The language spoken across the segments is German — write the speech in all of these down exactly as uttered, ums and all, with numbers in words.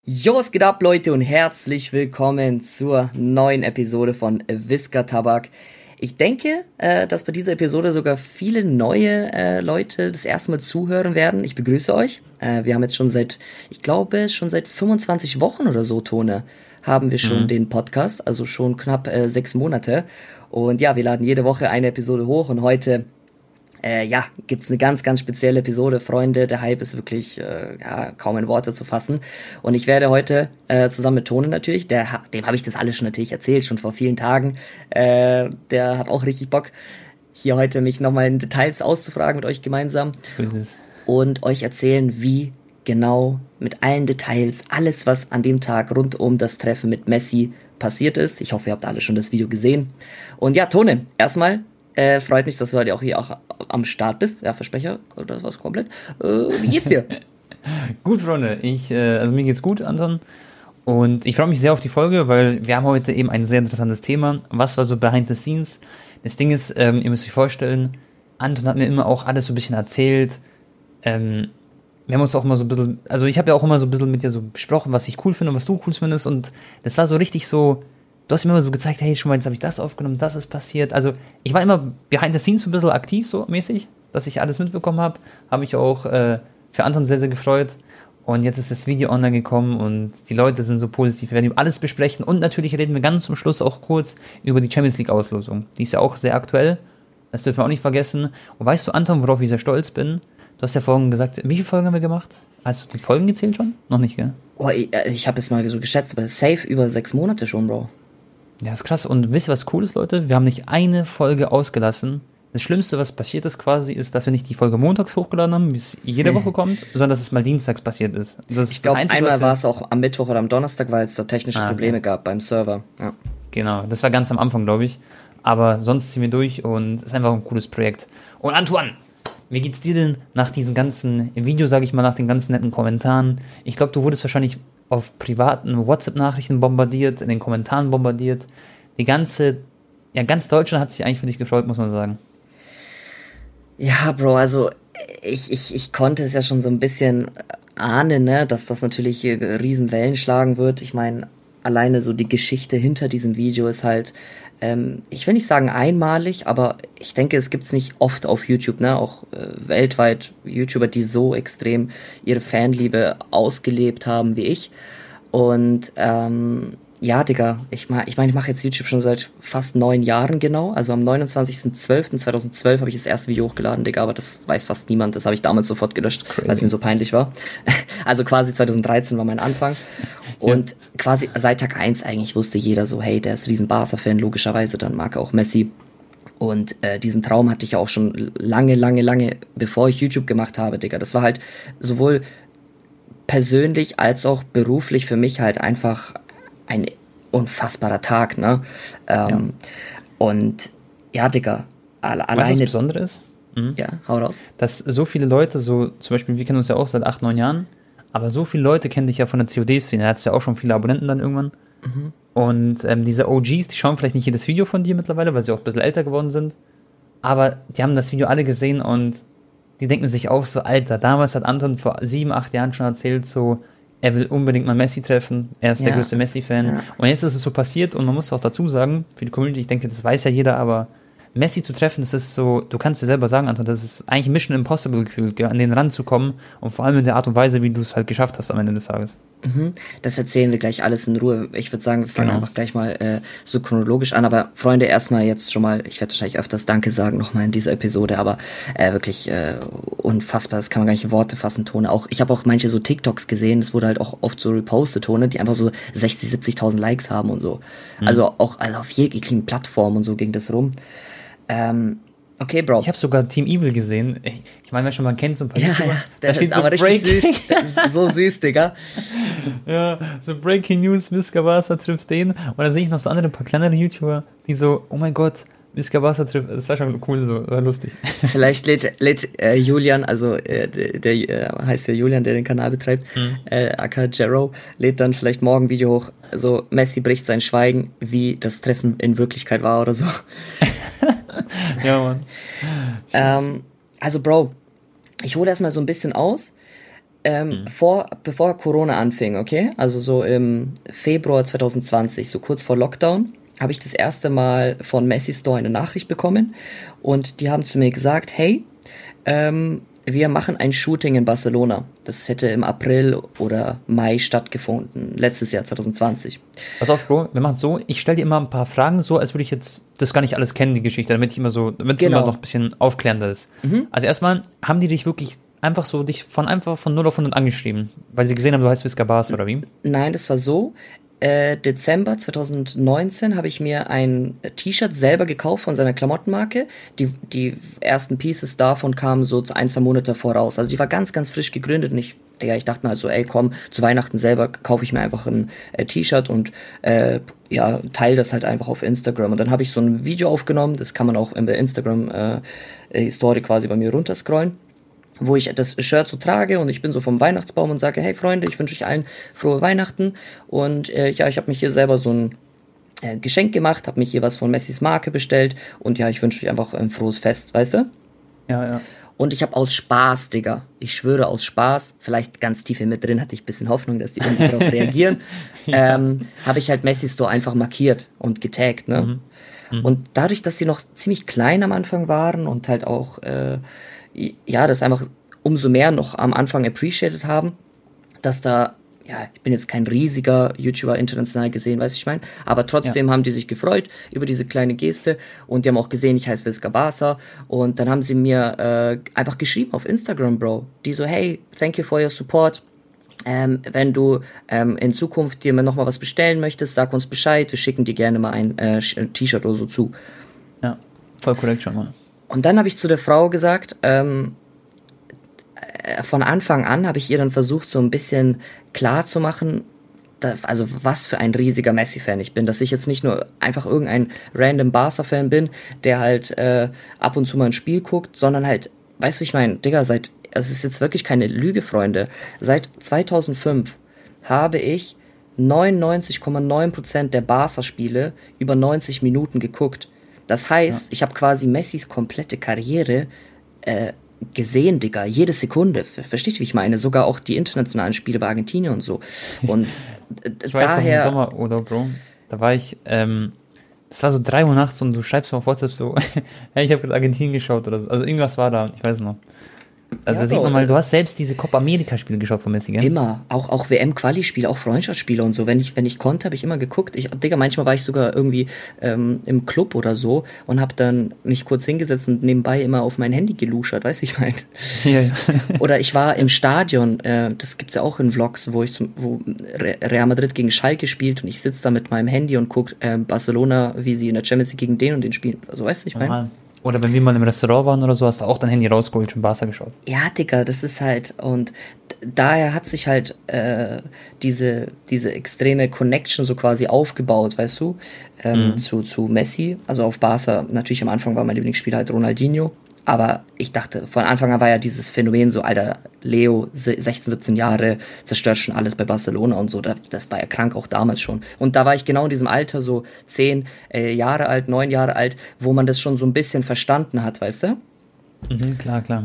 Jo, was geht ab, Leute, und herzlich willkommen zur neuen Episode von Whisker Tabak. Ich denke, äh, dass bei dieser Episode sogar viele neue äh, Leute das erste Mal zuhören werden. Ich begrüße euch. Äh, wir haben jetzt schon seit, ich glaube, schon seit fünfundzwanzig Wochen oder so, Tone, haben wir schon mhm. den Podcast, also schon knapp äh, sechs Monate. Und ja, wir laden jede Woche eine Episode hoch und heute Äh, ja, gibt's eine ganz, ganz spezielle Episode, Freunde. Der Hype ist wirklich äh, ja, kaum in Worte zu fassen. Und ich werde heute äh, zusammen mit Tone natürlich, der, dem habe ich das alles schon natürlich erzählt, schon vor vielen Tagen. Äh, der hat auch richtig Bock, hier heute mich nochmal in Details auszufragen mit euch gemeinsam. So ist es. Und euch erzählen, wie genau mit allen Details, alles, was an dem Tag rund um das Treffen mit Messi passiert ist. Ich hoffe, ihr habt alle schon das Video gesehen. Und ja, Tone, erstmal, Äh, freut mich, dass du heute auch hier auch am Start bist. Ja, Versprecher, das war's komplett. Äh, wie geht's dir? Gut, Freunde. Ich, äh, also mir geht's gut, Anton. Und ich freue mich sehr auf die Folge, weil wir haben heute eben ein sehr interessantes Thema. Was war so behind the scenes? Das Ding ist, ähm, ihr müsst euch vorstellen, Anton hat mir immer auch alles so ein bisschen erzählt. Ähm, wir haben uns auch immer so ein bisschen, also ich habe ja auch immer so ein bisschen mit dir so besprochen, was ich cool finde und was du cool findest. Und das war so richtig so. Du hast mir immer so gezeigt, hey, schon mal, jetzt habe ich das aufgenommen, das ist passiert. Also ich war immer behind the scenes so ein bisschen aktiv, so mäßig, dass ich alles mitbekommen habe. Habe mich auch äh, für Anton sehr, sehr gefreut. Und jetzt ist das Video online gekommen und die Leute sind so positiv. Wir werden über alles besprechen. Und natürlich reden wir ganz zum Schluss auch kurz über die Champions League Auslosung. Die ist ja auch sehr aktuell. Das dürfen wir auch nicht vergessen. Und weißt du, Anton, worauf ich sehr stolz bin? Du hast ja vorhin gesagt, wie viele Folgen haben wir gemacht? Hast du die Folgen gezählt schon? Noch nicht, gell? Oh, ich, ich habe es mal so geschätzt, aber safe über sechs Monate schon, Bro. Ja, ist krass. Und wisst ihr, was cool ist, Leute? Wir haben nicht eine Folge ausgelassen. Das Schlimmste, was passiert ist quasi, ist, dass wir nicht die Folge montags hochgeladen haben, wie es jede Woche kommt, sondern dass es mal dienstags passiert ist. Das ich glaube, einmal war es auch am Mittwoch oder am Donnerstag, weil es da technische ah, Probleme okay. gab beim Server. Ja. Genau, das war ganz am Anfang, glaube ich. Aber sonst ziehen wir durch und es ist einfach ein cooles Projekt. Und Antoine, wie geht's dir denn nach diesen ganzen Video, sage ich mal, nach den ganzen netten Kommentaren? Ich glaube, du wurdest wahrscheinlich auf privaten WhatsApp-Nachrichten bombardiert, in den Kommentaren bombardiert. Die ganze, ja, ganz Deutschland hat sich eigentlich für dich gefreut, muss man sagen. Ja, Bro, also ich, ich, ich konnte es ja schon so ein bisschen ahnen, ne, dass das natürlich riesen Wellen schlagen wird. Ich meine, alleine so die Geschichte hinter diesem Video ist halt, ähm, ich will nicht sagen einmalig, aber ich denke, es gibt's nicht oft auf YouTube, ne, auch äh, weltweit YouTuber, die so extrem ihre Fanliebe ausgelebt haben wie ich. Und ähm, ja, Digga, ich meine, ich, mein, ich mache jetzt YouTube schon seit fast neun Jahren genau. Also am neunundzwanzigsten zwölften zweitausendzwölf habe ich das erste Video hochgeladen, Digga, aber das weiß fast niemand. Das habe ich damals sofort gelöscht, weil es mir so peinlich war. Also quasi zweitausenddreizehn war mein Anfang. Und ja. quasi seit Tag eins eigentlich wusste jeder so, hey, der ist riesen Barca-Fan, logischerweise, dann mag er auch Messi. Und äh, diesen Traum hatte ich ja auch schon lange, lange, lange, bevor ich YouTube gemacht habe, Digga. Das war halt sowohl persönlich als auch beruflich für mich halt einfach ein unfassbarer Tag, ne? Ähm, ja. Und ja, Digga, alle, alleine... Was das Besondere ist? Mhm. Ja, hau raus. Dass so viele Leute, so zum Beispiel, wir kennen uns ja auch seit acht, neun Jahren, aber so viele Leute kennen dich ja von der C O D-Szene. Da hattest ja auch schon viele Abonnenten dann irgendwann. Mhm. Und ähm, diese O Gs, die schauen vielleicht nicht jedes Video von dir mittlerweile, weil sie auch ein bisschen älter geworden sind. Aber die haben das Video alle gesehen und die denken sich auch so, Alter, damals hat Anton vor sieben, acht Jahren schon erzählt, so, er will unbedingt mal Messi treffen, er ist ja. der größte Messi-Fan. Ja. Und jetzt ist es so passiert und man muss auch dazu sagen, für die Community, ich denke, das weiß ja jeder, aber Messi zu treffen, das ist so, du kannst dir selber sagen, Anton, das ist eigentlich Mission Impossible gefühlt, an den ranzukommen und vor allem in der Art und Weise, wie du es halt geschafft hast am Ende des Tages. Mhm. Das erzählen wir gleich alles in Ruhe. Ich würde sagen, wir fangen genau. einfach gleich mal äh, so chronologisch an. Aber Freunde, erstmal jetzt schon mal, ich werde wahrscheinlich öfters Danke sagen nochmal in dieser Episode, aber äh, wirklich äh, unfassbar, das kann man gar nicht in Worte fassen, Tone. Auch ich habe auch manche so TikToks gesehen, es wurde halt auch oft so repostet, Tone, die einfach so sechzig, siebzigtausend Likes haben und so. Mhm. Also auch also auf jeglichen Plattformen und so ging das rum. Ähm, Okay, Bro. Ich habe sogar Team Evil gesehen. Ich, ich meine, schon man kennt so ein paar ja, YouTuber. Ja, der da steht so aber richtig süß. Das ist so süß, Digga. Ja, so Breaking News, Whisker Barca trifft den. Und dann sehe ich noch so andere, ein paar kleinere YouTuber, die so, oh mein Gott, Whisker Barca trifft. Das war schon cool, so, war lustig. Vielleicht lädt, lädt äh, Julian, also äh, der, der äh, heißt ja Julian, der den Kanal betreibt, mhm. äh, aka Jero, lädt dann vielleicht morgen ein Video hoch. So, Messi bricht sein Schweigen, wie das Treffen in Wirklichkeit war oder so. Ja, Mann. Ähm, also, Bro, ich hole erstmal so ein bisschen aus. Ähm, Hm. vor, bevor Corona anfing, okay? Also so im Februar zwanzig zwanzig, so kurz vor Lockdown, habe ich das erste Mal von Messi Store eine Nachricht bekommen und die haben zu mir gesagt, hey, ähm, wir machen ein Shooting in Barcelona. Das hätte im April oder Mai stattgefunden, letztes Jahr zwanzig zwanzig. Pass auf, Bro, wir machen es so, ich stelle dir immer ein paar Fragen so, als würde ich jetzt das gar nicht alles kennen, die Geschichte, damit ich immer so, damit es Genau. immer noch ein bisschen aufklärender ist. Also erstmal, haben die dich wirklich einfach so, dich von einfach von null auf hundert angeschrieben, weil sie gesehen haben, du heißt Visca Barca oder wie? Nein, das war so. Äh, Dezember zwanzig neunzehn habe ich mir ein T-Shirt selber gekauft von seiner Klamottenmarke. Die, die ersten Pieces davon kamen so ein, zwei Monate voraus. Also die war ganz, ganz frisch gegründet und ich, Digga, ich dachte mir halt so, ey komm, zu Weihnachten selber kaufe ich mir einfach ein äh, T-Shirt und äh, ja, teile das halt einfach auf Instagram. Und dann habe ich so ein Video aufgenommen, das kann man auch in der Instagram-Historie äh, quasi bei mir runterscrollen, wo ich das Shirt so trage und ich bin so vom Weihnachtsbaum und sage, hey Freunde, ich wünsche euch allen frohe Weihnachten und äh, ja, ich habe mich hier selber so ein äh, Geschenk gemacht, habe mich hier was von Messis Marke bestellt und ja, ich wünsche euch einfach ein frohes Fest, weißt du? Ja, ja. Und ich habe aus Spaß, Digga, ich schwöre aus Spaß, vielleicht ganz tief in mir drin hatte ich ein bisschen Hoffnung, dass die irgendwie darauf reagieren, ja. ähm, habe ich halt Messi Store einfach markiert und getaggt, ne? Mhm. Mhm. Und dadurch, dass sie noch ziemlich klein am Anfang waren und halt auch äh, ja, das einfach umso mehr noch am Anfang appreciated haben, dass da, ja, ich bin jetzt kein riesiger YouTuber international gesehen, weißt du, ich meine, aber trotzdem ja. haben die sich gefreut über diese kleine Geste und die haben auch gesehen, ich heiße Visca Barca und dann haben sie mir äh, einfach geschrieben auf Instagram, Bro, die so, hey, thank you for your support. Ähm, wenn du ähm, in Zukunft dir mal nochmal was bestellen möchtest, sag uns Bescheid, wir schicken dir gerne mal ein äh, T-Shirt oder so zu. Ja, voll korrekt schon mal. Und dann habe ich zu der Frau gesagt, ähm, äh, von Anfang an habe ich ihr dann versucht, so ein bisschen klar zu machen, da, also was für ein riesiger Messi-Fan ich bin, dass ich jetzt nicht nur einfach irgendein random Barca-Fan bin, der halt äh, ab und zu mal ein Spiel guckt, sondern halt, weißt du, ich meine, Digga, seit, es ist jetzt wirklich keine Lüge, Freunde, seit zweitausendfünf habe ich neunundneunzig Komma neun Prozent der Barca-Spiele über neunzig Minuten geguckt. Das heißt, ja. ich habe quasi Messis komplette Karriere äh, gesehen, Digga, jede Sekunde. Versteht ihr, wie ich meine? Sogar auch die internationalen Spiele bei Argentinien und so. Und ich weiß daher... noch im Sommer, oder Bro, da war ich, ähm, das war so drei Uhr nachts und du schreibst mir auf WhatsApp so, hey, ich habe gerade Argentinien geschaut oder so. Also irgendwas war da, ich weiß noch. Also ja, da sieht man mal, du hast selbst diese Copa America-Spiele geschaut von Messi, gell? Immer, auch, auch W M-Quali-Spiele, auch Freundschaftsspiele und so. Wenn ich, wenn ich konnte, habe ich immer geguckt. Ich, Digga, manchmal war ich sogar irgendwie ähm, im Club oder so und habe dann mich kurz hingesetzt und nebenbei immer auf mein Handy geluschert, weißt du, ich meine. Ja, ja. Oder ich war im Stadion, äh, das gibt's ja auch in Vlogs, wo ich zum, wo Real Madrid gegen Schalke spielt und ich sitze da mit meinem Handy und guck äh, Barcelona, wie sie in der Champions League gegen den und den spielen. Also, weißt du, ich meine. Oder wenn wir mal im Restaurant waren oder so, hast du auch dein Handy rausgeholt und Barca geschaut. Ja, Digga, das ist halt, und daher hat sich halt äh, diese diese extreme Connection so quasi aufgebaut, weißt du, ähm, mhm. zu, zu Messi. Also auf Barca, natürlich am Anfang war mein Lieblingsspieler halt Ronaldinho, aber ich dachte, von Anfang an war ja dieses Phänomen so, Alter, Leo, sechzehn, siebzehn Jahre, zerstört schon alles bei Barcelona und so, das war ja krank auch damals schon. Und da war ich genau in diesem Alter, so zehn äh, Jahre alt, neun Jahre alt, wo man das schon so ein bisschen verstanden hat, weißt du? Mhm, klar, klar.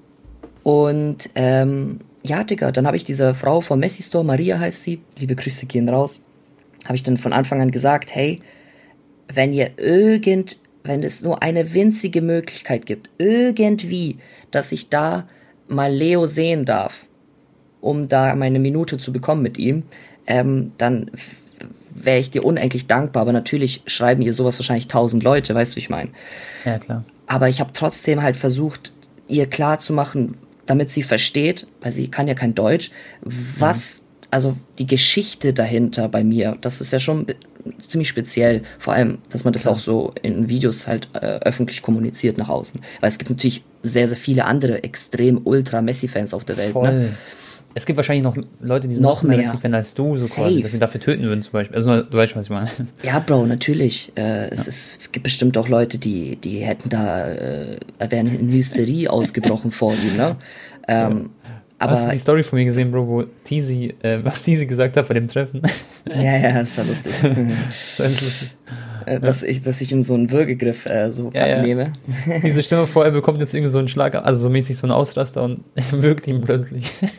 Und, ähm, ja, Digga, dann habe ich dieser Frau von Messi Store, Maria heißt sie, liebe Grüße gehen raus, habe ich dann von Anfang an gesagt, hey, wenn ihr irgend wenn es nur eine winzige Möglichkeit gibt, irgendwie, dass ich da mal Leo sehen darf, um da meine Minute zu bekommen mit ihm, ähm, dann wäre ich dir unendlich dankbar. Aber natürlich schreiben ihr sowas wahrscheinlich tausend Leute, weißt du, wie ich meine? Ja, klar. Aber ich habe trotzdem halt versucht, ihr klarzumachen, damit sie versteht, weil sie kann ja kein Deutsch, was... Mhm. Also die Geschichte dahinter bei mir, das ist ja schon ziemlich speziell. Vor allem, dass man das ja. auch so in Videos halt äh, öffentlich kommuniziert nach außen. Weil es gibt natürlich sehr, sehr viele andere extrem Ultra-Messi-Fans auf der Welt. Voll. Ne? Es gibt wahrscheinlich noch Leute, die sind noch, noch mehr Messi-Fan als du, so quasi, dass sie dafür töten würden zum Beispiel. Also du weißt, was ich meine. Ja, Bro, natürlich. Äh, es, ja. ist, es gibt bestimmt auch Leute, die, die hätten da, äh, wären in Hysterie ausgebrochen vor ihm. Ne? Ähm, ja. Aber hast du die Story von mir gesehen, Bro, wo Tizi, äh, was Tizi gesagt hat bei dem Treffen? Ja, ja, das war lustig. Das war lustig. Äh, dass, ja. ich, dass ich ihm so einen Würgegriff äh, so ja, abnehme. Ja. Diese Stimme vor, er bekommt jetzt irgendwie so einen Schlag, also so mäßig so einen Ausraster und würgt ihn plötzlich.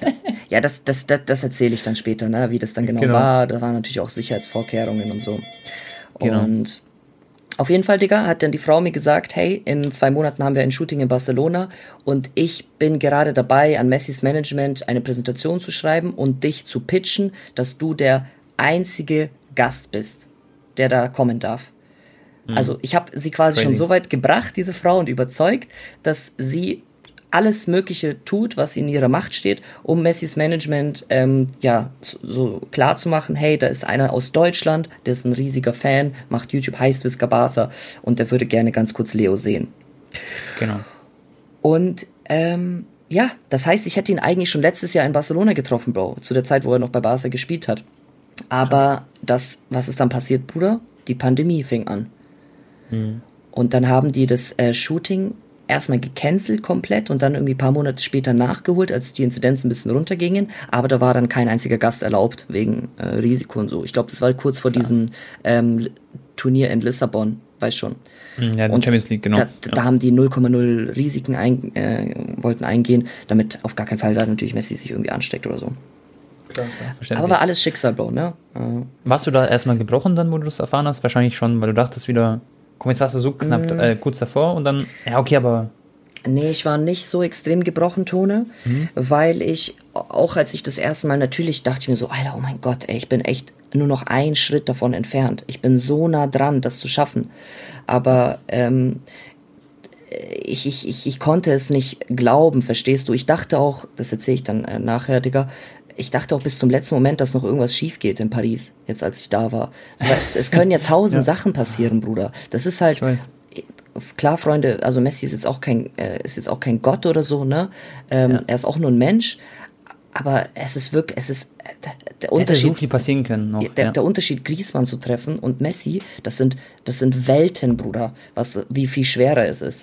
Ja, das, das, das, das erzähle ich dann später, ne, wie das dann genau, genau. war. Da waren natürlich auch Sicherheitsvorkehrungen und so. Genau. Und auf jeden Fall, Digga, hat dann die Frau mir gesagt, hey, in zwei Monaten haben wir ein Shooting in Barcelona und ich bin gerade dabei, an Messis Management eine Präsentation zu schreiben und dich zu pitchen, dass du der einzige Gast bist, der da kommen darf. Mhm. Also ich habe sie quasi Crazy. schon so weit gebracht, diese Frau, und überzeugt, dass sie alles Mögliche tut, was in ihrer Macht steht, um Messis Management ähm, ja so, so klar zu machen, hey, da ist einer aus Deutschland, der ist ein riesiger Fan, macht YouTube, heißt Visca Barca und der würde gerne ganz kurz Leo sehen. Genau. Und ähm, ja, das heißt, ich hätte ihn eigentlich schon letztes Jahr in Barcelona getroffen, Bro, zu der Zeit, wo er noch bei Barca gespielt hat. Aber das, was ist dann passiert, Bruder? Die Pandemie fing an. Mhm. Und dann haben die das äh, Shooting erstmal gecancelt komplett und dann irgendwie ein paar Monate später nachgeholt, als die Inzidenzen ein bisschen runtergingen, aber da war dann kein einziger Gast erlaubt, wegen äh, Risiko und so. Ich glaube, das war kurz vor Klar. diesem ähm, Turnier in Lissabon, weiß schon. Ja, die Champions League, genau. Da, da ja. haben die null Komma null Risiken ein, äh, wollten eingehen, damit auf gar keinen Fall da natürlich Messi sich irgendwie ansteckt oder so. Klar, klar. Aber war alles Schicksal, Bro, ne? Äh, Warst du da erstmal gebrochen dann, wo du das erfahren hast? Wahrscheinlich schon, weil du dachtest wieder, komm, jetzt hast du so knapp mm. äh, kurz davor und dann, ja, okay, aber... Nee, ich war nicht so extrem gebrochen, Tone, mhm. weil ich, auch als ich das erste Mal, natürlich dachte ich mir so, Alter, oh mein Gott, ey, ich bin echt nur noch einen Schritt davon entfernt. Ich bin so nah dran, das zu schaffen. Aber ähm, ich, ich, ich, ich konnte es nicht glauben, verstehst du? Ich dachte auch, das erzähle ich dann äh, nachher, Digga, ich dachte auch bis zum letzten Moment, dass noch irgendwas schief geht in Paris, jetzt als ich da war. So, es können ja tausend ja. Sachen passieren, Bruder. Das ist halt... Klar, Freunde, also Messi ist jetzt auch kein, äh, ist jetzt auch kein Gott oder so, ne? Ähm, ja. Er ist auch nur ein Mensch, aber es ist wirklich, es ist äh, der, der Unterschied. Hätte so viel passieren können noch. Der, ja. der Unterschied, Griezmann zu treffen und Messi, das sind, das sind Welten, Bruder, was, wie viel schwerer es ist.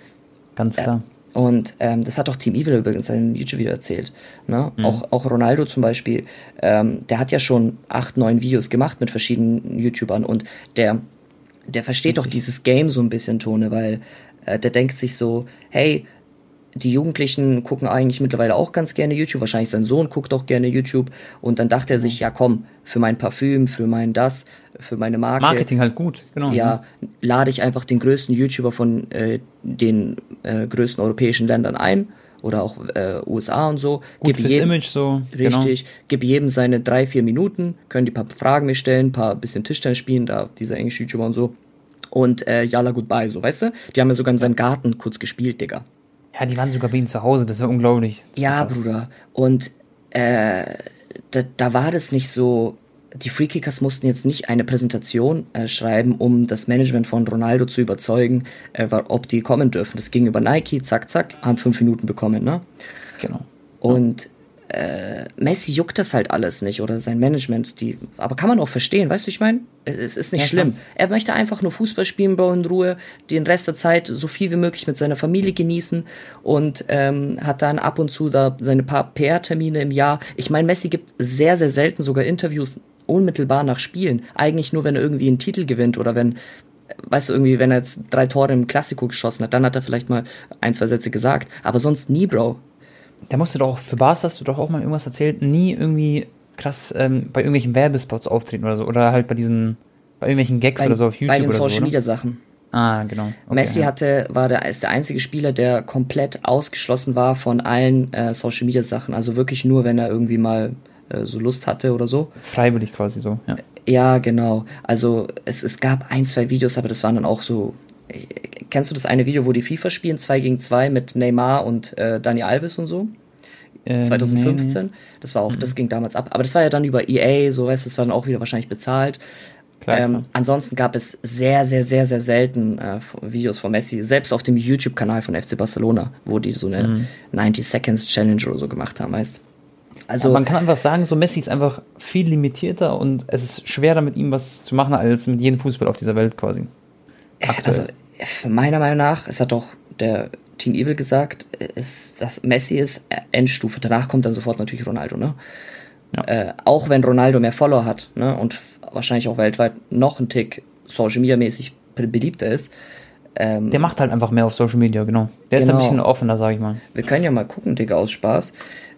Ganz klar. Äh, und ähm, das hat auch Team Evil übrigens in seinem YouTube-Video erzählt. Ne? Mhm. Auch, auch Ronaldo zum Beispiel, ähm, der hat ja schon acht, neun Videos gemacht mit verschiedenen YouTubern und der Der versteht doch dieses Game so ein bisschen, Tone, weil äh, der denkt sich so, hey, die Jugendlichen gucken eigentlich mittlerweile auch ganz gerne YouTube, wahrscheinlich sein Sohn guckt auch gerne YouTube und dann dachte er sich, ja komm, für mein Parfüm, für mein das, für meine Marke. Marketing halt gut, genau. Ja, lade ich einfach den größten YouTuber von äh, den äh, größten europäischen Ländern ein oder auch äh, U S A und so. Gut fürs jedem, Image so. Richtig, genau. Gib jedem seine drei, vier Minuten, können die paar Fragen mir stellen, ein paar bisschen Tischtennis spielen, da dieser englische YouTuber und so. Und äh, Yalla Goodbye, so, weißt du? Die haben ja sogar in seinem Garten kurz gespielt, Digga. Ja, die waren sogar bei ihm zu Hause, das war unglaublich. Das ja, war Bruder. Und äh, da, da war das nicht so... Die Freekickers mussten jetzt nicht eine Präsentation äh, schreiben, um das Management von Ronaldo zu überzeugen, äh, ob die kommen dürfen. Das ging über Nike, zack, zack, haben fünf Minuten bekommen, ne? Genau. Und äh, Messi juckt das halt alles nicht oder sein Management, die, aber kann man auch verstehen, weißt du, ich meine? Es ist nicht ja, schlimm. Klar. Er möchte einfach nur Fußball spielen, Bro, in Ruhe, den Rest der Zeit so viel wie möglich mit seiner Familie genießen und ähm, hat dann ab und zu da seine paar P R-Termine im Jahr. Ich meine, Messi gibt sehr, sehr selten sogar Interviews unmittelbar nach Spielen. Eigentlich nur, wenn er irgendwie einen Titel gewinnt oder wenn, weißt du, irgendwie, wenn er jetzt drei Tore im Klassiko geschossen hat, dann hat er vielleicht mal ein, zwei Sätze gesagt. Aber sonst nie, Bro. Da musst du doch, für Barca hast du doch auch mal irgendwas erzählt, nie irgendwie krass ähm, bei irgendwelchen Werbespots auftreten oder so. Oder halt bei diesen, bei irgendwelchen Gags bei, oder so auf YouTube bei den oder Social so, Media Sachen. Ah, genau. Okay, Messi ja. hatte, war der, ist der einzige Spieler, der komplett ausgeschlossen war von allen äh, Social Media Sachen. Also wirklich nur, wenn er irgendwie mal äh, so Lust hatte oder so. Freiwillig quasi so, ja. Ja, genau. Also es, es gab ein, zwei Videos, aber das waren dann auch so. Kennst du das eine Video, wo die FIFA spielen, zwei gegen zwei mit Neymar und äh, Dani Alves und so? Äh, zwanzig fünfzehn. Nee. Das war auch, mhm. das ging damals ab. Aber das war ja dann über E A, so weißt du, das war dann auch wieder wahrscheinlich bezahlt. Klar, ähm, klar. Ansonsten gab es sehr, sehr, sehr, sehr selten äh, Videos von Messi, selbst auf dem YouTube-Kanal von F C Barcelona, wo die so eine mhm. neunzig Seconds Challenge oder so gemacht haben, weißt Also ja, man kann einfach sagen, so Messi ist einfach viel limitierter und es ist schwerer mit ihm was zu machen, als mit jedem Fußball auf dieser Welt quasi. Aktuell. Also meiner Meinung nach, es hat doch der Team Evil gesagt, ist, dass Messi ist Endstufe. Danach kommt dann sofort natürlich Ronaldo, ne? Ja. Äh, auch wenn Ronaldo mehr Follower hat, ne? Und wahrscheinlich auch weltweit noch ein Tick Social Media mäßig beliebter ist. Ähm, der macht halt einfach mehr auf Social Media, genau. Der genau. ist ein bisschen offener, sag ich mal. Wir können ja mal gucken, Digga, aus Spaß,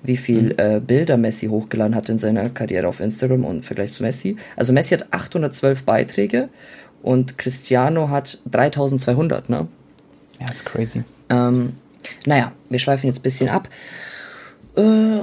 wie viel mhm. äh, Bilder Messi hochgeladen hat in seiner Karriere auf Instagram und im Vergleich zu Messi. Also Messi hat achthundertzwölf Beiträge und Cristiano hat dreitausendzweihundert, ne? Ja, ist crazy. Ähm, naja, wir schweifen jetzt ein bisschen ab. Äh,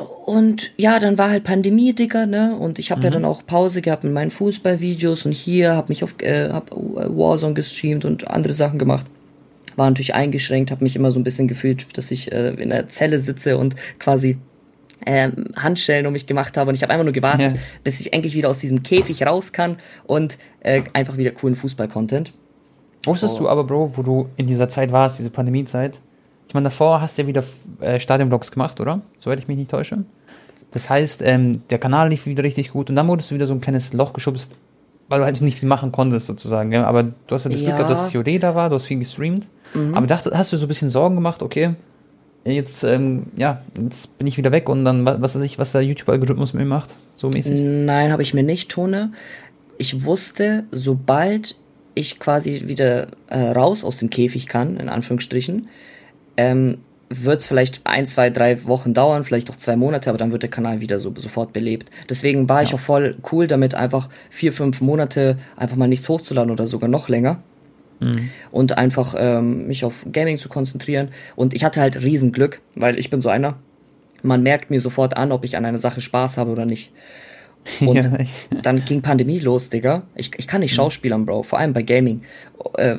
und ja, dann war halt Pandemie, Digga, ne? Und ich habe mhm. ja dann auch Pause gehabt mit meinen Fußballvideos und hier habe mich auf äh, hab Warzone gestreamt und andere Sachen gemacht. War natürlich eingeschränkt, habe mich immer so ein bisschen gefühlt, dass ich äh, in der Zelle sitze und quasi ähm, Handschellen um mich gemacht habe. Und ich habe einfach nur gewartet, ja. bis ich endlich wieder aus diesem Käfig raus kann und äh, einfach wieder coolen Fußball-Content. Wusstest oh. du aber, Bro, wo du in dieser Zeit warst, diese Pandemiezeit? Ich meine, davor hast du ja wieder äh, Stadionvlogs gemacht, oder? Soweit ich mich nicht täusche. Das heißt, ähm, der Kanal lief wieder richtig gut und dann wurdest du wieder so ein kleines Loch geschubst, weil du halt nicht viel machen konntest, sozusagen. Ja? Aber du hast ja das Glück Ja. gehabt, dass C O D da war, du hast viel gestreamt. Mhm. Aber dacht, hast du so ein bisschen Sorgen gemacht, okay, jetzt, ähm, ja, jetzt bin ich wieder weg und dann, was weiß ich, was der YouTube-Algorithmus mit mir macht, so mäßig? Nein, habe ich mir nicht, Tone. Ich wusste, sobald ich quasi wieder äh, raus aus dem Käfig kann, in Anführungsstrichen, ähm, wird es vielleicht ein, zwei, drei Wochen dauern, vielleicht auch zwei Monate, aber dann wird der Kanal wieder so sofort belebt. Deswegen war ja. ich auch voll cool damit, einfach vier, fünf Monate einfach mal nichts hochzuladen oder sogar noch länger. Mhm. Und einfach ähm, mich auf Gaming zu konzentrieren. Und ich hatte halt Riesenglück, weil ich bin so einer, man merkt mir sofort an, ob ich an einer Sache Spaß habe oder nicht. Und ja, dann ging Pandemie los, Digga. Ich, ich kann nicht schauspielern, Bro, vor allem bei Gaming. Äh,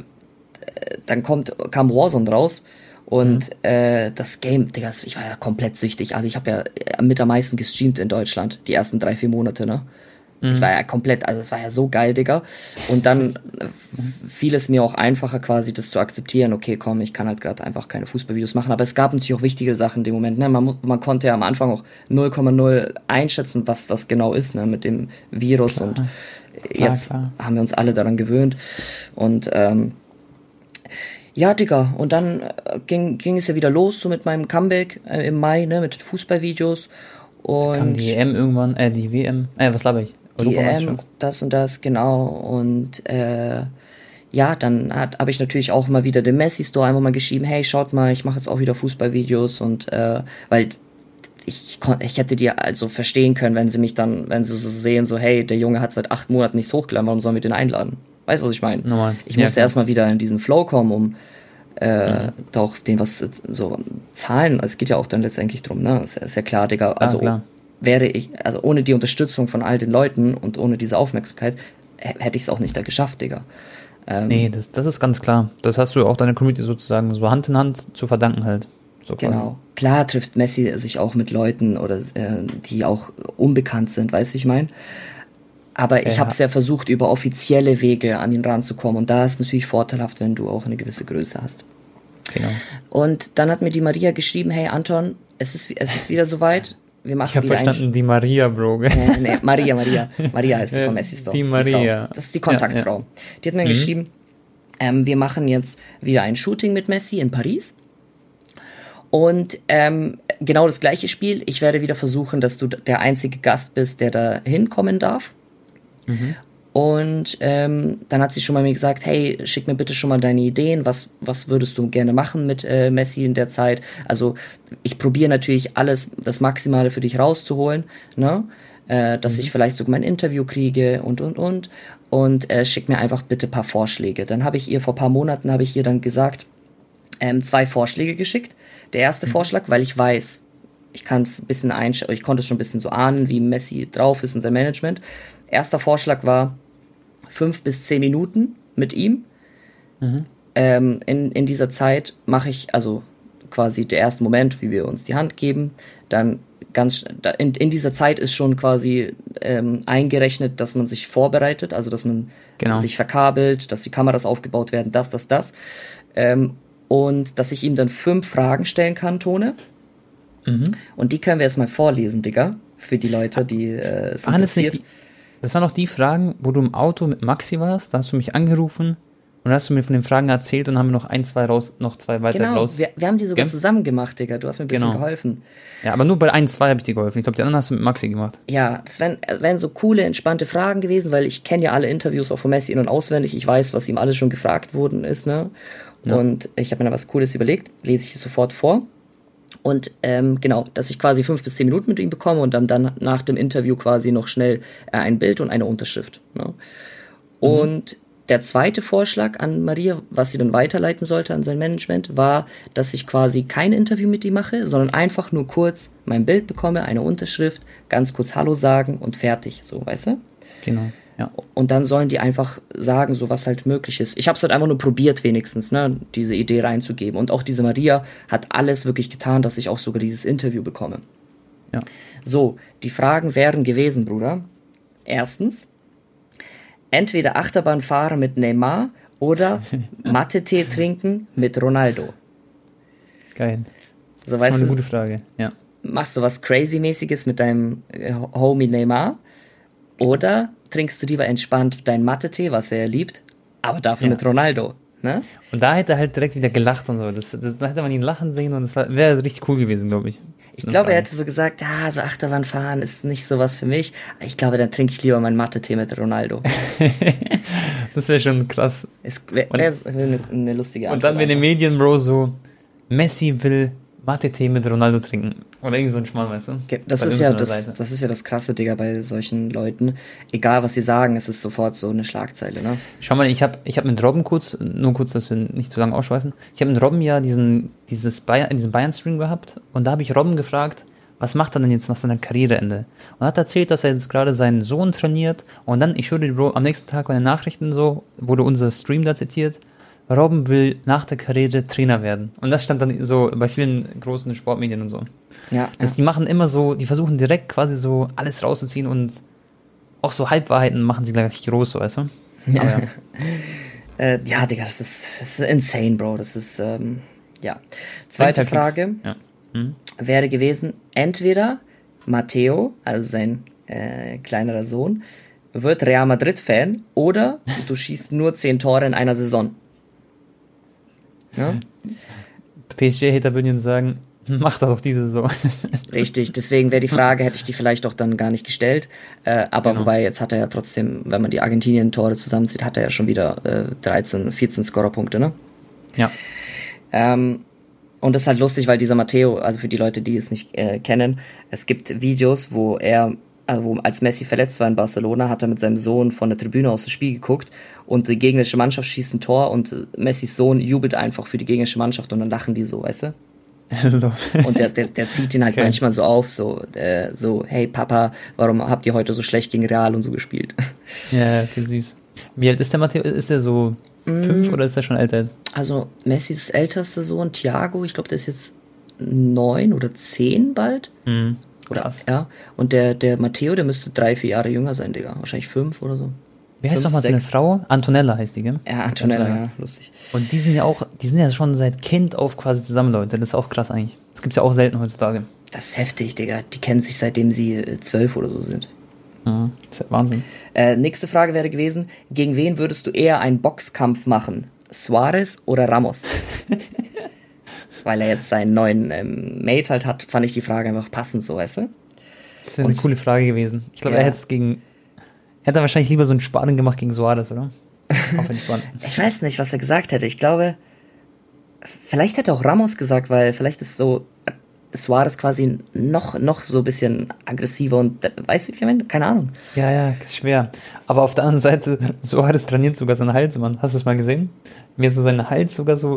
dann kommt, kam Warzone raus und mhm. äh, das Game, Digga, ich war ja komplett süchtig. Also ich habe ja mit am meisten gestreamt in Deutschland, die ersten drei, vier Monate, ne? Ich war ja komplett, also es war ja so geil, Digga. Und dann fiel es mir auch einfacher quasi, das zu akzeptieren. Okay, komm, ich kann halt gerade einfach keine Fußballvideos machen. Aber es gab natürlich auch wichtige Sachen in dem Moment. Ne? Man, man konnte ja am Anfang auch null Komma null einschätzen, was das genau ist, ne? Mit dem Virus. Klar. Und klar, jetzt klar. haben wir uns alle daran gewöhnt. Und ähm, ja, Digga, und dann äh, ging, ging es ja wieder los, so mit meinem Comeback äh, im Mai, ne, mit Fußballvideos. Und kam die E M irgendwann, äh, die W M, äh, was laber ich? Die E M, das und das, genau. Und äh, ja, dann habe ich natürlich auch mal wieder den Messi-Store einfach mal geschrieben, hey, schaut mal, ich mache jetzt auch wieder Fußballvideos und äh, weil ich, ich hätte die also verstehen können, wenn sie mich dann, wenn sie so sehen, so, hey, der Junge hat seit acht Monaten nichts hochgeladen, warum sollen wir den einladen? Weißt du, was ich meine? Normal. Ich ja, musste erstmal wieder in diesen Flow kommen, um äh, mhm. da auch den was so Zahlen, es geht ja auch dann letztendlich drum, ne? Ist, ist ja klar, Digga. Also ah, klar. wäre ich, also ohne die Unterstützung von all den Leuten und ohne diese Aufmerksamkeit, h- hätte ich es auch nicht da geschafft, Digga. Ähm, nee, das, das ist ganz klar. Das hast du auch deiner Community sozusagen so Hand in Hand zu verdanken halt. So genau. Quasi. Klar trifft Messi sich auch mit Leuten oder äh, die auch unbekannt sind, weißt du, ich meine. Aber ich ja. habe es ja versucht, über offizielle Wege an ihn ranzukommen. Und da ist es natürlich vorteilhaft, wenn du auch eine gewisse Größe hast. Genau. Und dann hat mir die Maria geschrieben, hey Anton, es ist, es ist wieder soweit. Wir machen ich habe verstanden, ein... die Maria, Bro. Nee, nee, Maria, Maria. Maria heißt die von Messi Store. Die Maria. Die das ist die Kontaktfrau. Ja, ja. Die hat mir mhm. geschrieben, ähm, wir machen jetzt wieder ein Shooting mit Messi in Paris. Und ähm, genau das gleiche Spiel. Ich werde wieder versuchen, dass du der einzige Gast bist, der da hinkommen darf. Mhm. Und ähm, dann hat sie schon mal mir gesagt, hey, schick mir bitte schon mal deine Ideen, was was würdest du gerne machen mit äh, Messi in der Zeit? Also ich probiere natürlich alles, das Maximale für dich rauszuholen, ne? Äh, dass mhm. ich vielleicht sogar mein Interview kriege und und und und äh, schick mir einfach bitte ein paar Vorschläge. Dann habe ich ihr vor ein paar Monaten habe ich ihr dann gesagt, ähm, zwei Vorschläge geschickt. Der erste mhm. Vorschlag, weil ich weiß, ich kann es ein bisschen einsch- ich konnte es schon ein bisschen so ahnen, wie Messi drauf ist und sein Management. Erster Vorschlag war fünf bis zehn Minuten mit ihm. Mhm. Ähm, in, in dieser Zeit mache ich, also quasi der erste Moment, wie wir uns die Hand geben, dann ganz, in, in dieser Zeit ist schon quasi ähm, eingerechnet, dass man sich vorbereitet, also dass man genau. sich verkabelt, dass die Kameras aufgebaut werden, das, das, das. Ähm, und dass ich ihm dann fünf Fragen stellen kann, Tone. Mhm. Und die können wir jetzt mal vorlesen, Digga, für die Leute, die äh, es interessiert. Nicht die Das waren noch die Fragen, wo du im Auto mit Maxi warst, da hast du mich angerufen und hast du mir von den Fragen erzählt und haben wir noch ein, zwei raus, noch zwei weitere genau, raus. Genau, wir, wir haben die sogar Gell? zusammen gemacht, Digga, du hast mir ein bisschen genau. geholfen. Ja, aber nur bei ein, zwei habe ich dir geholfen. Ich glaube, die anderen hast du mit Maxi gemacht. Ja, das wären, wären so coole, entspannte Fragen gewesen, weil ich kenne ja alle Interviews auch von Messi in- und auswendig. Ich weiß, was ihm alles schon gefragt worden ist, ne? Ja. Und ich habe mir da was Cooles überlegt, lese ich es sofort vor. Und ähm, genau, dass ich quasi fünf bis zehn Minuten mit ihm bekomme und dann, dann nach dem Interview quasi noch schnell äh, ein Bild und eine Unterschrift. Ne? Und mhm. der zweite Vorschlag an Maria, was sie dann weiterleiten sollte an sein Management, war, dass ich quasi kein Interview mit ihm mache, sondern einfach nur kurz mein Bild bekomme, eine Unterschrift, ganz kurz Hallo sagen und fertig, so, weißt du? Genau, ja. Und dann sollen die einfach sagen, so was halt möglich ist. Ich habe es halt einfach nur probiert wenigstens, ne, diese Idee reinzugeben. Und auch diese Maria hat alles wirklich getan, dass ich auch sogar dieses Interview bekomme. Ja. So, die Fragen wären gewesen, Bruder. Erstens, entweder Achterbahnfahren mit Neymar oder Mathe-Tee trinken mit Ronaldo. Geil. So, das weißt ist eine du, gute Frage, ja. Machst du was Crazy-mäßiges mit deinem äh, Homie Neymar oder trinkst du lieber entspannt deinen Mathe-Tee, was er liebt, aber dafür ja. mit Ronaldo, ne? Und da hätte er halt direkt wieder gelacht und so. Das, das, da hätte man ihn lachen sehen und das wäre richtig cool gewesen, glaube ich. Ich glaube, er hätte so gesagt, ah, so Achterbahnfahren ist nicht sowas für mich. Ich glaube, dann trinke ich lieber meinen Mathe-Tee mit Ronaldo. Das wäre schon krass. Es wäre wär eine, eine lustige Antwort. Und dann wäre in den Medien, Bro, so, Messi will Mathe-Tee mit Ronaldo trinken. Oder irgendwie so ein Schmarrn, weißt du? Das ist, ja das, das ist ja das Krasse, Digga, bei solchen Leuten. Egal, was sie sagen, es ist sofort so eine Schlagzeile, ne? Schau mal, ich habe ich hab mit Robben kurz, nur kurz, dass wir nicht zu lange ausschweifen, ich habe mit Robben ja diesen, dieses Bayern, diesen Bayern-Stream gehabt und da habe ich Robben gefragt, was macht er denn jetzt nach seiner Karriereende? Und er hat erzählt, dass er jetzt gerade seinen Sohn trainiert und dann, ich höre, Bro, am nächsten Tag bei den Nachrichten so, wurde unser Stream da zitiert, Robben will nach der Karriere Trainer werden. Und das stand dann so bei vielen großen Sportmedien und so. Ja. Also die machen immer so, die versuchen direkt quasi so alles rauszuziehen und auch so Halbwahrheiten machen sie gleich groß, so, weißt du? Ja. Ja. äh, ja, Digga, das ist, das ist insane, Bro. Das ist, ähm, ja. Zweite Frage ja. hm? wäre gewesen, entweder Matteo, also sein äh, kleinerer Sohn, wird Real Madrid-Fan oder du schießt nur zehn Tore in einer Saison. Ja? P S G-Hater würden jetzt sagen, mach das auch diese Saison. Richtig, deswegen wäre die Frage, hätte ich die vielleicht auch dann gar nicht gestellt. Äh, aber genau. Wobei, jetzt hat er ja trotzdem, wenn man die Argentinien-Tore zusammenzieht, hat er ja schon wieder äh, dreizehn, vierzehn Scorerpunkte, ne? Ja. Ähm, und das ist halt lustig, weil dieser Matteo, also für die Leute, die es nicht äh, kennen, es gibt Videos, wo er, also wo, als Messi verletzt war in Barcelona, hat er mit seinem Sohn von der Tribüne aus das Spiel geguckt und die gegnerische Mannschaft schießt ein Tor und Messis Sohn jubelt einfach für die gegnerische Mannschaft und dann lachen die so, weißt du? Und der, der, der zieht ihn halt okay. manchmal so auf, so, äh, so, hey Papa, warum habt ihr heute so schlecht gegen Real und so gespielt? Ja, okay, süß. Wie alt ist der Matteo? Ist der so mm. fünf oder ist der schon älter? Also Messis ältester Sohn, Thiago, ich glaube, der ist jetzt neun oder zehn bald. Mm. Oder, ja. Und der, der Matteo, der müsste drei, vier Jahre jünger sein, Digga. Wahrscheinlich fünf oder so. Wie heißt nochmal seine Frau? Antonella heißt die, gell? Ja, Antonella, ja, lustig. Und die sind ja auch, die sind ja schon seit Kind auf quasi zusammen, Leute. Das ist auch krass eigentlich. Das gibt's ja auch selten heutzutage. Das ist heftig, Digga. Die kennen sich seitdem sie äh, zwölf oder so sind. Mhm, das ist ja Wahnsinn. Äh, nächste Frage wäre gewesen, gegen wen würdest du eher einen Boxkampf machen? Suarez oder Ramos? Weil er jetzt seinen neuen ähm, Mate halt hat, fand ich die Frage einfach passend so, weißt du? Das wäre eine coole Frage gewesen. Ich glaube, ja. er hätte es gegen... Er hätte wahrscheinlich lieber so einen Sparring gemacht gegen Suarez, oder? Auch wenn ich spannend. Ich weiß nicht, was er gesagt hätte. Ich glaube, vielleicht hätte auch Ramos gesagt, weil vielleicht ist so Suarez quasi noch, noch so ein bisschen aggressiver und, weißt du, wie ich meine? Keine Ahnung. Ja, ja, ist schwer. Aber auf der anderen Seite, Suarez trainiert sogar seinen Hals, Mann. Hast du das mal gesehen? Wie er so seinen Hals sogar so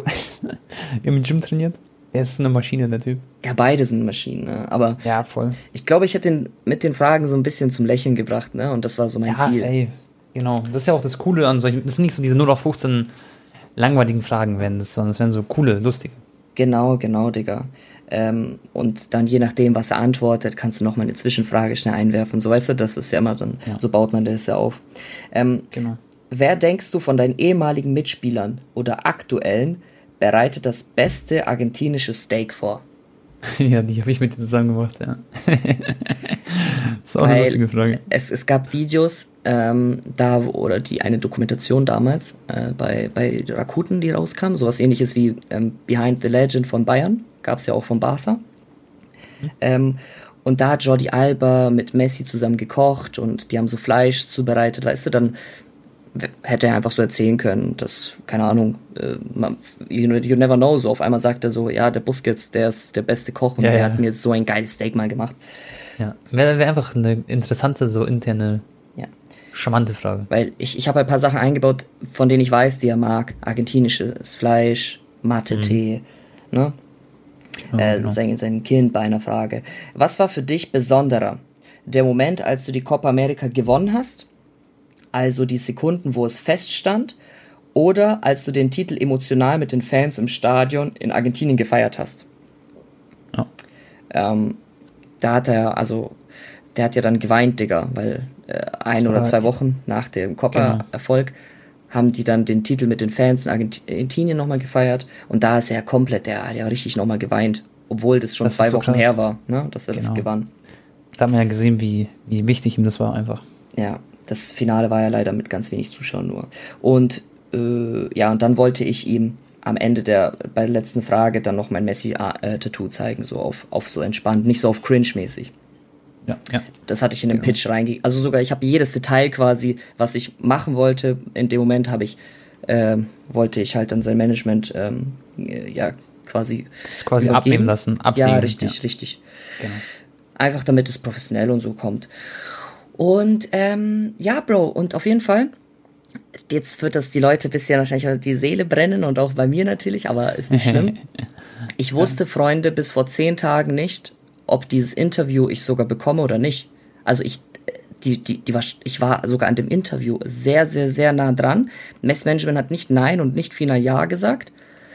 im Gym trainiert? Der ist so eine Maschine, der Typ. Ja, beide sind Maschinen, ne? Aber ja, voll. Ich glaube, ich hätte ihn mit den Fragen so ein bisschen zum Lächeln gebracht, ne? Und das war so mein ja, Ziel. Ja, safe. Genau. Das ist ja auch das Coole an solchen, das sind nicht so diese null auf fünfzehn langweiligen Fragen werden, das, sondern es werden so coole, lustige. Genau, genau, Digga. Ähm, und dann je nachdem, was er antwortet, kannst du noch mal eine Zwischenfrage schnell einwerfen. So, weißt du, das ist ja immer dann, ja. So baut man das ja auf. Ähm, genau. Wer denkst du von deinen ehemaligen Mitspielern oder aktuellen bereitet das beste argentinische Steak vor? Ja, die habe ich mit dir zusammen gemacht, ja. Das ist auch Weil eine lustige Frage. Es, es gab Videos, ähm, da, oder die eine Dokumentation damals, äh, bei, bei Rakuten, die rauskam, sowas ähnliches wie ähm, Behind the Legend von Bayern, gab es ja auch von Barca. Mhm. Ähm, und da hat Jordi Alba mit Messi zusammen gekocht und die haben so Fleisch zubereitet, weißt du, dann hätte er einfach so erzählen können, dass, keine Ahnung, äh, man, you, you never know, so auf einmal sagt er so, ja, der Busquets, der ist der beste Koch und ja, der ja. hat mir jetzt so ein geiles Steak mal gemacht. Ja, wäre wär einfach eine interessante, so interne, ja. charmante Frage. Weil ich, ich habe ein paar Sachen eingebaut, von denen ich weiß, die er mag. Argentinisches Fleisch, Mate-Tee, mhm. ne? Genau, äh, genau. Sein, sein Kind bei einer Frage. Was war für dich besonderer? Der Moment, als du die Copa America gewonnen hast, also die Sekunden, wo es feststand, oder als du den Titel emotional mit den Fans im Stadion in Argentinien gefeiert hast? Ja. Ähm, da hat er, also, der hat ja dann geweint, Digga, weil äh, ein oder zwei Wochen nach dem Copa-Erfolg genau. haben die dann den Titel mit den Fans in Argentinien nochmal gefeiert und da ist er komplett, der hat ja richtig nochmal geweint, obwohl das schon das zwei so Wochen krass. her war, ne, dass er genau. das gewann. Da haben wir ja gesehen, wie, wie wichtig ihm das war einfach. Ja, das Finale war ja leider mit ganz wenig Zuschauern nur. Und äh, ja, und dann wollte ich ihm am Ende der, bei der letzten Frage dann noch mein Messi-Tattoo zeigen, so auf, auf so entspannt, nicht so auf Cringe-mäßig. Ja, ja. Das hatte ich in den genau. Pitch reingegeben. Also sogar, ich habe jedes Detail quasi, was ich machen wollte, in dem Moment habe ich, äh, wollte ich halt dann sein Management, ähm, ja, quasi das quasi übergeben. abnehmen lassen, absiegeln. Ja, richtig, ja. richtig. Genau. Einfach damit es professionell und so kommt. Und ähm, ja, Bro, und auf jeden Fall, jetzt wird das die Leute bisher wahrscheinlich die Seele brennen und auch bei mir natürlich, aber ist nicht schlimm. Ich wusste, ja. Freunde, bis vor zehn Tagen nicht, ob dieses Interview ich sogar bekomme oder nicht. Also ich, die, die, die war, ich war sogar an dem Interview sehr, sehr, sehr nah dran. Messmanagement hat nicht Nein und nicht final Ja gesagt.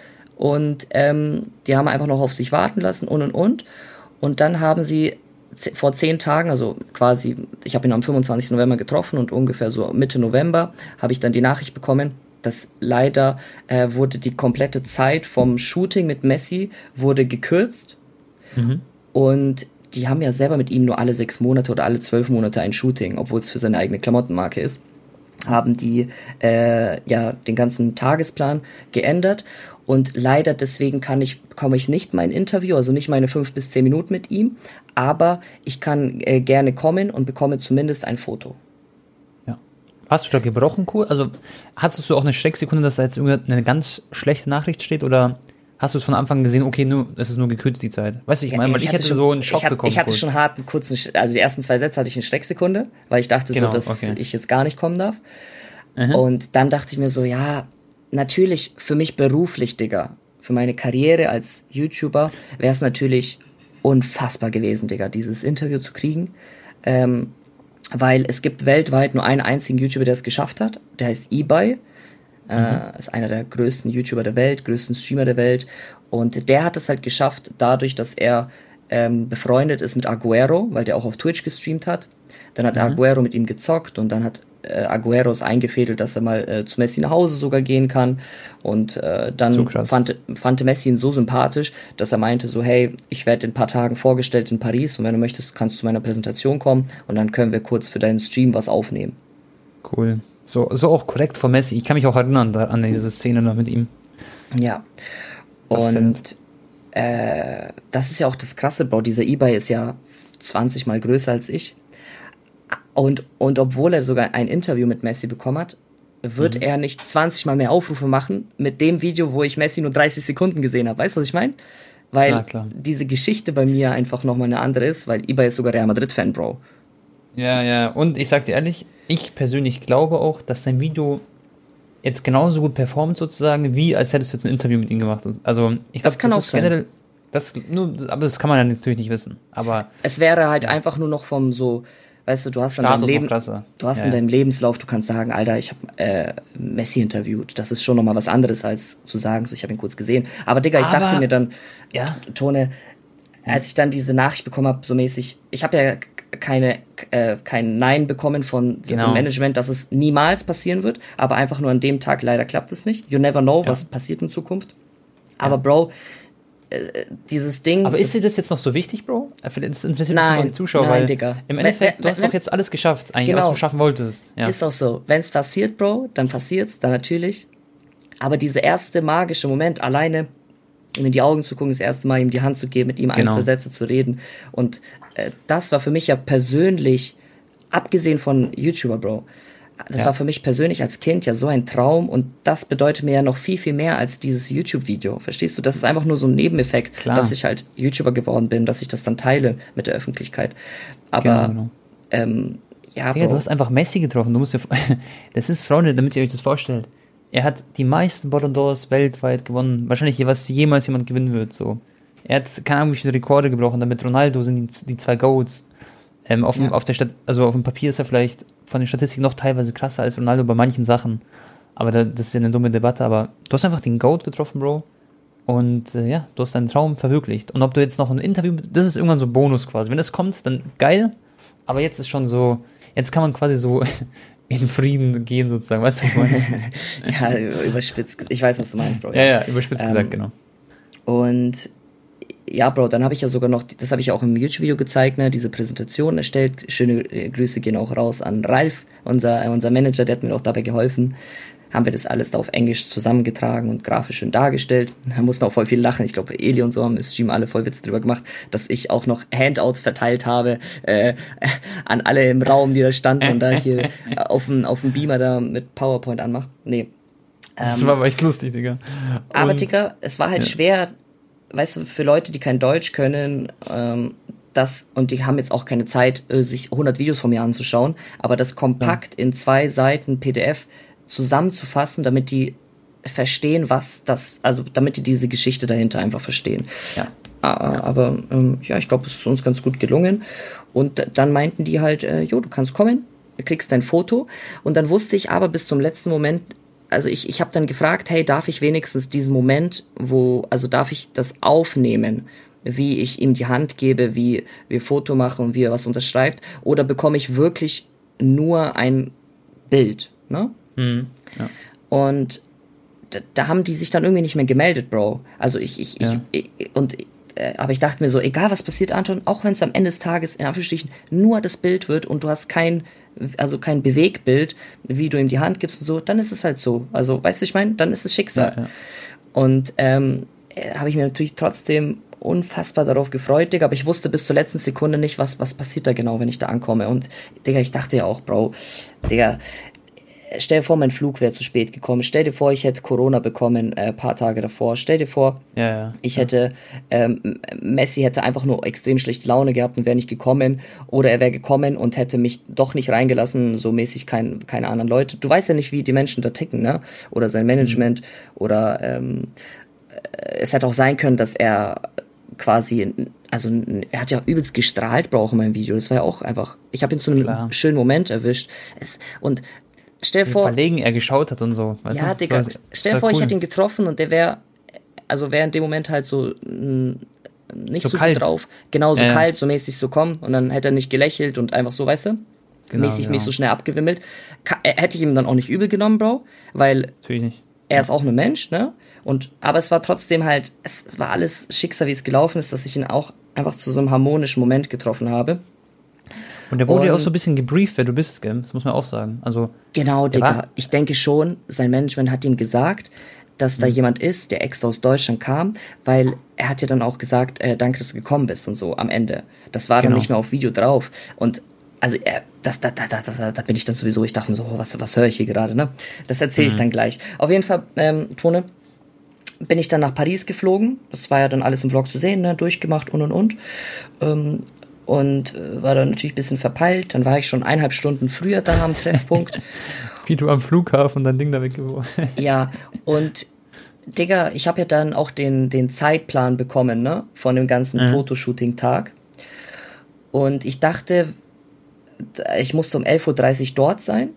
Und ähm, die haben einfach noch auf sich warten lassen und und und. Und dann haben sie vor zehn Tagen, also quasi, ich habe ihn am fünfundzwanzigsten November getroffen und ungefähr so Mitte November habe ich dann die Nachricht bekommen, dass leider äh, wurde die komplette Zeit vom Shooting mit Messi wurde gekürzt. Mhm. Und die haben ja selber mit ihm nur alle sechs Monate oder alle zwölf Monate ein Shooting, obwohl es für seine eigene Klamottenmarke ist, haben die äh, ja den ganzen Tagesplan geändert. Und leider deswegen kann ich, bekomme ich nicht mein Interview, also nicht meine fünf bis zehn Minuten mit ihm, aber ich kann äh, gerne kommen und bekomme zumindest ein Foto. Ja. Hast du da gebrochen, cool? Also hattest du auch eine Schrecksekunde, dass da jetzt eine ganz schlechte Nachricht steht oder hast du es von Anfang an gesehen, okay, nur, es ist nur gekürzt die Zeit? Weißt du, ich meine, ja, weil ich, ich hätte schon, so einen Schock ich hab, bekommen. Ich hatte kurz. schon hart einen kurzen, also die ersten zwei Sätze hatte ich eine Schrecksekunde, weil ich dachte genau, so, dass okay. ich jetzt gar nicht kommen darf. Mhm. Und dann dachte ich mir so, ja, natürlich für mich beruflich, Digga, für meine Karriere als YouTuber wäre es natürlich unfassbar gewesen, Digga, dieses Interview zu kriegen, ähm, weil es gibt weltweit nur einen einzigen YouTuber, der es geschafft hat, der heißt eBay, mhm. äh, ist einer der größten YouTuber der Welt, größten Streamer der Welt und der hat es halt geschafft, dadurch, dass er ähm, befreundet ist mit Aguero, weil der auch auf Twitch gestreamt hat, dann hat mhm. Aguero mit ihm gezockt und dann hat äh, Aguero es eingefädelt, dass er mal äh, zu Messi nach Hause sogar gehen kann und äh, dann so fand, fand Messi ihn so sympathisch, dass er meinte so, hey, ich werde in ein paar Tagen vorgestellt in Paris und wenn du möchtest, kannst du zu meiner Präsentation kommen und dann können wir kurz für deinen Stream was aufnehmen. Cool. So, so auch korrekt von Messi. Ich kann mich auch erinnern da, an diese Szene noch mit ihm. Ja. Das und äh, das ist ja auch das Krasse, Bro. Dieser eBay ist ja zwanzig Mal größer als ich. Und, und obwohl er sogar ein Interview mit Messi bekommen hat, wird mhm. er nicht zwanzig Mal mehr Aufrufe machen mit dem Video, wo ich Messi nur dreißig Sekunden gesehen habe. Weißt du, was ich meine? Weil klar, klar. diese Geschichte bei mir einfach nochmal eine andere ist, weil eBay ist sogar Real Madrid-Fan, Bro. Ja, ja. Und ich sag dir ehrlich, ich persönlich glaube auch, dass dein Video jetzt genauso gut performt sozusagen, wie als hättest du jetzt ein Interview mit ihm gemacht. Also ich glaube, das kann das auch ist sein. Generell, das, nur, aber das kann man ja natürlich nicht wissen. Aber es wäre halt ja. einfach nur noch vom so, weißt du, du hast dann dein Leben, du hast ja, in deinem ja. Lebenslauf, du kannst sagen, Alter, ich habe äh, Messi interviewt. Das ist schon nochmal was anderes als zu sagen, so ich habe ihn kurz gesehen. Aber Digga, ich aber, dachte mir dann, ja. Tone, als ich dann diese Nachricht bekommen habe, so mäßig, ich habe ja keine äh, kein Nein bekommen von diesem genau. Management, dass es niemals passieren wird, aber einfach nur an dem Tag leider klappt es nicht. You never know, ja. was passiert in Zukunft. Aber ja. Bro, äh, dieses Ding... Aber ist dir das jetzt noch so wichtig, Bro? Das interessiert mich nein, die Zuschauer, nein, weil Digga. im Endeffekt, wenn, wenn, du hast doch jetzt alles geschafft, eigentlich, genau. was du schaffen wolltest. Ja. Ist auch so. Wenn es passiert, Bro, dann passiert's, dann natürlich. Aber dieser erste magische Moment, alleine ihm in die Augen zu gucken, das erste Mal ihm die Hand zu geben, mit ihm genau. ein, zwei Sätze zu reden. Und äh, das war für mich ja persönlich, abgesehen von YouTuber, Bro, das Ja. war für mich persönlich als Kind ja so ein Traum und das bedeutet mir ja noch viel, viel mehr als dieses YouTube-Video. Verstehst du? Das ist einfach nur so ein Nebeneffekt, Klar. dass ich halt YouTuber geworden bin, dass ich das dann teile mit der Öffentlichkeit. Aber, Genau, genau. ähm, ja, Digga, Bro. du hast einfach Messi getroffen. Du musst dir, das ist, Freunde, damit ihr euch das vorstellt. Er hat die meisten Ballon d'Ors weltweit gewonnen. Wahrscheinlich, was jemals jemand gewinnen wird, so. Er hat, keine Ahnung, wie viele Rekorde gebrochen. Damit Ronaldo sind die, die zwei Goats. Ähm, auf, dem, Ja. auf der Stat also auf dem Papier ist er vielleicht von den Statistiken noch teilweise krasser als Ronaldo bei manchen Sachen. Aber da, das ist ja eine dumme Debatte. Aber du hast einfach den Goat getroffen, Bro. Und äh, ja, du hast deinen Traum verwirklicht. Und ob du jetzt noch ein Interview, das ist irgendwann so Bonus quasi. Wenn das kommt, dann geil. Aber jetzt ist schon so, jetzt kann man quasi so in Frieden gehen sozusagen. Weißt du, was ich meine? Ja, überspitzt. Ich weiß, was du meinst, Bro. Ja, ja, überspitzt Ähm, gesagt, genau. Und ja, Bro, dann habe ich ja sogar noch, das habe ich auch im YouTube-Video gezeigt, ne, diese Präsentation erstellt. Schöne äh, Grüße gehen auch raus an Ralf, unser, äh, unser Manager, der hat mir auch dabei geholfen. Haben wir das alles da auf Englisch zusammengetragen und grafisch schön dargestellt. Da mussten auch voll viel lachen. Ich glaube, Eli und so haben im Stream alle voll Witz drüber gemacht, dass ich auch noch Handouts verteilt habe äh, an alle im Raum, die da standen und da hier auf dem auf dem Beamer da mit PowerPoint anmache. Nee. Das war aber echt lustig, Digga. Aber, Und- Digga, es war halt ja. schwer, weißt du, für Leute, die kein Deutsch können, ähm, das, und die haben jetzt auch keine Zeit, äh, sich hundert Videos von mir anzuschauen, aber das kompakt in zwei Seiten P D F zusammenzufassen, damit die verstehen, was das, also damit die diese Geschichte dahinter einfach verstehen. Ja. Ah, Aber ähm, ja, ich glaube, es ist uns ganz gut gelungen. Und d- dann meinten die halt, äh, jo, du kannst kommen, du kriegst dein Foto. Und dann wusste ich aber bis zum letzten Moment, also ich, ich habe dann gefragt, hey, darf ich wenigstens diesen Moment, wo, also darf ich das aufnehmen, wie ich ihm die Hand gebe, wie wir Foto machen und wie er was unterschreibt, oder bekomme ich wirklich nur ein Bild, ne? Mhm. Ja. Und da, da haben die sich dann irgendwie nicht mehr gemeldet, Bro. Also ich, ich, Ja. ich, ich und äh, aber ich dachte mir so, egal was passiert, Anton, auch wenn es am Ende des Tages in Anführungsstrichen nur das Bild wird und du hast kein, also kein Bewegbild, wie du ihm die Hand gibst und so, dann ist es halt so. Also, weißt du, ich meine, dann ist es Schicksal. Ja, ja. Und ähm, äh, habe ich mir natürlich trotzdem unfassbar darauf gefreut, Digga, aber ich wusste bis zur letzten Sekunde nicht, was, was passiert da genau, wenn ich da ankomme. Und, Digga, ich dachte ja auch, Bro, Digga, stell dir vor, mein Flug wäre zu spät gekommen. Stell dir vor, ich hätte Corona bekommen, äh, paar Tage davor. Stell dir vor, Ja, ja. ich hätte, ähm, Messi hätte einfach nur extrem schlechte Laune gehabt und wäre nicht gekommen. Oder er wäre gekommen und hätte mich doch nicht reingelassen, so mäßig kein, keine anderen Leute. Du weißt ja nicht, wie die Menschen da ticken, ne? Oder sein Management. Mhm. Oder ähm, es hätte auch sein können, dass er quasi, also er hat ja übelst gestrahlt, Bro, auch in meinem Video. Das war ja auch einfach, ich habe ihn zu einem Klar. schönen Moment erwischt. Es, und stell dir Wie vor, verlegen er geschaut hat und so. Weißt ja, du? Digga, Das war- das stell dir war vor, ich cool. hätte ihn getroffen und der wäre, also wäre in dem Moment halt so mh, nicht So so, kalt. gut drauf. Genau, so Ja, ja. kalt, so mäßig so kommen und dann hätte er nicht gelächelt und einfach so, weißt du? Genau, mäßig genau. mich so schnell abgewimmelt. Ka äh, hätte ich ihm dann auch nicht übel genommen, Bro, weil Natürlich nicht. er ist auch nur Mensch, ne? Und, aber es war trotzdem halt, es, es war alles Schicksal, wie es gelaufen ist, dass ich ihn auch einfach zu so einem harmonischen Moment getroffen habe. Und der wurde ja auch Und- so ein bisschen gebrieft, wer du bist, gell? Das muss man auch sagen. Also, Genau, Der Digga. war- Ich denke schon, sein Management hat ihm gesagt, dass da jemand ist, der extra aus Deutschland kam, weil er hat ja dann auch gesagt, äh, danke, dass du gekommen bist und so am Ende. Das war dann Genau. nicht mehr auf Video drauf. Und also er, das, da, da, da, da, da bin ich dann sowieso, ich dachte mir so, oh, was, was höre ich hier gerade, ne? Das erzähle ich dann gleich. Auf jeden Fall, ähm, Tone, bin ich dann nach Paris geflogen. Das war ja dann alles im Vlog zu sehen, ne? Durchgemacht und und und. Ähm, und äh, war dann natürlich ein bisschen verpeilt. Dann war ich schon eineinhalb Stunden früher da am Treffpunkt. wie du am Flughafen dein Ding da weggeworfen. Ja, und Digga, ich habe ja dann auch den, den Zeitplan bekommen, ne? Von dem ganzen Mhm. Fotoshooting-Tag. Und ich dachte, ich musste um elf Uhr dreißig dort sein.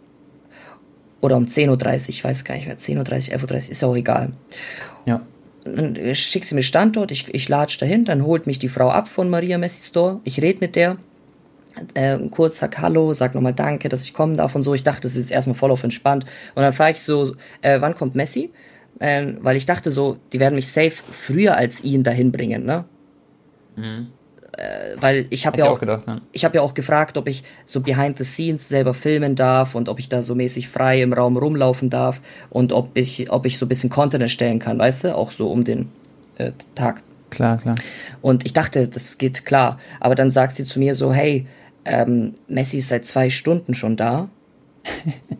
Oder um zehn Uhr dreißig, ich weiß gar nicht mehr. zehn Uhr dreißig, elf Uhr dreißig, ist ja auch egal. Ja. Dann schickt sie mir Standort, ich, ich latsch dahin, dann holt mich die Frau ab von Maria Messi Store. Ich rede mit der, äh, kurz sag Hallo, sag nochmal Danke, dass ich kommen darf und so. Ich dachte, das ist jetzt erstmal voll auf entspannt. Und dann frage ich so, äh, wann kommt Messi? Äh, weil ich dachte so, die werden mich safe früher als ihn dahin bringen, ne? Mhm. Äh, weil ich habe Hätte ja ich auch, auch gedacht, ne? ich habe ja auch gefragt, ob ich so behind the scenes selber filmen darf und ob ich da so mäßig frei im Raum rumlaufen darf und ob ich, ob ich so ein bisschen Content erstellen kann, weißt du, auch so um den äh, Tag. Klar, klar. Und ich dachte, das geht klar. Aber dann sagt sie zu mir so, hey, ähm, Messi ist seit zwei Stunden schon da.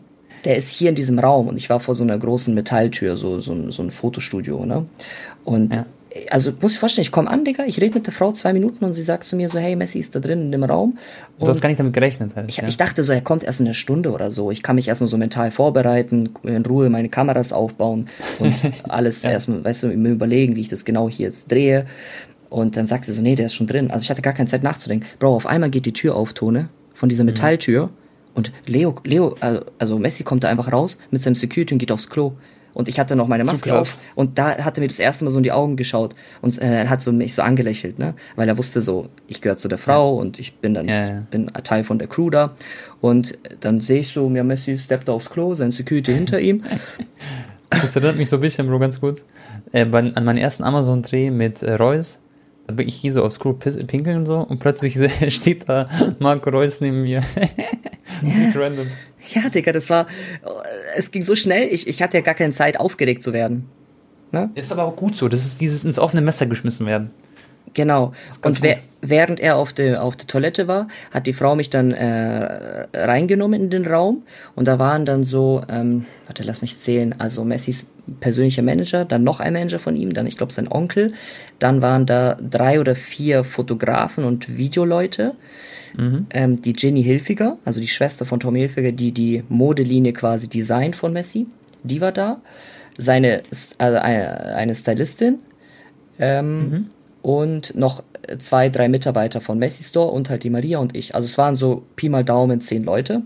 der ist hier in diesem Raum und ich war vor so einer großen Metalltür, so, so, ein, so ein Fotostudio, ne? Und ja. Also, muss ich vorstellen, ich komme an, Digga, ich rede mit der Frau zwei Minuten und sie sagt zu mir so, hey, Messi ist da drin in dem Raum. Und du hast gar nicht damit gerechnet. Halt, ich, ja. ich dachte so, er kommt erst in einer Stunde oder so. Ich kann mich erstmal so mental vorbereiten, in Ruhe meine Kameras aufbauen und alles ja. erstmal, weißt du, mir überlegen, wie ich das genau hier jetzt drehe. Und dann sagt sie so, nee, der ist schon drin. Also ich hatte gar keine Zeit nachzudenken. Bro, auf einmal geht die Tür auf, Tone, von dieser Metalltür. Mhm. Und Leo, Leo, also, also Messi kommt da einfach raus mit seinem Security und geht aufs Klo. Und ich hatte noch meine Maske auf und da hat er mir das erste Mal so in die Augen geschaut und äh, hat so mich so angelächelt, ne, weil er wusste so, ich gehöre zu der Frau ja. und ich bin dann ja, ja. bin Teil von der Crew da und dann sehe ich so, ja, Messi steppt aufs Klo, sein Security hinter ihm. Das erinnert mich so ein bisschen, Bro, ganz kurz, äh, bei, an meinen ersten Amazon-Dreh mit äh, Reus. Ich gehe so aufs Klo pinkeln und so und plötzlich steht da Marco Reus neben mir. Ja. Random. Ja, Digga, das war, es ging so schnell, ich, ich hatte ja gar keine Zeit, aufgeregt zu werden. Ne? Ist aber auch gut so, das ist dieses ins offene Messer geschmissen werden. Genau. Und wer, während er auf der auf der Toilette war, hat die Frau mich dann äh, reingenommen in den Raum und da waren dann so, ähm, warte, lass mich zählen, also Messis persönlicher Manager, dann noch ein Manager von ihm, dann ich glaube sein Onkel, dann waren da drei oder vier Fotografen und Videoleute, mhm. ähm, die Ginny Hilfiger, also die Schwester von Tommy Hilfiger, die die Modelinie quasi designt von Messi, die war da, seine, also eine, eine Stylistin, ähm, mhm. und noch zwei, drei Mitarbeiter von Messi Store und halt die Maria und ich. Also es waren so Pi mal Daumen zehn Leute.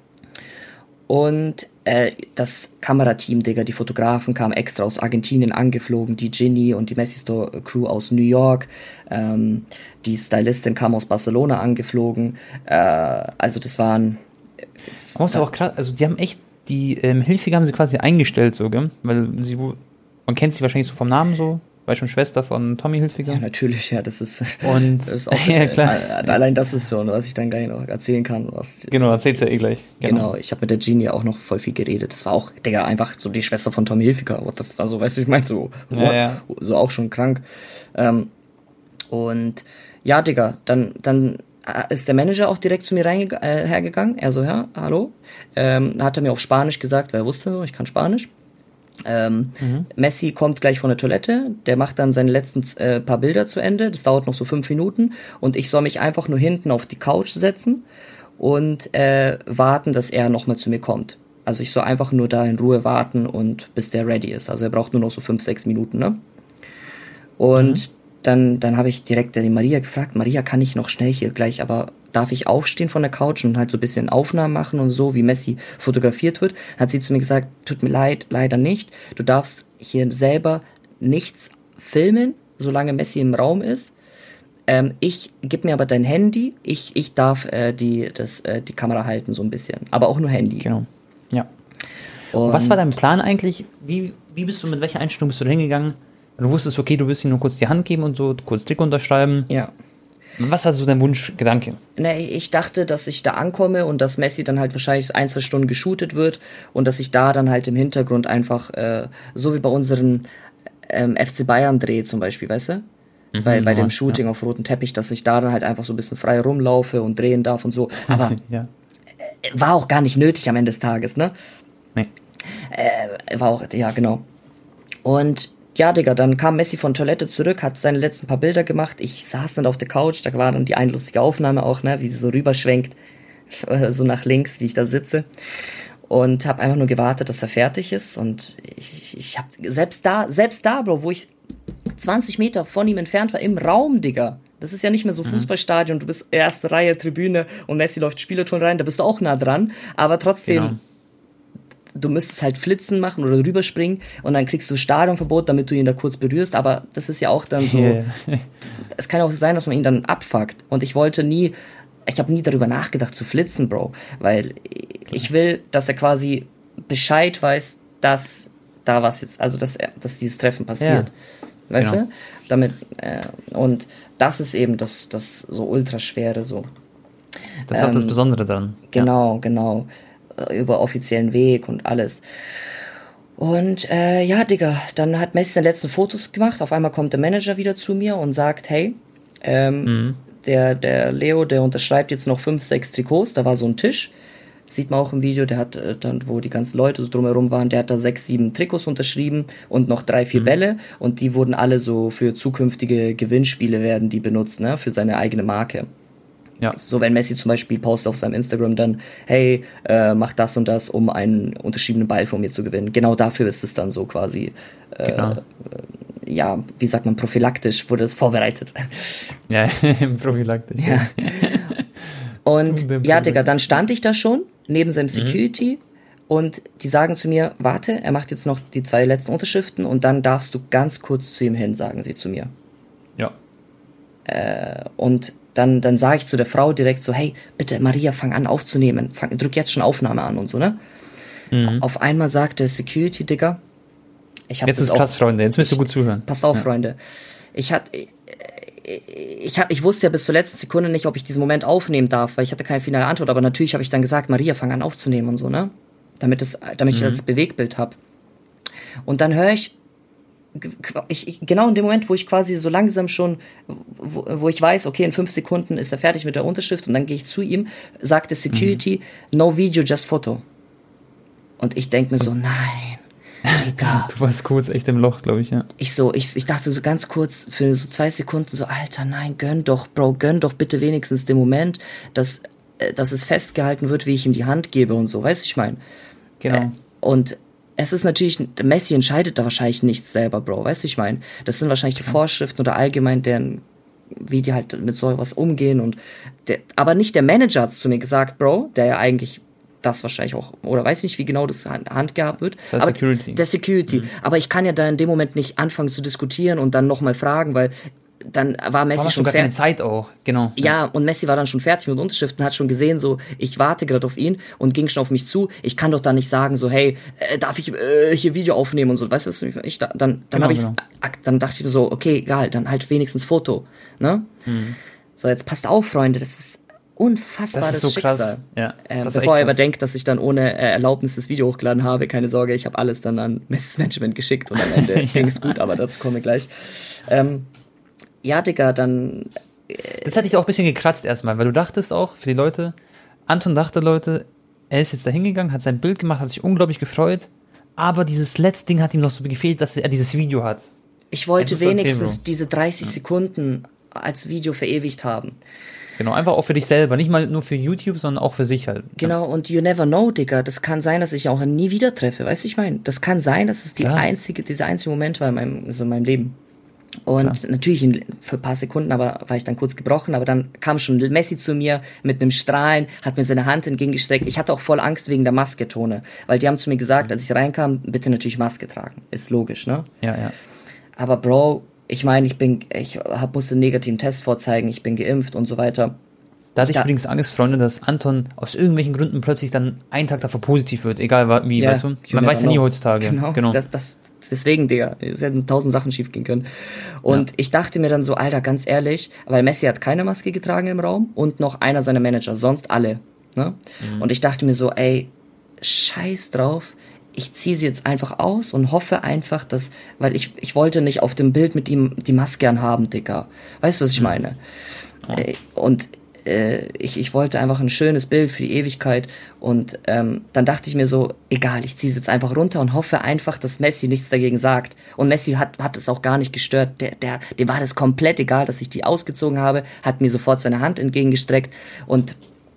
Und äh, das Kamerateam, Digga, die Fotografen kamen extra aus Argentinien angeflogen, die Ginny und die Messi Store Crew aus New York, ähm, die Stylistin kam aus Barcelona angeflogen. Äh, also das waren... Aber ist ja auch krass, also die haben echt, die ähm, Hilfiger haben sie quasi eingestellt, so, gell? Weil sie, man kennt sie wahrscheinlich so vom Namen so. War schon Schwester von Tommy Hilfiger? Ja, natürlich, ja, das ist, und, das ist auch, ja, klar. Äh, allein das ist schon, was ich dann gleich noch erzählen kann. Was, genau, erzähl's ja eh gleich. Genau, genau ich habe mit der Genie auch noch voll viel geredet. Das war auch, Digga, einfach so die Schwester von Tommy Hilfiger. What the, also, weißt du, ich meine, so, ja, ja. so auch schon krank. Ähm, und ja, Digga, dann, dann ist der Manager auch direkt zu mir reinge- äh, hergegangen. Er so, ja, hallo. Ähm, hat er mir auf Spanisch gesagt, weil er wusste so, ich kann Spanisch. Ähm, mhm. Messi kommt gleich von der Toilette, der macht dann seine letzten äh, paar Bilder zu Ende, das dauert noch so fünf Minuten und ich soll mich einfach nur hinten auf die Couch setzen und äh, warten, dass er nochmal zu mir kommt. Also ich soll einfach nur da in Ruhe warten und bis der ready ist. Also er braucht nur noch so fünf, sechs Minuten, ne? Und mhm. dann, dann habe ich direkt die Maria gefragt, Maria, kann ich noch schnell hier gleich, aber darf ich aufstehen von der Couch und halt so ein bisschen Aufnahmen machen und so, wie Messi fotografiert wird? Hat sie zu mir gesagt, tut mir leid, leider nicht. Du darfst hier selber nichts filmen, solange Messi im Raum ist. Ähm, ich, gib mir aber dein Handy, ich, ich darf äh, die, das, äh, die Kamera halten so ein bisschen, aber auch nur Handy. Genau, ja. Und, und was war dein Plan eigentlich? Wie, wie bist du, mit welcher Einstellung bist du da hingegangen? Du wusstest, okay, du wirst ihm nur kurz die Hand geben und so, kurz Trick unterschreiben. Ja. Was war so dein Wunschgedanke? Ne, ich dachte, dass ich da ankomme und dass Messi dann halt wahrscheinlich ein, zwei Stunden geshootet wird und dass ich da dann halt im Hintergrund einfach, äh, so wie bei unseren ähm, F C Bayern-Dreh zum Beispiel, weißt du? Mhm, Weil bei ja, dem Shooting ja. auf rotem Teppich, dass ich da dann halt einfach so ein bisschen frei rumlaufe und drehen darf und so. Aber ja. äh, war auch gar nicht nötig am Ende des Tages, ne? Nee. Äh, war auch, ja, genau. Und ja, Digga, dann kam Messi von Toilette zurück, hat seine letzten paar Bilder gemacht. Ich saß dann auf der Couch, da war dann die eine lustige Aufnahme auch, ne, wie sie so rüberschwenkt, so nach links, wie ich da sitze. Und habe einfach nur gewartet, dass er fertig ist. Und ich, ich hab, selbst da, selbst da, Bro, wo ich zwanzig Meter von ihm entfernt war, im Raum, Digga. Das ist ja nicht mehr so Fußballstadion, du bist erste Reihe, Tribüne und Messi läuft Spielerton rein, da bist du auch nah dran. Aber trotzdem... Genau. Du müsstest halt Flitzen machen oder rüberspringen und dann kriegst du Stadionverbot, damit du ihn da kurz berührst, aber das ist ja auch dann so, yeah. Es kann auch sein, dass man ihn dann abfuckt und ich wollte nie, ich habe nie darüber nachgedacht zu flitzen, Bro, weil ich will, dass er quasi Bescheid weiß, dass da was jetzt, also dass er, dass dieses Treffen passiert, ja. Weißt genau. du, damit, äh, und das ist eben das, das so ultraschwere so. Das ist ähm, auch das Besondere daran. Genau, ja. genau. Über offiziellen Weg und alles. Und äh, ja, Digga, dann hat Messi seine letzten Fotos gemacht. Auf einmal kommt der Manager wieder zu mir und sagt, hey, ähm, mhm. der, der Leo, der unterschreibt jetzt noch fünf, sechs Trikots. Da war so ein Tisch. sieht man auch im Video, der hat äh, dann, wo die ganzen Leute so drumherum waren, der hat da sechs, sieben Trikots unterschrieben und noch drei, vier mhm. Bälle und die wurden alle so für zukünftige Gewinnspiele werden die benutzt, ne, für seine eigene Marke. Ja. So, wenn Messi zum Beispiel postet auf seinem Instagram dann, hey, äh, mach das und das, um einen unterschriebenen Ball von mir zu gewinnen. Genau dafür ist es dann so quasi, äh, genau. äh, ja, wie sagt man, prophylaktisch wurde es vorbereitet. Ja, prophylaktisch. Ja. Und ja, Digga, dann stand ich da schon, neben seinem Security mhm. und die sagen zu mir, warte, er macht jetzt noch die zwei letzten Unterschriften und dann darfst du ganz kurz zu ihm hin, sagen sie zu mir. Ja. Äh, und Dann, dann sage ich zu der Frau direkt so, hey, bitte Maria, fang an aufzunehmen. Fang, drück jetzt schon Aufnahme an und so, ne? Mhm. Auf einmal sagt der Security, Digga, ich hab jetzt ist krass, Freunde, jetzt müsst ihr gut zuhören. Passt auf, ja. Freunde. Ich hatte, ich, ich, hab, ich wusste ja bis zur letzten Sekunde nicht, ob ich diesen Moment aufnehmen darf, weil ich hatte keine finale Antwort, aber natürlich habe ich dann gesagt, Maria, fang an aufzunehmen und so, ne? Damit, es, damit mhm. ich das Bewegtbild habe. Und dann höre ich, Ich, ich, genau in dem Moment, wo ich quasi so langsam schon, wo, wo ich weiß, okay, in fünf Sekunden ist er fertig mit der Unterschrift und dann gehe ich zu ihm, sagt der Security, mhm. no video, just photo. Und ich denke mir so, nein, Digga. Du warst kurz echt im Loch, glaube ich, ja. Ich so, ich, ich dachte so ganz kurz für so zwei Sekunden so, Alter, nein, gönn doch, Bro, gönn doch bitte wenigstens den Moment, dass, dass es festgehalten wird, wie ich ihm die Hand gebe und so, weißt du, ich meine. Genau. Äh, und es ist natürlich, Messi entscheidet da wahrscheinlich nichts selber, Bro, weißt du, ich meine, das sind wahrscheinlich die Vorschriften oder allgemein deren, wie die halt mit sowas umgehen und, der, aber nicht der Manager hat's zu mir gesagt, Bro, der ja eigentlich das wahrscheinlich auch, oder weiß nicht, wie genau das handgehabt wird. Das heißt aber Security. Der Security. Mhm. Aber ich kann ja da in dem Moment nicht anfangen zu diskutieren und dann nochmal fragen, weil dann war Messi war schon gar keine Zeit auch, genau. Ja, ja, und Messi war dann schon fertig mit Unterschriften, hat schon gesehen, so, ich warte gerade auf ihn und ging schon auf mich zu. Ich kann doch da nicht sagen, so, hey, äh, darf ich äh, hier Video aufnehmen und so, weißt du, ich, da, dann, dann genau, habe ich, genau. dann dachte ich mir so, okay, egal, dann halt wenigstens Foto, ne? Mhm. So, jetzt passt auf, Freunde, das ist unfassbares das ist so Schicksal. Krass. Ja, ähm, bevor er aber denkt, dass ich dann ohne äh, Erlaubnis das Video hochgeladen habe, keine Sorge, ich habe alles dann an Messis Management geschickt und am Ende ja. ging es gut, aber dazu kommen wir gleich. Ähm, Ja, Digga, dann... Äh das hat dich auch ein bisschen gekratzt erstmal, weil du dachtest auch, für die Leute, Anton dachte, Leute, er ist jetzt da hingegangen, hat sein Bild gemacht, hat sich unglaublich gefreut, aber dieses letzte Ding hat ihm noch so gefehlt, dass er dieses Video hat. Ich wollte wenigstens erzählen, diese dreißig ja. Sekunden als Video verewigt haben. Genau, einfach auch für dich selber, nicht mal nur für YouTube, sondern auch für sich halt. Genau, und you never know, Digga, das kann sein, dass ich auch nie wieder treffe, weißt du, ich meine, das kann sein, dass es die ja. einzige, dieser einzige Moment war in meinem, also in meinem Leben. Und Klar. natürlich für ein paar Sekunden, aber war ich dann kurz gebrochen, aber dann kam schon Messi zu mir mit einem Strahlen, hat mir seine Hand entgegengestreckt. Ich hatte auch voll Angst wegen der Maske, Tone, weil die haben zu mir gesagt, als ich reinkam, bitte natürlich Maske tragen. Ist logisch, ne? Ja, ja. Aber Bro, ich meine, ich bin, ich hab, musste einen negativen Test vorzeigen, ich bin geimpft und so weiter. Da hatte ich da, übrigens Angst, Freunde, dass Anton aus irgendwelchen Gründen plötzlich dann einen Tag davor positiv wird, egal wie, yeah, weißt du? Man weiß ja nie heutzutage. Genau, genau. Das, das, deswegen, Digga, es hätten tausend Sachen schief gehen können. Und ja. ich dachte mir dann so, Alter, ganz ehrlich, weil Messi hat keine Maske getragen im Raum und noch einer seiner Manager, sonst alle. Ne? Mhm. Und ich dachte mir so, ey, scheiß drauf, ich ziehe sie jetzt einfach aus und hoffe einfach, dass, weil ich, ich wollte nicht auf dem Bild mit ihm die Maske anhaben, Digga. Weißt du, was ich meine? Ja. Und äh, ich, ich wollte einfach ein schönes Bild für die Ewigkeit und ähm, dann dachte ich mir so, egal, ich ziehe es jetzt einfach runter und hoffe einfach, dass Messi nichts dagegen sagt. Und Messi hat, hat es auch gar nicht gestört. Der, der, dem war das komplett egal, dass ich die ausgezogen habe, hat mir sofort seine Hand entgegengestreckt und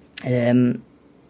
ähm,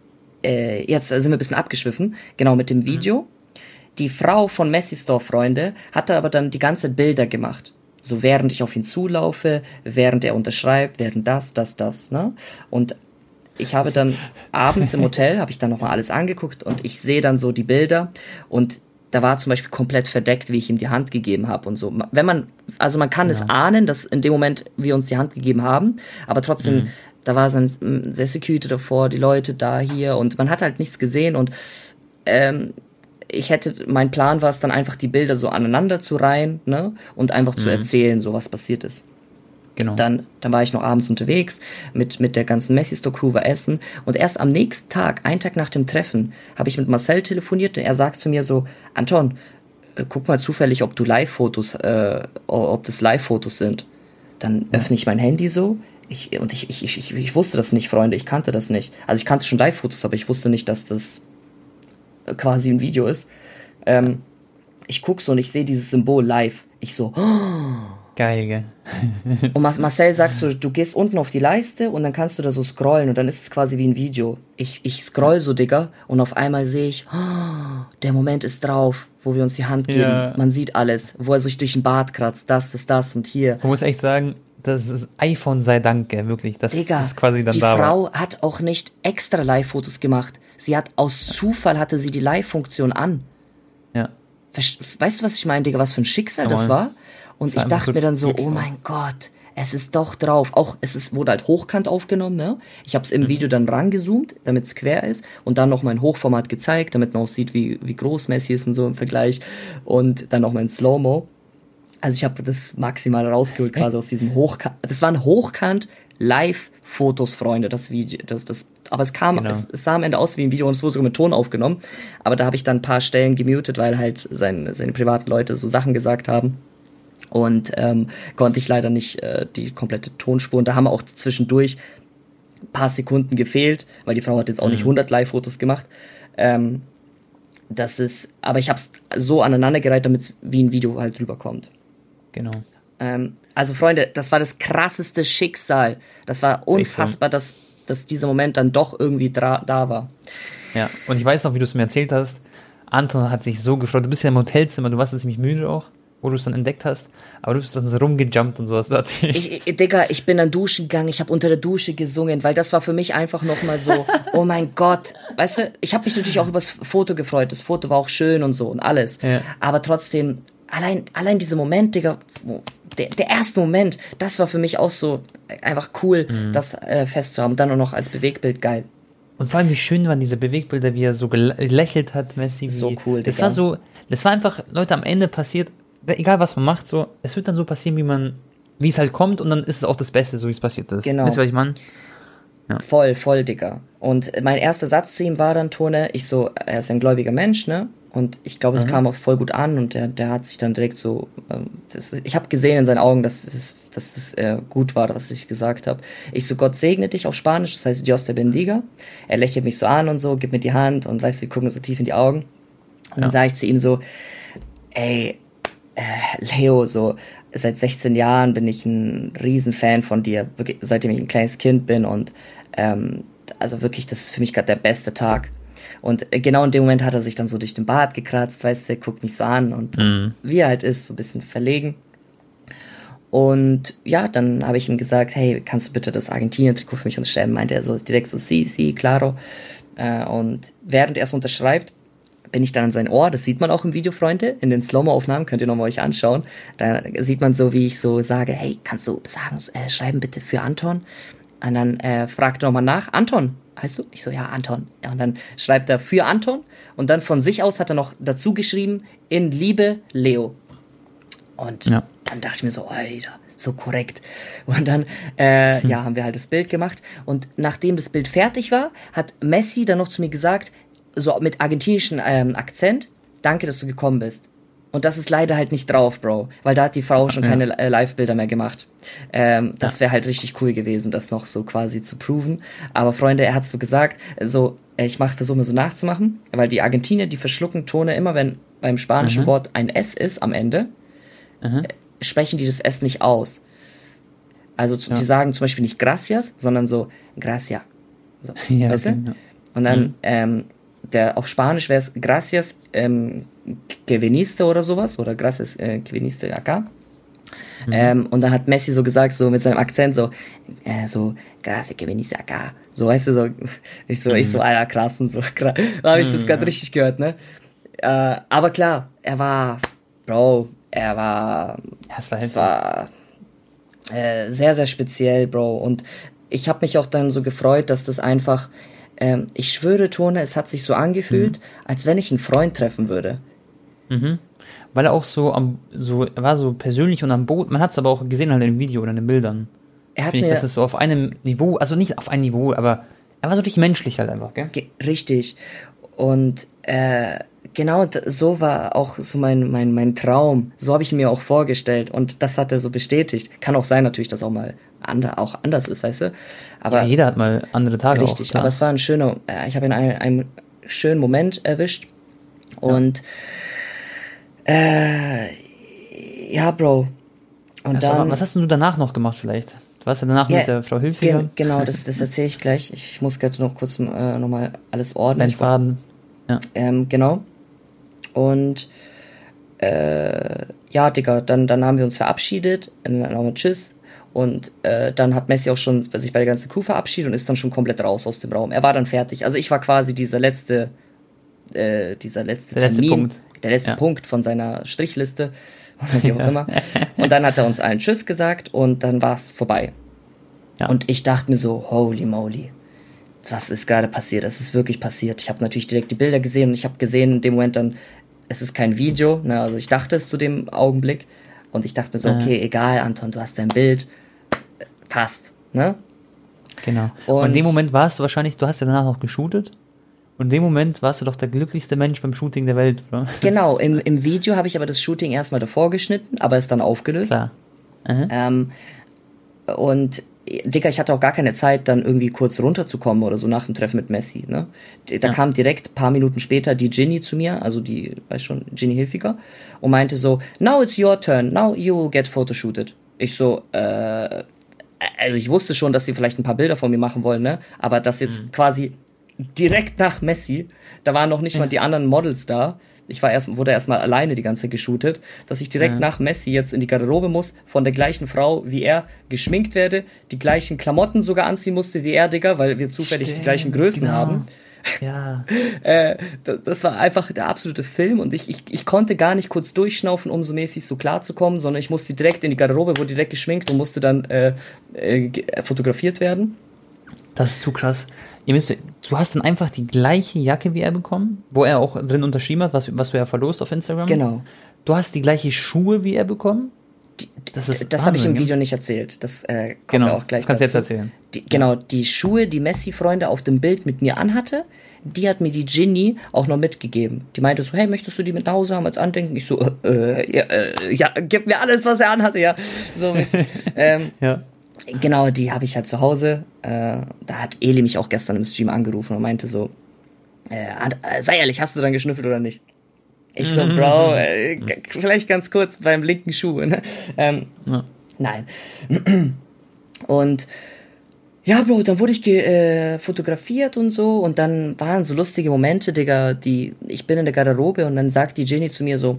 Äh, jetzt sind wir ein bisschen abgeschwiffen, genau mit dem Video. Mhm. Die Frau von Messi Store Freunde hatte aber dann die ganze Bilder gemacht. So während ich auf ihn zulaufe, während er unterschreibt, während das, das, das, ne? Und ich habe dann abends im Hotel, habe ich dann nochmal alles angeguckt und ich sehe dann so die Bilder und da war zum Beispiel komplett verdeckt, wie ich ihm die Hand gegeben habe und so. Wenn man, also man kann ja. es ahnen, dass in dem Moment wir uns die Hand gegeben haben, aber trotzdem, mhm. da war dann der Security davor, die Leute da, hier und man hat halt nichts gesehen und ähm, ich hätte, mein Plan war es dann einfach, die Bilder so aneinander zu reihen, ne, und einfach mhm. zu erzählen, so was passiert ist. Genau. Dann, dann war ich noch abends unterwegs mit, mit der ganzen Messi-Store-Crew, war essen und erst am nächsten Tag, einen Tag nach dem Treffen, habe ich mit Marcel telefoniert und er sagt zu mir so, Anton, äh, guck mal zufällig, ob du Live-Fotos, äh, ob das Live-Fotos sind. Dann öffne ich mein Handy so, ich, und ich, ich, ich, ich wusste das nicht, Freunde, ich kannte das nicht. Also ich kannte schon Live-Fotos, aber ich wusste nicht, dass das quasi ein Video ist. Ähm, ich guck so und ich sehe dieses Symbol live. Ich so, Geil, gell? und Marcel sagt so, du gehst unten auf die Leiste und dann kannst du da so scrollen und dann ist es quasi wie ein Video. Ich, ich scroll so, Digga, und auf einmal sehe ich, oh, der Moment ist drauf, wo wir uns die Hand geben. Ja. Man sieht alles, wo er sich durch den Bart kratzt, das, das, das und hier. Man muss echt sagen, das ist iPhone sei Dank, gell, wirklich. Das Digga, ist quasi dann die da Frau war. hat auch nicht extra Live-Fotos gemacht. Sie hat, aus Zufall hatte sie die Live-Funktion an. Ja. Weißt du, was ich meine, Digga, was für ein Schicksal das war? Und ich dachte mir dann so, oh mein Gott, es ist doch drauf. Auch, es ist, wurde halt hochkant aufgenommen, ne? Ich habe es im mhm. Video dann rangezoomt, damit es quer ist. Und dann noch mal in Hochformat gezeigt, damit man auch sieht, wie, wie groß Messi ist und so im Vergleich. Und dann noch mal in Slow-Mo. Also ich habe das maximal rausgeholt, quasi aus diesem Hochkant. Das waren Hochkant Live-Fotos, Freunde, das Video. Das, das, aber es kam, genau. es, es sah am Ende aus wie ein Video und es wurde sogar mit Ton aufgenommen. Aber da habe ich dann ein paar Stellen gemutet, weil halt sein, seine privaten Leute so Sachen gesagt haben. Und ähm, konnte ich leider nicht äh, die komplette Tonspur. Und da haben auch zwischendurch ein paar Sekunden gefehlt, weil die Frau hat jetzt auch mhm. nicht hundert Live-Fotos gemacht. Ähm, das ist, aber ich habe es so aneinandergereiht, damit es wie ein Video halt rüberkommt. Genau. Ähm, also Freunde, das war das krasseste Schicksal. Das war unfassbar, dass, dass dieser Moment dann doch irgendwie dra- da war. Ja, und ich weiß noch, wie du es mir erzählt hast. Anton hat sich so gefreut. Du bist ja im Hotelzimmer, du warst ja ziemlich müde auch, wo du es dann entdeckt hast, aber du bist dann so rumgejumpt und sowas. Ich, ich, Digga, ich bin dann duschen gegangen, ich habe unter der Dusche gesungen, weil das war für mich einfach nochmal so, oh mein Gott, weißt du, ich habe mich natürlich auch über das Foto gefreut, das Foto war auch schön und so und alles, ja. Aber trotzdem, allein, allein dieser Moment, Digga, der, der erste Moment, das war für mich auch so einfach cool, mhm. das äh, festzuhaben und dann auch noch als Bewegbild geil. Und vor allem, wie schön waren diese Bewegbilder, wie er so gelächelt hat, Messi. So cool, das Digga. war so, das war einfach, Leute, am Ende passiert, egal was man macht, so, es wird dann so passieren, wie man, wie es halt kommt und dann ist es auch das Beste, so wie es passiert ist. Genau. Weißt du, was ich meine? Ja. Voll, voll, Digga. Und mein erster Satz zu ihm war dann, Tone, ich so, er ist ein gläubiger Mensch, ne? Und ich glaube, es mhm. kam auch voll gut an und der, der hat sich dann direkt so, ähm, das, ich habe gesehen in seinen Augen, dass es, dass es äh, gut war, was ich gesagt habe. Ich so, Gott segne dich auf Spanisch, das heißt Dios te bendiga. Er lächelt mich so an und so, gibt mir die Hand und weißt du, wir gucken so tief in die Augen. Und ja. dann sage ich zu ihm so, ey, Äh, Leo, so seit sechzehn Jahren bin ich ein Riesenfan von dir, wirklich, seitdem ich ein kleines Kind bin und ähm, also wirklich, das ist für mich gerade der beste Tag. Und äh, genau in dem Moment hat er sich dann so durch den Bart gekratzt, weißt du, guckt mich so an und mhm. wie er halt ist, so ein bisschen verlegen. Und ja, dann habe ich ihm gesagt, hey, kannst du bitte das Argentinien-Trikot für mich unterschreiben? Meinte er so direkt so, sí, sí, claro. Äh, und während er es unterschreibt, bin ich dann an sein Ohr, das sieht man auch im Video, Freunde, in den Slow-Mo-Aufnahmen, könnt ihr nochmal euch anschauen, da sieht man so, wie ich so sage, hey, kannst du sagen, äh, schreiben bitte für Anton? Und dann äh, fragt er nochmal nach, Anton, heißt du? Ich so, ja, Anton. Ja, und dann schreibt er für Anton und dann von sich aus hat er noch dazu geschrieben, in Liebe, Leo. Und ja. dann dachte ich mir so, Alter, so korrekt. Und dann, äh, hm. ja, haben wir halt das Bild gemacht und nachdem das Bild fertig war, hat Messi dann noch zu mir gesagt, so mit argentinischem ähm, Akzent, danke, dass du gekommen bist. Und das ist leider halt nicht drauf, Bro, weil da hat die Frau schon ja. keine äh, Live-Bilder mehr gemacht. Ähm, das wäre halt richtig cool gewesen, das noch so quasi zu proven. Aber Freunde, er hat so gesagt, so, äh, ich mach, versuche mir so nachzumachen, weil die Argentinier, die verschlucken Tone immer, wenn beim spanischen mhm. Wort ein S ist am Ende, mhm. äh, sprechen die das S nicht aus. Also zu, ja. die sagen zum Beispiel nicht gracias, sondern so gracia. So, ja, weißt okay, du? Ja. Und dann, mhm. ähm, der auf Spanisch wäre es gracias ähm, que viniste oder sowas, oder gracias äh, que viniste acá. Mhm. Ähm, und dann hat Messi so gesagt, so mit seinem Akzent, so, äh, so, gracias que viniste acá. So, weißt du, so, ich so, mhm. ich so, Alter, krass und so, krass. Da habe ich mhm, das gerade ja. richtig gehört, ne? Äh, aber klar, er war, Bro, er war, ja, es war, es war äh, sehr, sehr speziell, Bro. Und ich habe mich auch dann so gefreut, dass das einfach, Ähm, ich schwöre, Tone, es hat sich so angefühlt, mhm. als wenn ich einen Freund treffen würde. Mhm. Weil er auch so, am, so, er war so persönlich und am Boot, man hat es aber auch gesehen halt im Video oder in den Bildern. Er hat Finde ich, mir, dass es so auf einem Niveau, also nicht auf einem Niveau, aber er war so richtig menschlich halt einfach, gell? Ge- richtig. Und äh, genau so war auch so mein, mein, mein Traum. So habe ich ihn mir auch vorgestellt und das hat er so bestätigt. Kann auch sein natürlich, dass auch mal ander, auch anders ist, weißt du. Aber ja, jeder hat mal andere Tage. Richtig, auch, klar. aber es war ein schöner, äh, ich habe ihn einen, einen schönen Moment erwischt. Und ja, äh, ja Bro. Und also, dann. Was hast du danach noch gemacht vielleicht? Du warst ja danach ja, mit der Frau Hilfiger. Gen- genau, das, das erzähle ich gleich. Ich muss gerade noch kurz äh, nochmal alles ordnen. Dein Faden. Ja. Ähm, genau. Und äh, ja, Digga, dann, dann haben wir uns verabschiedet. Und dann nochmal Tschüss. Und äh, dann hat Messi auch schon sich bei der ganzen Crew verabschiedet und ist dann schon komplett raus aus dem Raum. Er war dann fertig. Also ich war quasi dieser letzte, äh, dieser letzte der Termin, letzte Punkt. der letzte ja. Punkt von seiner Strichliste oder wie auch immer. Und dann hat er uns allen Tschüss gesagt und dann war es vorbei. Ja. Und ich dachte mir so, holy moly, was ist gerade passiert? Es ist wirklich passiert. Ich habe natürlich direkt die Bilder gesehen und ich habe gesehen in dem Moment dann, es ist kein Video. Ne? Also ich dachte es zu dem Augenblick und ich dachte mir so, okay, mhm. egal, Anton, du hast dein Bild. Passt, ne? Genau. Und, und in dem Moment warst du wahrscheinlich, du hast ja danach noch geshootet und in dem Moment warst du doch der glücklichste Mensch beim Shooting der Welt, oder? Genau, im, im Video habe ich aber das Shooting erstmal davor geschnitten, aber ist dann aufgelöst. Klar. Mhm. Ähm, und Dicker, ich hatte auch gar keine Zeit, dann irgendwie kurz runterzukommen oder so nach dem Treffen mit Messi, ne? Da ja. kam direkt ein paar Minuten später die Ginny zu mir, also die, weißt schon, Ginny Hilfiger, und meinte so, now it's your turn, now you will get photoshooted. Ich so, äh, also ich wusste schon, dass sie vielleicht ein paar Bilder von mir machen wollen, ne? Aber das jetzt mhm. quasi direkt nach Messi, da waren noch nicht mal die anderen Models da. Ich war erst, wurde erstmal alleine die ganze Zeit geshootet, dass ich direkt ja. nach Messi jetzt in die Garderobe muss, von der gleichen Frau wie er geschminkt werde, die gleichen Klamotten sogar anziehen musste wie er, Digga, weil wir zufällig Stimmt, die gleichen Größen genau. haben. Ja. äh, das war einfach der absolute Film und ich, ich, ich konnte gar nicht kurz durchschnaufen, um so mäßig so klar zu kommen, sondern ich musste direkt in die Garderobe, wurde direkt geschminkt und musste dann äh, äh, fotografiert werden. Das ist zu krass. Ihr müsst, du hast dann einfach die gleiche Jacke wie er bekommen, wo er auch drin unterschrieben hat, was, was du ja verlost auf Instagram. Genau. Du hast die gleiche Schuhe wie er bekommen. Die, das das habe ich im Video nicht erzählt. Das äh, kommt genau, auch gleich das kannst du jetzt dazu. erzählen. Die, genau, die Schuhe, die Messi-Freunde auf dem Bild mit mir anhatte, die hat mir die Ginny auch noch mitgegeben. Die meinte so, hey, möchtest du die mit nach Hause haben als Andenken? Ich so, äh, äh, ja, äh, ja, gib mir alles, was er anhatte, ja. So mäßig. ähm, ja. Genau, die habe ich halt zu Hause. Äh, da hat Eli mich auch gestern im Stream angerufen und meinte so, äh, sei ehrlich, hast du dann geschnüffelt oder nicht? Ich so, Bro, äh, vielleicht ganz kurz beim linken Schuh. Ne? Ähm, ja. Nein. Und ja, Bro, dann wurde ich ge- äh, fotografiert und so und dann waren so lustige Momente, Digga, die, ich bin in der Garderobe und dann sagt die Jenny zu mir so,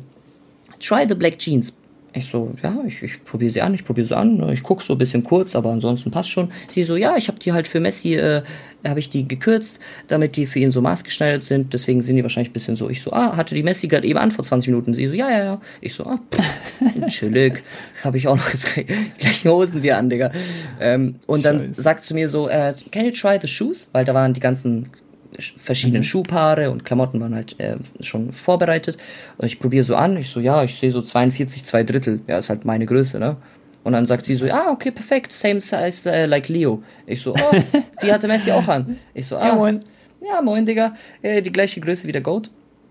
try the black jeans. Ich so, ja, ich, ich probiere sie an, ich probiere sie an, ich gucke so ein bisschen kurz, aber ansonsten passt schon. Sie so, ja, ich habe die halt für Messi, äh, habe ich die gekürzt, damit die für ihn so maßgeschneidert sind, deswegen sind die wahrscheinlich ein bisschen so. Ich so, ah, hatte die Messi gerade eben an vor zwanzig Minuten? Sie so, ja, ja, ja. Ich so, ah, pff, chillig, habe ich auch noch jetzt gleich, gleich Hosen wie an, Digga. Ähm, und Scheiße. Dann sagt sie mir so, äh, can you try the shoes? Weil da waren die ganzen verschiedenen mhm. Schuhpaare und Klamotten waren halt äh, schon vorbereitet. Und ich probiere so an, ich so, ja, ich sehe so zweiundvierzig, zwei Drittel. Ja, ist halt meine Größe, ne? Und dann sagt sie so, ah, okay, perfekt, same size uh, like Leo. Ich so, oh, die hatte Messi auch an. Ich so, ah, ja, moin. Ja, moin, Digga. Äh, die gleiche Größe wie der Goat.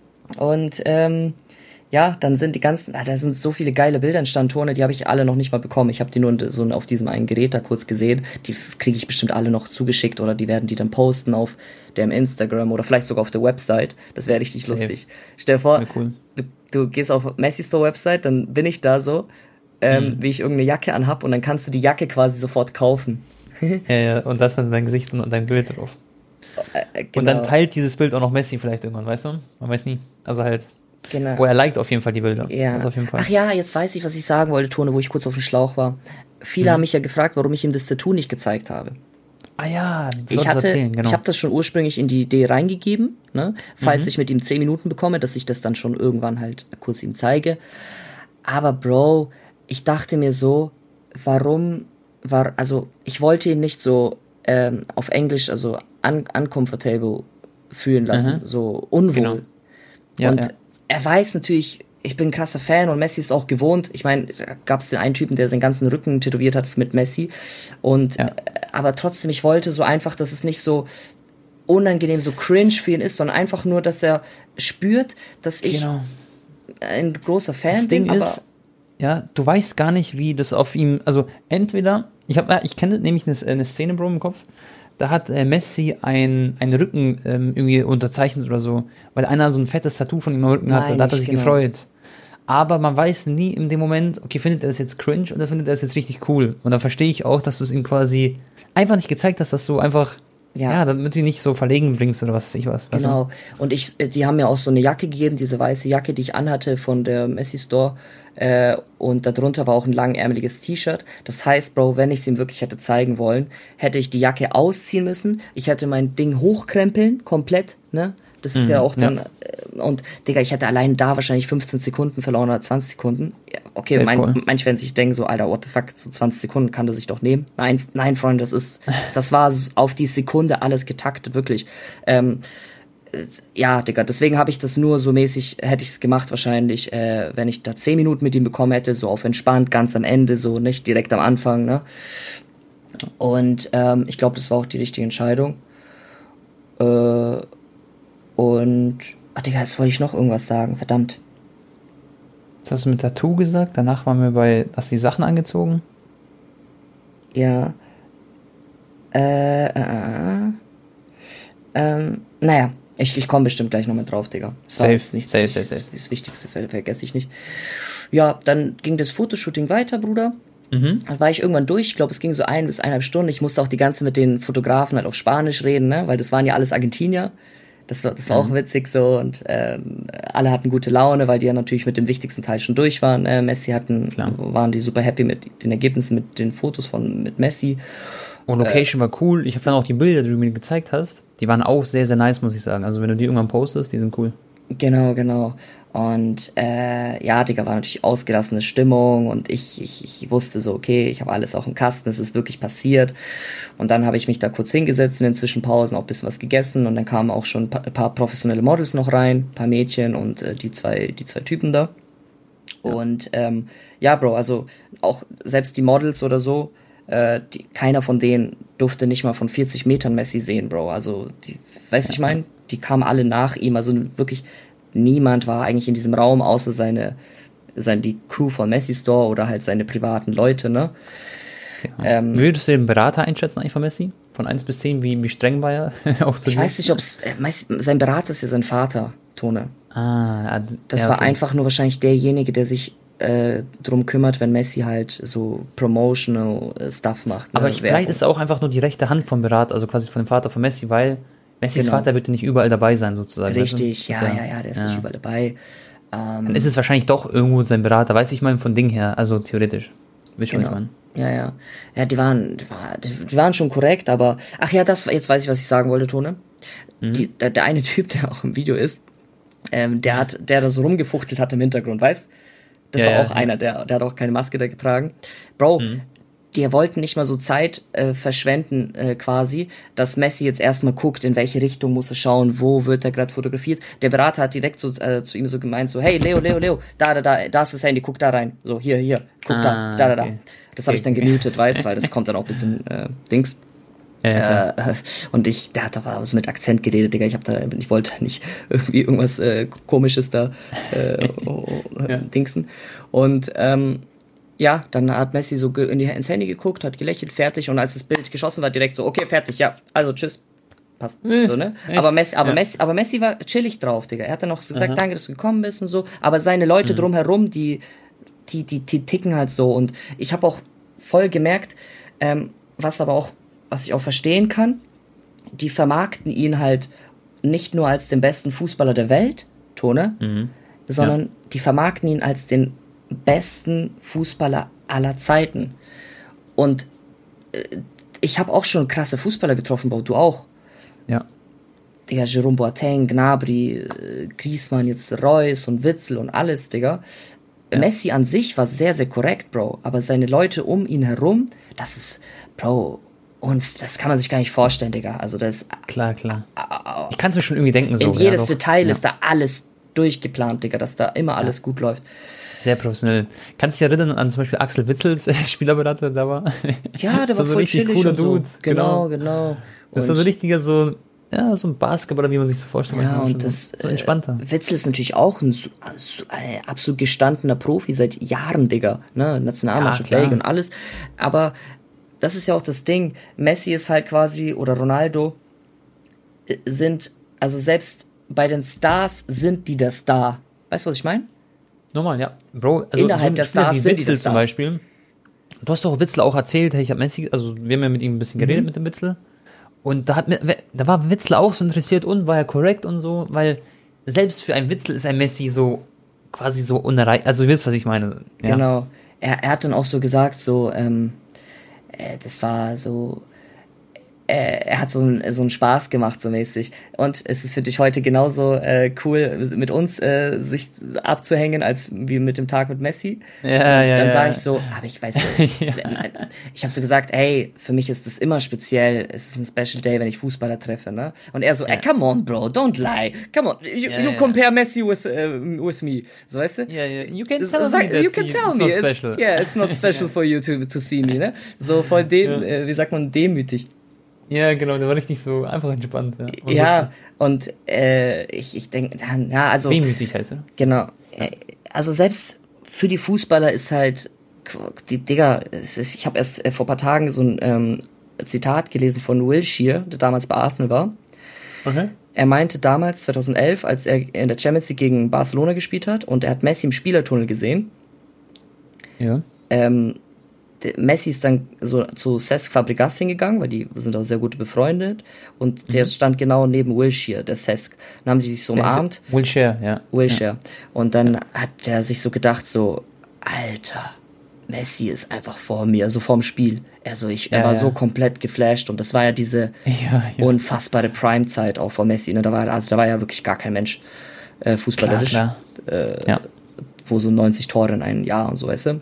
Und, ähm, ja, dann sind die ganzen, ah, da sind so viele geile Bilder entstanden, Tone, die habe ich alle noch nicht mal bekommen. Ich habe die nur so auf diesem einen Gerät da kurz gesehen. Die kriege ich bestimmt alle noch zugeschickt oder die werden die dann posten auf dem Instagram oder vielleicht sogar auf der Website. Das wäre richtig Safe. Lustig. Stell dir vor, ja, cool. du, du gehst auf Messi Store Website, dann bin ich da so, ähm, mhm. wie ich irgendeine Jacke anhab und dann kannst du die Jacke quasi sofort kaufen. ja, ja, und das dann dein Gesicht und dein Bild drauf. Äh, genau. Und dann teilt dieses Bild auch noch Messi vielleicht irgendwann, weißt du? Man weiß nie. Also halt. Genau. Wo er liked auf jeden Fall die Bilder. Ja. Also auf jeden Fall. Ach ja, jetzt weiß ich, was ich sagen wollte, Tone, wo ich kurz auf dem Schlauch war. Viele mhm. haben mich ja gefragt, warum ich ihm das Tattoo nicht gezeigt habe. Ah ja, das ich hatte, erzählen, genau. Ich habe das schon ursprünglich in die Idee reingegeben, ne? Falls mhm. ich mit ihm zehn Minuten bekomme, dass ich das dann schon irgendwann halt kurz ihm zeige. Aber Bro, ich dachte mir so, warum war, also ich wollte ihn nicht so ähm, auf Englisch, also un- uncomfortable fühlen lassen, mhm. so unwohl. Genau. Ja, und ja. er weiß natürlich, ich bin ein krasser Fan und Messi ist auch gewohnt. Ich meine, da gab es den einen Typen, der seinen ganzen Rücken tätowiert hat mit Messi. Und ja. aber trotzdem, ich wollte so einfach, dass es nicht so unangenehm, so cringe für ihn ist, sondern einfach nur, dass er spürt, dass ich genau. ein großer Fan das bin. Ding aber ist, ja, du weißt gar nicht, wie das auf ihm, also entweder Ich, hab, ich kenne nämlich eine, eine Szene, Bro, im Kopf. Da hat äh, Messi ein, einen Rücken ähm, irgendwie unterzeichnet oder so, weil einer so ein fettes Tattoo von ihm am Rücken hatte. Nein, Da hat er nicht sich genau. gefreut. Aber man weiß nie in dem Moment, okay, findet er das jetzt cringe oder findet er das jetzt richtig cool? Und da verstehe ich auch, dass du es ihm quasi einfach nicht gezeigt hast, dass du einfach, ja, Ja. damit du ihn nicht so verlegen bringst oder was weiß ich was. weißt du? Genau. Und ich, äh, die haben mir auch so eine Jacke gegeben, diese weiße Jacke, die ich anhatte von der Messi Store. Äh, und darunter war auch ein langärmeliges T-Shirt. Das heißt, Bro, wenn ich es ihm wirklich hätte zeigen wollen, hätte ich die Jacke ausziehen müssen. Ich hätte mein Ding hochkrempeln, komplett, ne? Das ist Mhm, ja auch dann, ja. äh, und Digga, ich hätte allein da wahrscheinlich fünfzehn Sekunden verloren oder zwanzig Sekunden. Ja, okay, Safe mein, call. manche werden sich denken so, Alter, what the fuck, so zwanzig Sekunden kann der sich doch nehmen. Nein, nein, Freunde, das ist, das war s- auf die Sekunde alles getaktet, wirklich. Ähm, äh, ja, Digga, deswegen habe ich das nur so mäßig, hätte ich es gemacht wahrscheinlich, äh, wenn ich da zehn Minuten mit ihm bekommen hätte, so auf entspannt, ganz am Ende, so nicht direkt am Anfang, ne? Und ähm, ich glaube, das war auch die richtige Entscheidung. Äh, und, ach Digga, jetzt wollte ich noch irgendwas sagen, verdammt. Jetzt hast du mit Tattoo gesagt, danach waren wir bei, hast du die Sachen angezogen? Ja. Äh, äh, äh. Ähm, naja, ich, ich komme bestimmt gleich nochmal drauf, Digga. Das war Safe, jetzt nichts, safe, das, safe, safe. das Wichtigste, ver vergesse ich nicht. Ja, dann ging das Fotoshooting weiter, Bruder. Mhm. Dann war ich irgendwann durch. Ich glaube, es ging so ein bis eineinhalb Stunden. Ich musste auch die ganze mit den Fotografen halt auf Spanisch reden, ne? Weil das waren ja alles Argentinier. Das war, das war auch witzig so und ähm, alle hatten gute Laune, weil die ja natürlich mit dem wichtigsten Teil schon durch waren. Äh, Messi hatten, Klar. waren die super happy mit den Ergebnissen, mit den Fotos von mit Messi. Und Location war cool. Ich fand auch die Bilder, die du mir gezeigt hast, die waren auch sehr, sehr nice, muss ich sagen. Also wenn du die irgendwann postest, die sind cool. Genau, genau. Und äh, ja, Digga, war natürlich ausgelassene Stimmung und ich, ich, ich wusste so, okay, ich habe alles auch im Kasten, es ist wirklich passiert. Und dann habe ich mich da kurz hingesetzt in den Zwischenpausen, auch ein bisschen was gegessen und dann kamen auch schon ein paar, ein paar professionelle Models noch rein, ein paar Mädchen und äh, die zwei, die zwei Typen da. Und ähm, ja, Bro, also auch selbst die Models oder so, äh, die, keiner von denen durfte nicht mal von vierzig Metern Messi sehen, Bro. Also, die, weißt du, ich meine, die kamen alle nach ihm, also wirklich niemand war eigentlich in diesem Raum, außer seine, seine die Crew von Messi Store oder halt seine privaten Leute, ne? Ähm, Wie würdest du den Berater einschätzen eigentlich von Messi? Von eins bis zehn, wie, wie streng war er? auch zu Ich dir? weiß nicht, ob es, äh, sein Berater ist ja sein Vater, Tone. Ah, ja, Das ja, war okay. einfach nur wahrscheinlich derjenige, der sich äh, drum kümmert, wenn Messi halt so promotional äh, Stuff macht. Ne? Aber ich, vielleicht ist er auch einfach nur die rechte Hand vom Berater, also quasi von dem Vater von Messi, weil Messis Genau. Vater wird ja nicht überall dabei sein, sozusagen. Richtig, weißt ja, du? ja, ja, der ist ja. nicht überall dabei. Ähm, Dann ist es wahrscheinlich doch irgendwo sein Berater, weiß ich mal, von Ding her, also theoretisch. Will ich Genau. nicht meinen. Ja, ja. Ja, die waren, die, war, die waren schon korrekt, aber. Ach ja, das war, jetzt weiß ich, was ich sagen wollte, Tone. Mhm. Die, der, der eine Typ, der auch im Video ist, ähm, der hat, der da so rumgefuchtelt hat im Hintergrund, weißt? Das Ja, war ja, auch ja. einer, der, der hat auch keine Maske da getragen. Bro, Mhm. die wollten nicht mal so Zeit äh, verschwenden, äh, quasi, dass Messi jetzt erstmal guckt, in welche Richtung muss er schauen, wo wird er gerade fotografiert. Der Berater hat direkt so äh, zu ihm so gemeint, so, hey, Leo, Leo, Leo, da, da, da, da ist das Handy, guck da rein. So, hier, hier, guck Ah, da, da, da, da. okay. Das habe ich dann Okay. gemutet, weißt, weil das kommt dann auch ein bisschen äh, Dings. Ja, ja, Äh, und ich, der hat da so mit Akzent geredet, Digga. Ich hab da, ich wollte nicht irgendwie irgendwas äh, Komisches da äh, oh, oh, Ja. dingsen. Und ähm, ja, dann hat Messi so ge- in die, ins Handy geguckt, hat gelächelt, fertig. Und als das Bild geschossen war, direkt so, okay, fertig, ja, also tschüss. Passt. So, ne? Echt? Aber Messi, aber, Ja. Messi, aber Messi war chillig drauf, Digga. Er hat dann noch so gesagt, Aha. danke, dass du gekommen bist und so. Aber seine Leute drumherum, die, die, die, die ticken halt so. Und ich habe auch voll gemerkt, ähm, was aber auch, was ich auch verstehen kann, die vermarkten ihn halt nicht nur als den besten Fußballer der Welt, Tone, Mhm. sondern Ja. die vermarkten ihn als den besten Fußballer aller Zeiten. Und äh, ich habe auch schon krasse Fußballer getroffen, Bro, du auch. ja. Digga, Jerome Boateng, Gnabry, äh, Griezmann, jetzt Reus und Witzel und alles, Digga. Ja. Messi an sich war sehr, sehr korrekt, Bro. Aber seine Leute um ihn herum, das ist, Bro, und das kann man sich gar nicht vorstellen, Digga. Also das, Klar, klar. Ich kann es mir schon irgendwie denken so. in jedes ja, doch. Detail Ja. ist da alles durchgeplant, Digga, dass da immer alles gut läuft. Sehr professionell. Kannst du dich erinnern an zum Beispiel Axel Witzels äh, Spielerberater, der da war? Ja, der Das war so voll richtig chillig cooler und so. Dude. Genau, genau. Das war Und- so richtiger so, ja, so ein Basketballer, wie man sich so vorstellt. Ja, manchmal und schon das, so, so entspannter. Äh, Witzel ist natürlich auch ein, su- su- äh, absolut gestandener Profi seit Jahren, Digga. Ne? Nationalmannschaft, Ja, klar. Belgien und alles. Aber das ist ja auch das Ding. Messi ist halt quasi, oder Ronaldo, äh, sind, also selbst bei den Stars sind die der Star. Weißt du, was ich meine? Normal, ja. Bro, also Innerhalb so der Spieler Stars wie sind die Witzel der zum Star. Beispiel. Du hast doch Witzel auch erzählt, hey, ich habe Messi, also wir haben ja mit ihm ein bisschen geredet, Mhm. mit dem Witzel. Und da hat mir, da war Witzel auch so interessiert und war ja korrekt und so, weil selbst für einen Witzel ist ein Messi so quasi so unerreicht. Also, du weißt, was ich meine. Ja. Genau. Er, er hat dann auch so gesagt, so, ähm, äh, das war so, äh, er hat so, ein, so einen Spaß gemacht, so mäßig. Und es ist für dich heute genauso äh, cool, mit uns äh, sich abzuhängen, als wie mit dem Tag mit Messi. Ja, Und ja, dann ja. sage ich so, aber ich weiß nicht, Ja. ich habe so gesagt, ey, für mich ist das immer speziell, es ist ein Special Day, wenn ich Fußballer treffe, ne? Und er so, ey, come on, bro, don't lie, come on, you, Ja, you ja. compare Messi with, uh, with me, so weißt du? Ja, ja. You can Das- tell sag- me that you can he- tell it's me, not it's, special. yeah, it's not special for you to, to see me, ne? So voll dem, Ja. äh, wie sagt man, demütig. Ja, genau, der war richtig so einfach entspannt. Ja, und Ja, und äh, ich, ich denke, ja, also, wehmütig heißt er. genau, äh, also selbst für die Fußballer ist halt, die Digga, es ist, ich habe erst äh, vor ein paar Tagen so ein ähm, Zitat gelesen von Wilshere, der damals bei Arsenal war. Okay. Er meinte damals, zweitausendelf, als er in der Champions League gegen Barcelona gespielt hat und er hat Messi im Spielertunnel gesehen, Ja. ähm, der Messi ist dann so zu Cesc Fabregas hingegangen, weil die sind auch sehr gut befreundet und der stand genau neben Wilshere, der Cesc. Dann haben die sich so umarmt. Wilshere, ja. Wilshere. Und dann hat er sich so gedacht, so, Alter, Messi ist einfach vor mir, so vorm Spiel. Also ich, er Ja, war ja. so komplett geflasht und das war ja diese Ja, ja. unfassbare Prime-Zeit auch von Messi. Ne? Da war, also da war ja wirklich gar kein Mensch äh, fußballerisch, Klar, Äh, ja. wo so neunzig Tore in einem Jahr und so, weißt du.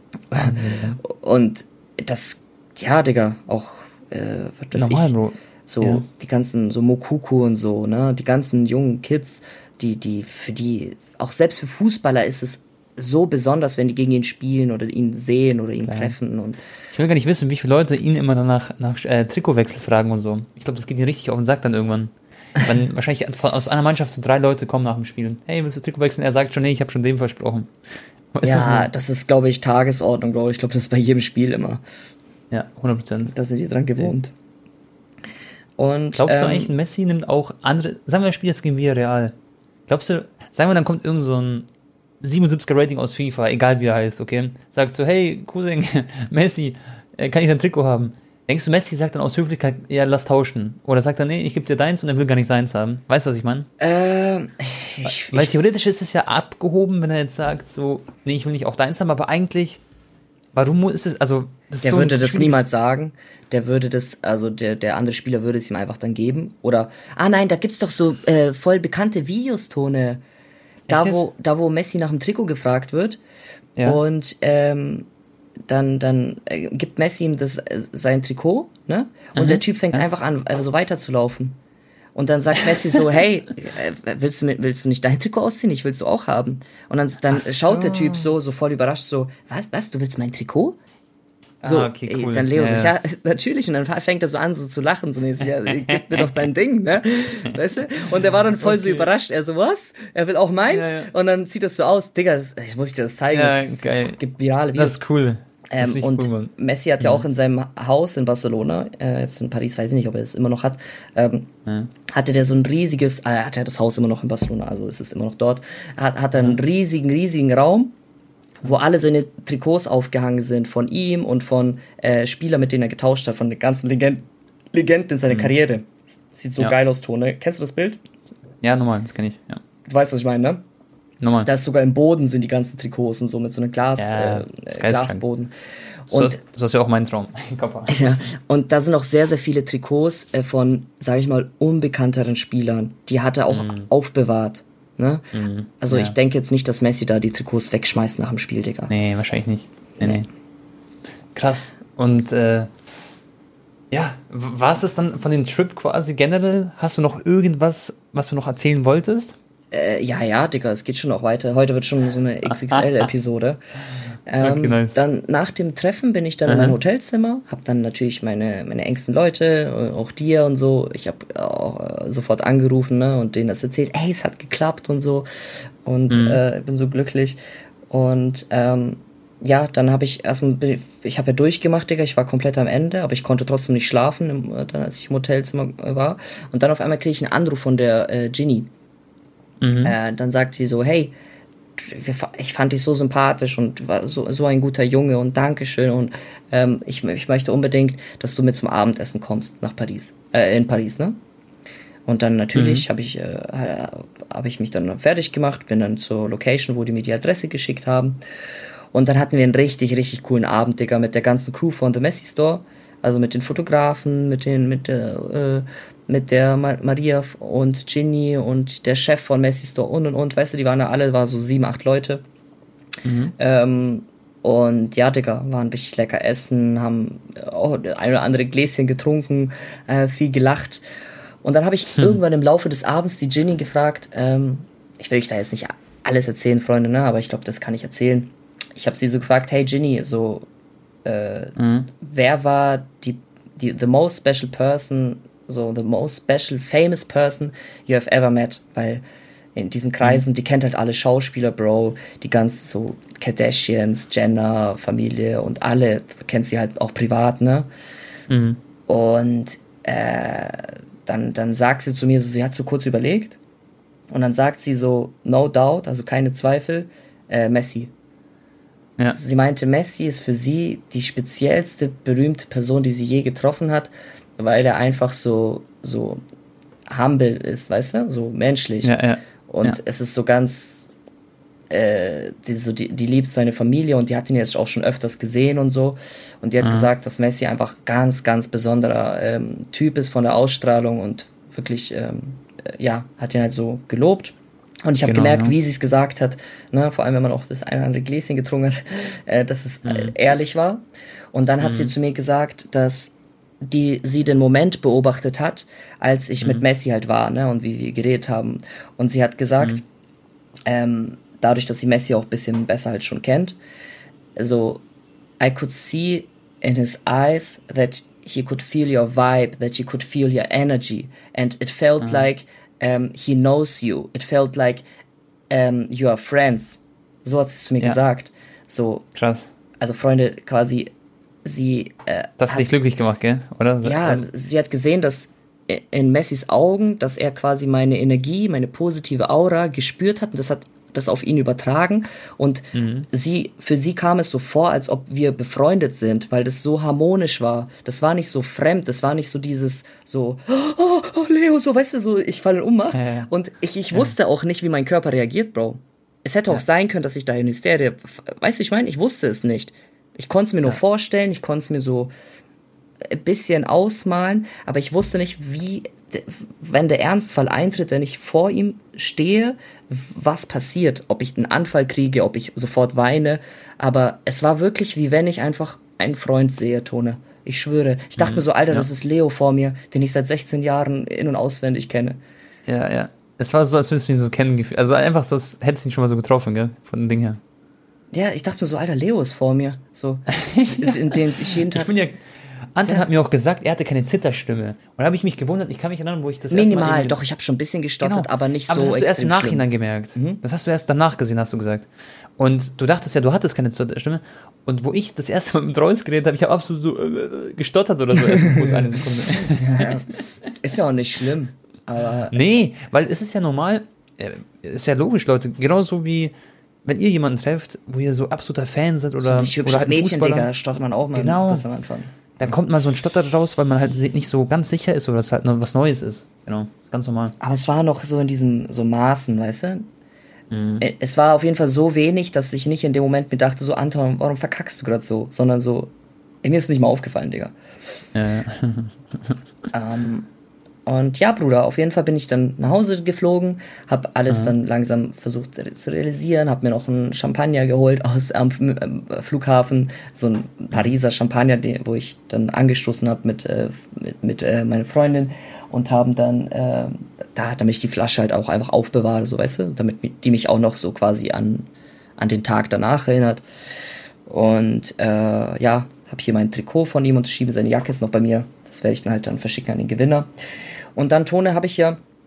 Und das, ja, Digga, auch, äh, was weiß Normal, ich, Bro. so Ja. die ganzen, so Mokuku und so, ne, die ganzen jungen Kids, die, die, für die, auch selbst für Fußballer ist es so besonders, wenn die gegen ihn spielen oder ihn sehen oder ihn Klar. treffen und Ich will gar nicht wissen, wie viele Leute ihn immer danach nach äh, Trikotwechsel fragen und so. Ich glaube, das geht ihm richtig auf den Sack dann irgendwann. Wenn wahrscheinlich von, aus einer Mannschaft so drei Leute kommen nach dem Spiel. Hey, willst du Trikot wechseln? Er sagt schon, nee, ich habe schon dem versprochen. Weißt ja, du? das ist, glaube ich, Tagesordnung, Bro. Ich glaube, das ist bei jedem Spiel immer. Ja, hundert Prozent. Da sind die dran gewohnt. Und, Glaubst du ähm, eigentlich, Messi nimmt auch andere, sagen wir, er spielt jetzt gegen Villarreal. Glaubst du, sagen wir, dann kommt irgend so ein siebenundsiebziger Rating aus FIFA, egal wie er heißt, okay? Sagt so, hey, Cousin, Messi, äh, kann ich dein Trikot haben? Denkst du, Messi sagt dann aus Höflichkeit, ja, lass tauschen? Oder sagt er, nee, ich gebe dir deins und er will gar nicht seins haben? Weißt du, was ich meine? ähm, ich, Weil ich, theoretisch ist es ja abgehoben, wenn er jetzt sagt, so, nee, ich will nicht auch deins haben, aber eigentlich, warum muss- ist es, also, das ist der so ein würde das schwieriges- niemals sagen. Der würde das, also der, der andere Spieler würde es ihm einfach dann geben. Oder, ah nein, da gibt's doch so äh, voll bekannte Videos, Tone. Da Echt wo, da wo Messi nach dem Trikot gefragt wird. Ja. Und ähm, dann, dann äh, gibt Messi ihm das, äh, sein Trikot, ne? Und Mhm. der Typ fängt Ja. einfach an, äh, so weiterzulaufen. Und dann sagt Messi so, hey, äh, willst du, mit, willst du nicht dein Trikot ausziehen? Ich will's du auch haben. Und dann, dann Ach so. schaut der Typ so, so voll überrascht, so, was, was, du willst mein Trikot? So, Ah, okay, cool. ey, dann Leo Ja, so, ja. ja, natürlich. Und dann fängt er so an, so zu lachen, so mäßig, ja, gib mir doch dein Ding, ne? Weißt du? Und er war dann voll so Okay. überrascht. Er so, was? Er will auch meins? Ja, ja. Und dann zieht das so aus. Digga, das, ich muss ich dir das zeigen. Ja, es, geil. es gibt virale Das Videos. ist cool. Das ist Ähm, richtig und cool, Mann. Messi hat ja auch in seinem Haus in Barcelona, äh, jetzt in Paris, weiß ich nicht, ob er es immer noch hat, ähm, Ja. hatte der so ein riesiges, äh, hat er das Haus immer noch in Barcelona, also ist es immer noch dort, hat, hat er einen riesigen, riesigen Raum, wo alle seine Trikots aufgehangen sind von ihm und von äh, Spielern, mit denen er getauscht hat, von den ganzen Legenden, Legenden in seiner Karriere. Sieht so Ja. geil aus, Tone. Kennst du das Bild? Ja, normal, das kenne ich, ja. Du weißt, was ich meine, ne? Normal. Da ist sogar im Boden sind die ganzen Trikots und so mit so einem Glas, Ja, äh, das ist äh, geisteskrank. Glasboden. So Und ist, so ist ja auch mein Traum. Kappa. ja, und da sind auch sehr, sehr viele Trikots äh, von, sage ich mal, unbekannteren Spielern. Die hat er auch aufbewahrt. Ne? Also ja. ich denke jetzt nicht, dass Messi da die Trikots wegschmeißt nach dem Spiel, Digga. Nee, wahrscheinlich nicht. Nee, Nee. nee. Krass. Und äh, ja, war es das dann von dem Trip quasi generell? Hast du noch irgendwas, was du noch erzählen wolltest? Äh, ja, ja, Digga, es geht schon auch weiter. Heute wird schon so eine X X L-Episode. ähm, Okay, nice. Dann nach dem Treffen bin ich dann in mein Hotelzimmer, hab dann natürlich meine, meine engsten Leute, äh, auch dir und so. Ich habe auch äh, sofort angerufen, ne, und denen das erzählt, ey, es hat geklappt und so. Und äh, bin so glücklich. Und ähm, ja, dann habe ich erstmal, ich habe ja durchgemacht, Digga, ich war komplett am Ende, aber ich konnte trotzdem nicht schlafen, im, dann, als ich im Hotelzimmer war. Und dann auf einmal kriege ich einen Anruf von der äh, Ginny. Mhm. Äh, dann sagt sie so, hey, ich fand dich so sympathisch und war so, so ein guter Junge und Dankeschön und ähm, ich, ich möchte unbedingt, dass du mit zum Abendessen kommst nach Paris, äh, in Paris, ne? Und dann natürlich mhm. habe ich, äh, hab ich mich dann fertig gemacht, bin dann zur Location, wo die mir die Adresse geschickt haben. Und dann hatten wir einen richtig, richtig coolen Abend, Digga, mit der ganzen Crew von The Messi Store, also mit den Fotografen, mit den, mit der, äh, mit der Ma- Maria und Ginny und der Chef von Messi Store und und und, weißt du, die waren da alle, war so sieben, acht Leute. Mhm. Ähm, und ja, Digga, waren richtig lecker essen, haben auch ein oder andere Gläschen getrunken, äh, viel gelacht. Und dann habe ich hm. irgendwann im Laufe des Abends die Ginny gefragt, ähm, ich will euch da jetzt nicht alles erzählen, Freunde, ne, aber ich glaube, das kann ich erzählen. Ich habe sie so gefragt, hey Ginny, so, äh, mhm. wer war die, die, the most special person, so, the most special famous person you have ever met, weil in diesen Kreisen, mhm. die kennt halt alle Schauspieler, Bro, die ganzen so Kardashians, Jenner, Familie und alle, kennt sie halt auch privat, ne? Mhm. Und, äh, dann, dann sagt sie zu mir, so, sie hat so kurz überlegt und dann sagt sie so, no doubt, also keine Zweifel, äh, Messi. Ja. Sie meinte, Messi ist für sie die speziellste, berühmte Person, die sie je getroffen hat, weil er einfach so, so humble ist, weißt du, so menschlich. Ja, ja. Und ja. es ist so ganz, äh, die, so die, die liebt seine Familie und die hat ihn jetzt auch schon öfters gesehen und so. Und die hat mhm. gesagt, dass Messi einfach ganz, ganz besonderer ähm, Typ ist von der Ausstrahlung und wirklich, ähm, äh, ja, hat ihn halt so gelobt. Und ich habe genau, gemerkt, ja. wie sie es gesagt hat, ne, vor allem, wenn man auch das eine oder andere Gläschen getrunken hat, äh, dass es mhm. äh, ehrlich war. Und dann hat mhm. sie zu mir gesagt, dass die sie den Moment beobachtet hat, als ich mhm. mit Messi halt war, ne, und wie wir geredet haben. Und sie hat gesagt, mhm. ähm, dadurch, dass sie Messi auch ein bisschen besser halt schon kennt, so, I could see in his eyes that he could feel your vibe, that he could feel your energy. And it felt mhm. like um, he knows you. It felt like um, you are friends. So hat sie es zu mir ja. gesagt. So, krass. Also Freunde, quasi, sie äh, das hat dich glücklich gemacht, gell? Oder? Ja, und sie hat gesehen, dass in Messis Augen, dass er quasi meine Energie, meine positive Aura gespürt hat und das hat das auf ihn übertragen und mhm. sie, für sie kam es so vor, als ob wir befreundet sind, weil das so harmonisch war. Das war nicht so fremd, das war nicht so dieses so, oh, oh Leo, so, weißt du, so, ich falle um. Ja, ja. Und ich, ich ja. wusste auch nicht, wie mein Körper reagiert, Bro. Es hätte auch ja. sein können, dass ich da in Hysterie, weißt du, ich meine, ich wusste es nicht. Ich konnte es mir nur ja. vorstellen, ich konnte es mir so ein bisschen ausmalen, aber ich wusste nicht, wie, wenn der Ernstfall eintritt, wenn ich vor ihm stehe, was passiert, ob ich einen Anfall kriege, ob ich sofort weine, aber es war wirklich, wie wenn ich einfach einen Freund sehe, Tone. Ich schwöre. Ich dachte mhm. mir so, Alter, ja. das ist Leo vor mir, den ich seit sechzehn Jahren in- und auswendig kenne. Ja, ja. Es war so, als würdest du ihn so kennen. Also einfach so, als hättest du ihn schon mal so getroffen, gell? Von dem Ding her. Ja, ich dachte mir so, Alter, Leo ist vor mir. So, ja. in denen ich jeden Tag... Ich bin ja... Anton ja. hat mir auch gesagt, er hatte keine Zitterstimme. Und da habe ich mich gewundert, ich kann mich erinnern, wo ich das Minimal, erste Mal... Doch, ich habe schon ein bisschen gestottert, genau. aber nicht aber so extrem. Das hast du erst im Nachhinein schlimm. gemerkt. Mhm. Das hast du erst danach gesehen, hast du gesagt. Und du dachtest ja, du hattest keine Zitterstimme. Und wo ich das erste Mal mit Reus geredet habe, ich habe absolut so äh, gestottert oder so. Erst kurz eine Sekunde. Ja, ist ja auch nicht schlimm. Aber nee, weil es ist ja normal, äh, ist ja logisch, Leute. Genauso wie... Wenn ihr jemanden trefft, wo ihr so absoluter Fan seid oder... So ein hübsches halt Mädchen, Digga, stottert man auch mal genau. kurz am Anfang. Dann kommt mal so ein Stotter raus, weil man halt nicht so ganz sicher ist oder es halt noch was Neues ist. Genau, ist ganz normal. Aber es war noch so in diesen so Maßen, weißt du? Mhm. Es war auf jeden Fall so wenig, dass ich nicht in dem Moment mir dachte, so Anton, warum verkackst du gerade so? Sondern so, mir ist nicht mal aufgefallen, Digga. Ja. ähm, und ja, Bruder, auf jeden Fall bin ich dann nach Hause geflogen, hab alles mhm. dann langsam versucht zu realisieren, hab mir noch einen Champagner geholt aus am ähm, Flughafen, so ein Pariser Champagner, den, wo ich dann angestoßen habe mit, äh, mit, mit äh, meiner Freundin und haben dann, äh, da, damit ich die Flasche halt auch einfach aufbewahre, so weißt du, damit die mich auch noch so quasi an, an den Tag danach erinnert. Und äh, ja, habe hier mein Trikot von ihm unterschrieben, seine Jacke ist noch bei mir, das werde ich dann halt dann verschicken an den Gewinner. Und dann, Tone, habe ich ja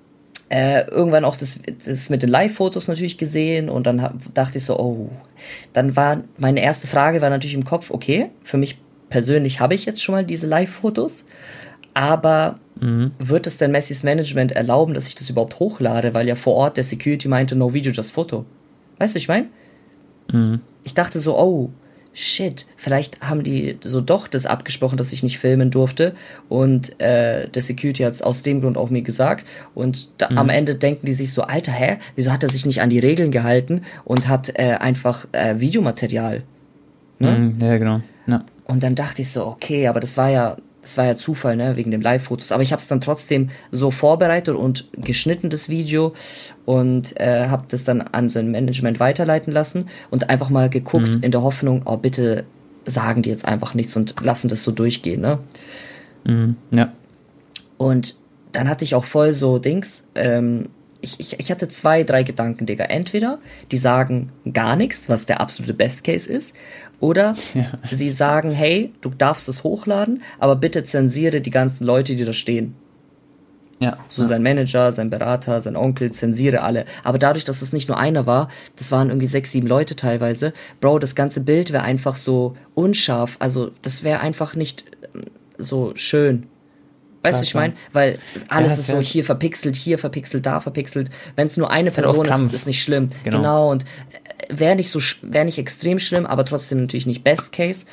Äh, irgendwann auch das, das mit den Live-Fotos natürlich gesehen und dann hab, dachte ich so, oh, dann war meine erste Frage war natürlich im Kopf, okay, für mich persönlich habe ich jetzt schon mal diese Live-Fotos, aber mhm. wird es denn Messis Management erlauben, dass ich das überhaupt hochlade, weil ja vor Ort der Security meinte, no video, just photo. Weißt du, ich meine? Mhm. Ich dachte so, oh, shit, vielleicht haben die so doch das abgesprochen, dass ich nicht filmen durfte und äh, der Security hat es aus dem Grund auch mir gesagt und da, mhm. am Ende denken die sich so, Alter, hä, wieso hat er sich nicht an die Regeln gehalten und hat äh, einfach äh, Videomaterial, ne? Mhm, ja, genau. Ja. Und dann dachte ich so, okay, aber das war ja das war ja Zufall, ne, wegen den Live-Fotos. Aber ich habe es dann trotzdem so vorbereitet und geschnitten, das Video, und äh, habe das dann an sein Management weiterleiten lassen und einfach mal geguckt mhm. in der Hoffnung, oh, bitte sagen die jetzt einfach nichts und lassen das so durchgehen, ne? Mhm. Ja. Und dann hatte ich auch voll so Dings, ähm, ich, ich, ich hatte zwei, drei Gedanken, Digga. Entweder die sagen gar nichts, was der absolute Best Case ist, oder ja. sie sagen, hey, du darfst es hochladen, aber bitte zensiere die ganzen Leute, die da stehen. Ja. So ja. sein Manager, sein Berater, sein Onkel, zensiere alle. Aber dadurch, dass es nicht nur einer war, das waren irgendwie sechs, sieben Leute teilweise, Bro, das ganze Bild wäre einfach so unscharf. Also das wäre einfach nicht so schön. Weißt du, ich meine? Weil alles ja, ist so hier verpixelt, hier verpixelt, da verpixelt. Wenn es nur eine Person ist, ist nicht schlimm. Genau, genau und wäre nicht so, wäre nicht extrem schlimm, aber trotzdem natürlich nicht Best Case.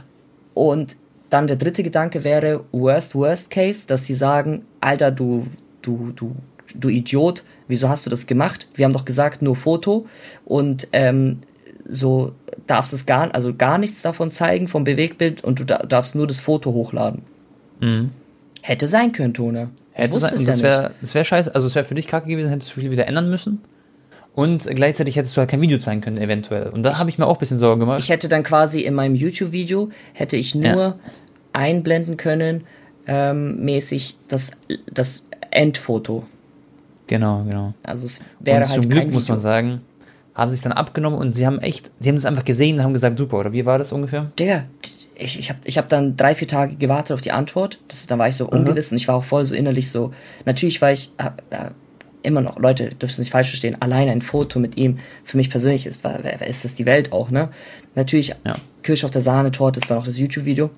Und dann der dritte Gedanke wäre Worst, Worst Case, dass sie sagen, Alter, du, du, du, du Idiot, wieso hast du das gemacht? Wir haben doch gesagt, nur Foto und ähm, so darfst es gar, also gar nichts davon zeigen vom Bewegtbild und du darfst nur das Foto hochladen. Mhm. Hätte sein können, Tone. Hätte sein, das wäre das wär scheiße, also es wäre für dich kacke gewesen, hättest du viel wieder ändern müssen. Und gleichzeitig hättest du halt kein Video zeigen können, eventuell. Und da habe ich mir auch ein bisschen Sorgen gemacht. Ich hätte dann quasi in meinem YouTube-Video, hätte ich nur ja. einblenden können, ähm, mäßig das, das Endfoto. Genau, genau. Also es wäre und halt zum Glück, kein muss man sagen, haben sie es dann abgenommen und sie haben echt, sie haben es einfach gesehen und haben gesagt, super, oder wie war das ungefähr? Digga, ich, ich habe ich hab dann drei, vier Tage gewartet auf die Antwort. Das, dann war ich so mhm. ungewiss und ich war auch voll so innerlich so, natürlich war ich, hab, äh, immer noch, Leute, dürft es nicht falsch verstehen, allein ein Foto mit ihm für mich persönlich ist, war, ist das die Welt auch, ne? Natürlich, ja. die Kirsche auf der Sahnetorte ist dann auch das YouTube-Video.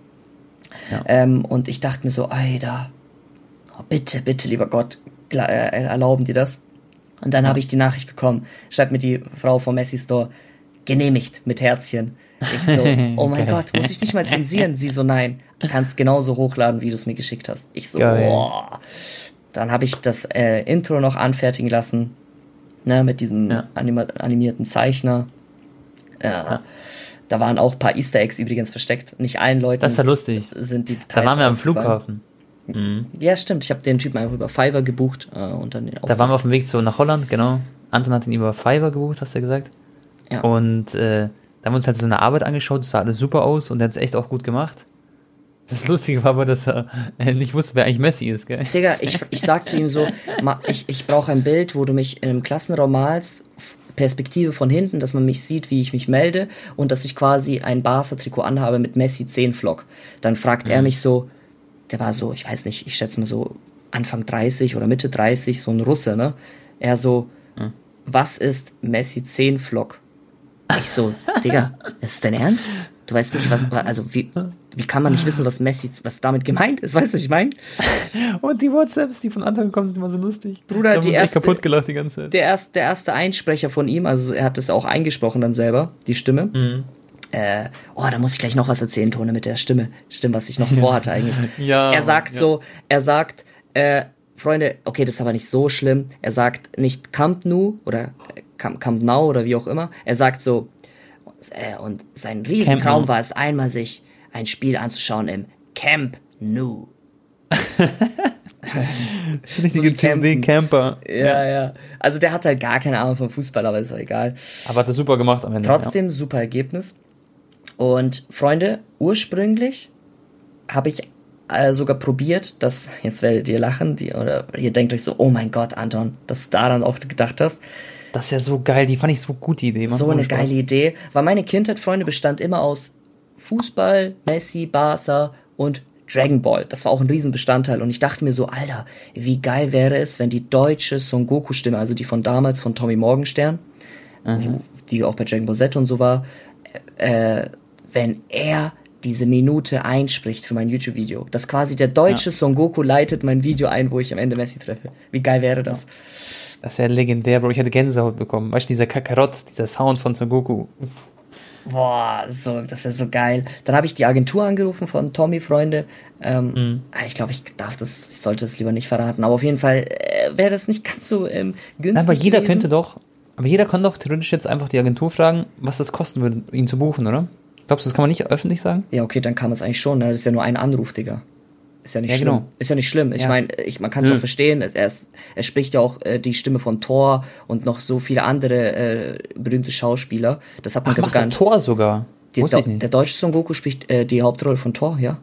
Ja. Ähm, und ich dachte mir so, Alter, oh, bitte, bitte, lieber Gott, äh, erlauben die das? Und dann ja. habe ich die Nachricht bekommen, schreibt mir die Frau vom Messi Store, genehmigt mit Herzchen. Ich so, oh mein Gott, muss ich nicht mal zensieren? Sie so, nein, du kannst genauso hochladen, wie du es mir geschickt hast. Ich so, boah. Dann habe ich das äh, Intro noch anfertigen lassen, ne, mit diesem ja. anima- animierten Zeichner. Äh, ja. Da waren auch ein paar Easter Eggs übrigens versteckt. Nicht allen Leuten das ist ja lustig. Sind die Details. Da waren wir am Flughafen. Mhm. Ja, stimmt. Ich habe den Typen einfach über Fiverr gebucht. Äh, und dann den da waren wir auf dem Weg so nach Holland, genau. Anton hat ihn über Fiverr gebucht, hast du ja gesagt. Ja. Und äh, da haben wir uns halt so eine Arbeit angeschaut, das sah alles super aus und der hat es echt auch gut gemacht. Das Lustige war aber, dass er nicht wusste, wer eigentlich Messi ist, gell? Digga, ich, ich sag zu ihm so, ich, ich brauche ein Bild, wo du mich in einem Klassenraum malst, Perspektive von hinten, dass man mich sieht, wie ich mich melde und dass ich quasi ein Barca-Trikot anhabe mit Messi zehn Flock. Dann fragt mhm. er mich so, der war so, ich weiß nicht, ich schätze mal so Anfang dreißig oder Mitte dreißig, so ein Russe, ne? Er so, mhm. was ist Messi zehn Flock? Ich so, Digga, ist es dein Ernst? Du weißt nicht, was, also wie, wie kann man nicht wissen, was Messi, was damit gemeint ist, weißt du, was ich meine? Und die WhatsApps, die von Anfang gekommen sind, immer so lustig. Bruder, die erste, kaputt gelacht die ganze Zeit. Der erste, der erste Einsprecher von ihm, also er hat das auch eingesprochen dann selber, die Stimme. Mhm. Äh, oh, da muss ich gleich noch was erzählen, Tone, mit der Stimme. Stimmt, was ich noch vorhatte eigentlich. Ja. Er sagt ja. so, er sagt, äh, Freunde, okay, das ist aber nicht so schlimm. Er sagt nicht Camp Nou oder Camp, Camp Nou oder wie auch immer. Er sagt so, und sein Riesentraum war es, einmal sich ein Spiel anzuschauen im Camp Nou. Richtige C O D-Camper. Ja, ja, ja. Also der hat halt gar keine Ahnung vom Fußball, aber ist doch egal. Aber hat das super gemacht am Ende. Trotzdem, ja. super Ergebnis. Und Freunde, ursprünglich habe ich äh, sogar probiert, dass, jetzt werdet ihr lachen, die, oder ihr denkt euch so, oh mein Gott, Anton, dass du daran auch gedacht hast. Das ist ja so geil, die fand ich so gut, die Idee. So eine Spaß. Geile Idee. Weil meine Kindheit, Freunde, bestand immer aus Fußball, Messi, Barca und Dragon Ball, das war auch ein Riesenbestandteil. Und ich dachte mir so, Alter, wie geil wäre es, wenn die deutsche Son Goku-Stimme, also die von damals, von Tommy Morgenstern, mhm. die auch bei Dragon Ball Z und so war, äh, wenn er diese Minute einspricht für mein YouTube-Video. Dass quasi der deutsche ja. Son Goku leitet mein Video ein, wo ich am Ende Messi treffe. Wie geil wäre das? Das wäre legendär, Bro. Ich hätte Gänsehaut bekommen. Weißt du, dieser Kakarott, dieser Sound von Son Goku. Boah, so, das wäre so geil. Dann habe ich die Agentur angerufen von Tommy, Freunde. Ähm, mhm. Ich glaube, ich darf das, ich sollte es lieber nicht verraten. Aber auf jeden Fall äh, wäre das nicht ganz so ähm, günstig. Nein, aber jeder gewesen. könnte doch, aber jeder kann doch theoretisch jetzt einfach die Agentur fragen, was das kosten würde, ihn zu buchen, oder? Glaubst du, das kann man nicht öffentlich sagen? Ja, okay, dann kann man es eigentlich schon. Ne? Das ist ja nur ein Anruf, Digga. Ist ja nicht ja, schlimm. Genau. Ist ja nicht schlimm. Ich ja. meine, ich, man kann es ja. auch verstehen. Er, ist, er spricht ja auch äh, die Stimme von Thor und noch so viele andere äh, berühmte Schauspieler. Das hat man Ach, sogar. Thor sogar. Die, der, der deutsche Son Goku spricht äh, die Hauptrolle von Thor, ja.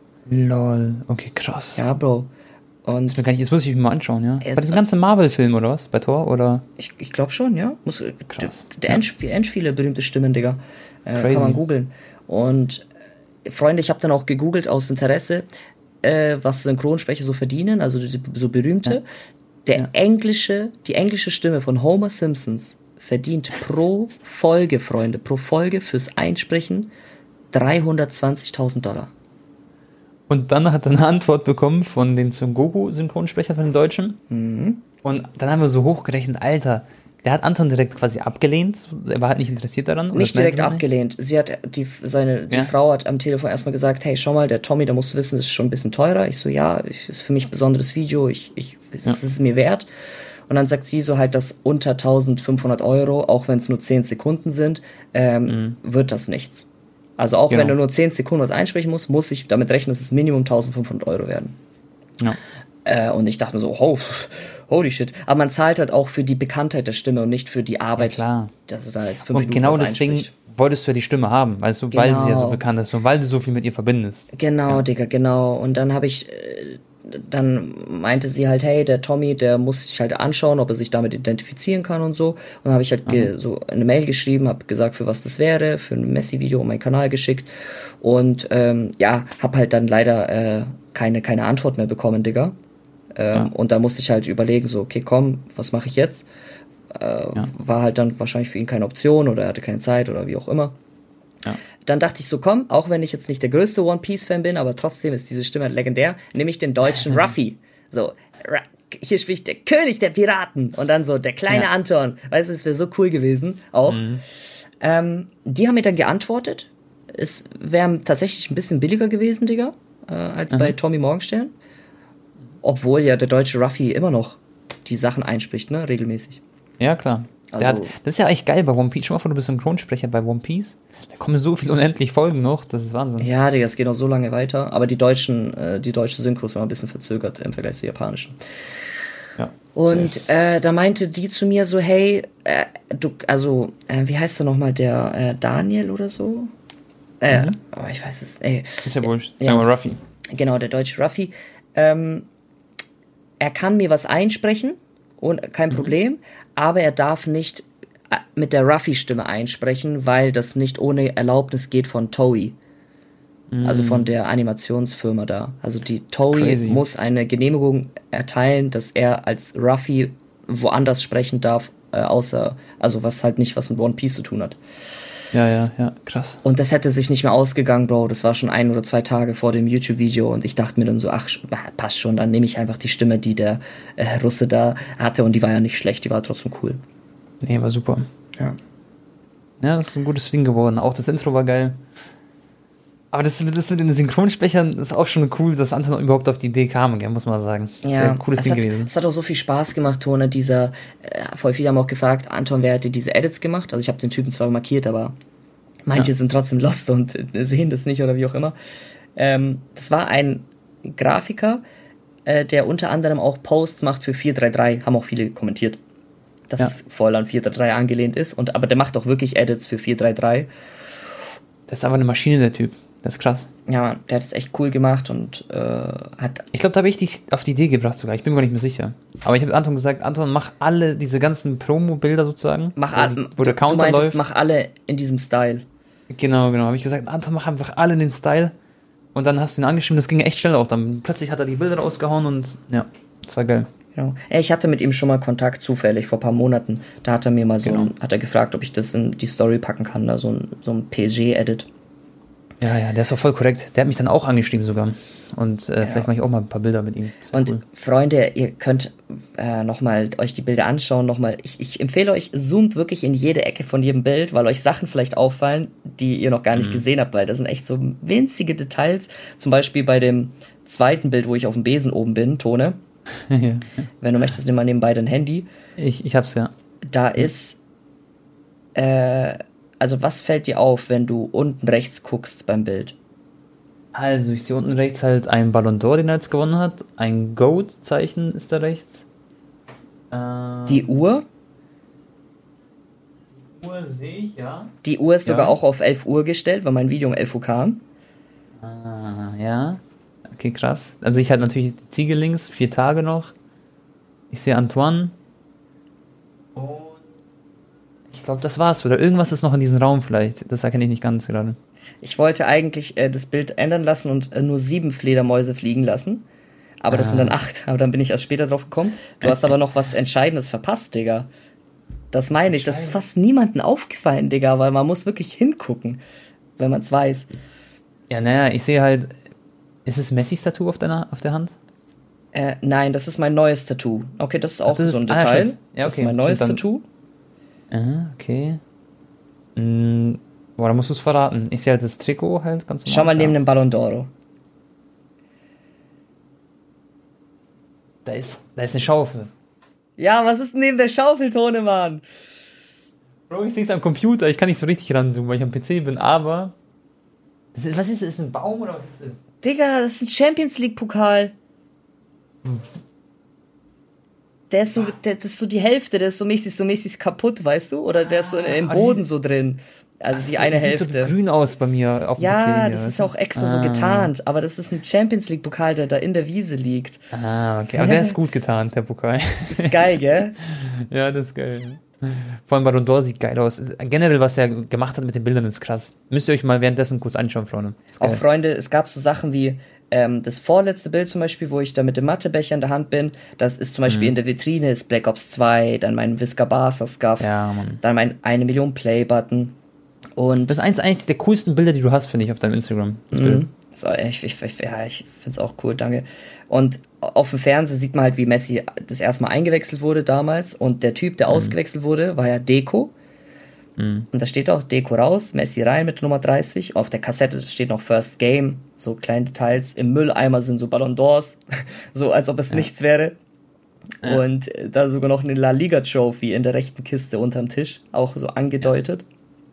Lol, okay, krass. Ja, Bro. Und das mir gar nicht, jetzt muss ich mich mal anschauen, ja. War das ein ganzer Marvel-Film oder was? Bei Thor, oder? Ich, ich glaube schon, ja. Muss, krass. Der, der ja. End viele berühmte Stimmen, Digga. Äh, kann man googeln. Und äh, Freunde, ich habe dann auch gegoogelt aus Interesse, äh, was Synchronsprecher so verdienen, also die, so berühmte. Ja. Der ja. englische, die englische Stimme von Homer Simpsons verdient pro Folge, Freunde, pro Folge fürs Einsprechen dreihundertzwanzigtausend Dollar. Und dann hat er eine Antwort bekommen von den Son Goku-Synchronsprechern von den Deutschen. Mhm. Und dann haben wir so hochgerechnet, Alter, der hat Anton direkt quasi abgelehnt. Er war halt nicht interessiert daran. Nicht direkt abgelehnt. Sie hat, die, seine, die ja. Frau hat am Telefon erstmal gesagt, hey, schau mal, der Tommy, da musst du wissen, das ist schon ein bisschen teurer. Ich so, ja, ich, ist für mich ein besonderes Video, ich, ich, es ja. ist es mir wert. Und dann sagt sie so halt, dass unter eintausendfünfhundert Euro, auch wenn es nur zehn Sekunden sind, ähm, mhm. wird das nichts. Also auch genau. wenn du nur zehn Sekunden was einsprechen musst, muss ich damit rechnen, dass es Minimum eintausendfünfhundert Euro werden. Ja. Äh, und ich dachte mir so, oh, holy shit. Aber man zahlt halt auch für die Bekanntheit der Stimme und nicht für die Arbeit, ja, klar. dass es da jetzt fünf und Minuten genau deswegen einspricht. Wolltest du ja die Stimme haben, weißt du, genau. weil sie ja so bekannt ist und weil du so viel mit ihr verbindest. Genau, ja. Digga, genau. Und dann habe ich, dann meinte sie halt, hey, der Tommy, der muss sich halt anschauen, ob er sich damit identifizieren kann und so. Und dann habe ich halt ge- so eine Mail geschrieben, habe gesagt, für was das wäre, für ein Messi-Video um meinen Kanal geschickt. Und ähm, ja, habe halt dann leider äh, keine, keine Antwort mehr bekommen, Digga. Ähm, ja. Und da musste ich halt überlegen, so, okay, komm, was mache ich jetzt? Äh, ja. War halt dann wahrscheinlich für ihn keine Option oder er hatte keine Zeit oder wie auch immer. Ja. Dann dachte ich so, komm, auch wenn ich jetzt nicht der größte One-Piece-Fan bin, aber trotzdem ist diese Stimme legendär, nehme ich den deutschen Ruffy. So, Ra- hier spricht der König der Piraten und dann so der kleine ja. Anton. Weißt du, es wäre so cool gewesen, auch. Mhm. Ähm, die haben mir dann geantwortet, es wäre tatsächlich ein bisschen billiger gewesen, Digga, äh, als mhm. bei Tommy Morgenstern. Obwohl ja der deutsche Ruffy immer noch die Sachen einspricht, ne, regelmäßig. Ja, klar. Also, hat, das ist ja eigentlich geil bei One Piece. Schau mal vor, du bist Synchronsprecher bei One Piece. Da kommen so viele unendlich Folgen noch, das ist Wahnsinn. Ja, Digga, es geht noch so lange weiter. Aber die deutschen, äh, die deutsche Synchro ist immer ein bisschen verzögert im Vergleich zur japanischen. Ja. Und äh, da meinte die zu mir so, hey, äh, du, also, äh, wie heißt der nochmal, der äh, Daniel oder so? Äh, mhm. oh, ich weiß es, ey. Ist ja wurscht. Sagen wir Ruffy. Genau, der deutsche Ruffy. Ähm, er kann mir was einsprechen, und kein Problem, mhm. aber er darf nicht mit der Ruffy-Stimme einsprechen, weil das nicht ohne Erlaubnis geht von Toei. Mhm. Also von der Animationsfirma da. Also die Toei Crazy. Muss eine Genehmigung erteilen, dass er als Ruffy woanders sprechen darf, äh, außer, also was halt nicht was mit One Piece zu tun hat. Ja, ja, ja, krass. Und das hätte sich nicht mehr ausgegangen, Bro. Das war schon ein oder zwei Tage vor dem YouTube-Video und ich dachte mir dann so, ach, passt schon, dann nehme ich einfach die Stimme, die der äh, Russe da hatte und die war ja nicht schlecht, die war trotzdem cool. Nee, war super. Ja. Ja, das ist ein gutes Ding geworden. Auch das Intro war geil. Aber das, das mit den Synchronsprechern ist auch schon cool, dass Anton überhaupt auf die Idee kam, gell, muss man sagen. Das ja, ein cooles Ding hat, gewesen. Es hat auch so viel Spaß gemacht, Tone, dieser, äh, voll viele haben auch gefragt, Anton, wer hat dir diese Edits gemacht? Also ich habe den Typen zwar markiert, aber manche ja. sind trotzdem lost und äh, sehen das nicht oder wie auch immer. Ähm, das war ein Grafiker, äh, der unter anderem auch Posts macht für vier drei drei, haben auch viele kommentiert, dass ja. es voll an vier drei drei angelehnt ist, und aber der macht auch wirklich Edits für vier drei drei. Das ist einfach eine Maschine, der Typ. Das ist krass. Ja, der hat es echt cool gemacht und äh, hat... Ich glaube, da habe ich dich auf die Idee gebracht sogar. Ich bin mir gar nicht mehr sicher. Aber ich habe Anton gesagt, Anton, mach alle diese ganzen Promo-Bilder sozusagen. Mach alle, wo der Counter du meintest, läuft. Mach alle in diesem Style. Genau, genau. Habe ich gesagt, Anton, mach einfach alle in den Style Und dann hast du ihn angeschrieben, das ging echt schnell auch. Dann plötzlich hat er die Bilder rausgehauen und ja, das war geil. Genau. Ich hatte mit ihm schon mal Kontakt zufällig vor ein paar Monaten. Da hat er mir mal so Genau. ein, hat er gefragt, ob ich das in die Story packen kann, da so ein, so ein P S G-Edit. Ja, ja, der ist auch voll korrekt. Der hat mich dann auch angeschrieben sogar. Und äh, Ja. vielleicht mache ich auch mal ein paar Bilder mit ihm. Das wär Und cool. Freunde, ihr könnt äh, nochmal euch die Bilder anschauen, nochmal. Ich, ich empfehle euch, zoomt wirklich in jede Ecke von jedem Bild, weil euch Sachen vielleicht auffallen, die ihr noch gar nicht Mhm. gesehen habt, weil das sind echt so winzige Details. Zum Beispiel bei dem zweiten Bild, wo ich auf dem Besen oben bin, Tone. ja. Wenn du möchtest, nimm mal nebenbei dein Handy. Ich, ich hab's ja. Da ist, äh, also was fällt dir auf, wenn du unten rechts guckst beim Bild? Also, ich sehe unten rechts halt einen Ballon d'Or, den er jetzt gewonnen hat. Ein Goat-Zeichen ist da rechts. Ähm, Die Uhr? Uhr sehe ich, ja. Die Uhr ist sogar Ja. auch auf elf Uhr gestellt, weil mein Video um elf Uhr kam. Ah, ja. Okay, krass. Also, ich hatte natürlich die Ziege links, vier Tage noch. Ich sehe Antoine. Und ich glaube, das war's. Oder irgendwas ist noch in diesem Raum vielleicht. Das erkenne ich nicht ganz gerade. Ich wollte eigentlich äh, das Bild ändern lassen und äh, nur sieben Fledermäuse fliegen lassen. Aber das Ah. sind dann acht. Aber dann bin ich erst später drauf gekommen. Du hast aber noch was Entscheidendes verpasst, Digga. Das meine ich. Das ist fast niemandem aufgefallen, Digga, weil man muss wirklich hingucken, wenn man es weiß. Ja, naja, ich sehe halt. Ist es Messis Tattoo auf, deiner, auf der Hand? Äh, nein, das ist mein neues Tattoo. Okay, das ist auch Ach, das so ein ist- ah, ja, Detail. stimmt. Ja, Das ist okay, mein neues stimmt, dann- Tattoo. Aha, okay. Mm, boah, da musst du es verraten. Ich sehe halt das Trikot halt ganz normal. Schau mal neben ja. dem Ballon d'Oro. Da ist, da ist eine Schaufel. Ja, was ist denn neben der Schaufeltone, Mann? Bro, ich sehe es am Computer. Ich kann nicht so richtig ranzoomen, weil ich am P C bin, aber. Das ist, was ist das? Ist das ein Baum oder was ist das? Digga, das ist ein Champions League-Pokal. Der ist so, der, das ist so die Hälfte, der ist so mäßig, so mäßig kaputt, weißt du? Oder der ist so in, im Ah, die Boden sind- so drin. Also die So, eine das Hälfte. Sieht so grün aus bei mir auf dem P C. Ja, hier, das weißt ist du? auch extra so Ah. getarnt. Aber das ist ein Champions League-Pokal, der da in der Wiese liegt. Ah, okay. Aber der ist gut getan, der Pokal. Ist geil, gell? Ja, das ist geil. Vor allem Ballon d'Or sieht geil aus. Generell, was er gemacht hat mit den Bildern, ist krass. Müsst ihr euch mal währenddessen kurz anschauen, Freunde. Ist Auch geil. Freunde, es gab so Sachen wie ähm, das vorletzte Bild zum Beispiel, wo ich da mit dem Mathebecher in der Hand bin. Das ist zum Mhm. Beispiel in der Vitrine, ist Black Ops zwei, dann mein Visca Barca Scuff, Ja, Mann. dann mein eine Million Play-Button. Und Das ist eins eigentlich der coolsten Bilder, die du hast, finde ich, auf deinem Instagram. Das Bild. Mhm. So, ich ich, ich, ja, ich finde es auch cool, danke. Und auf dem Fernseher sieht man halt, wie Messi das erste Mal eingewechselt wurde damals. Und der Typ, der Mhm. ausgewechselt wurde, war ja Deco. Und da steht auch Deco raus, Messi rein mit Nummer dreißig. Auf der Kassette steht noch First Game, so kleine Details. Im Mülleimer sind so Ballon d'Ors, so als ob es nichts wäre. Ja. Und äh, da sogar noch eine La Liga Trophy in der rechten Kiste unterm Tisch, auch so angedeutet.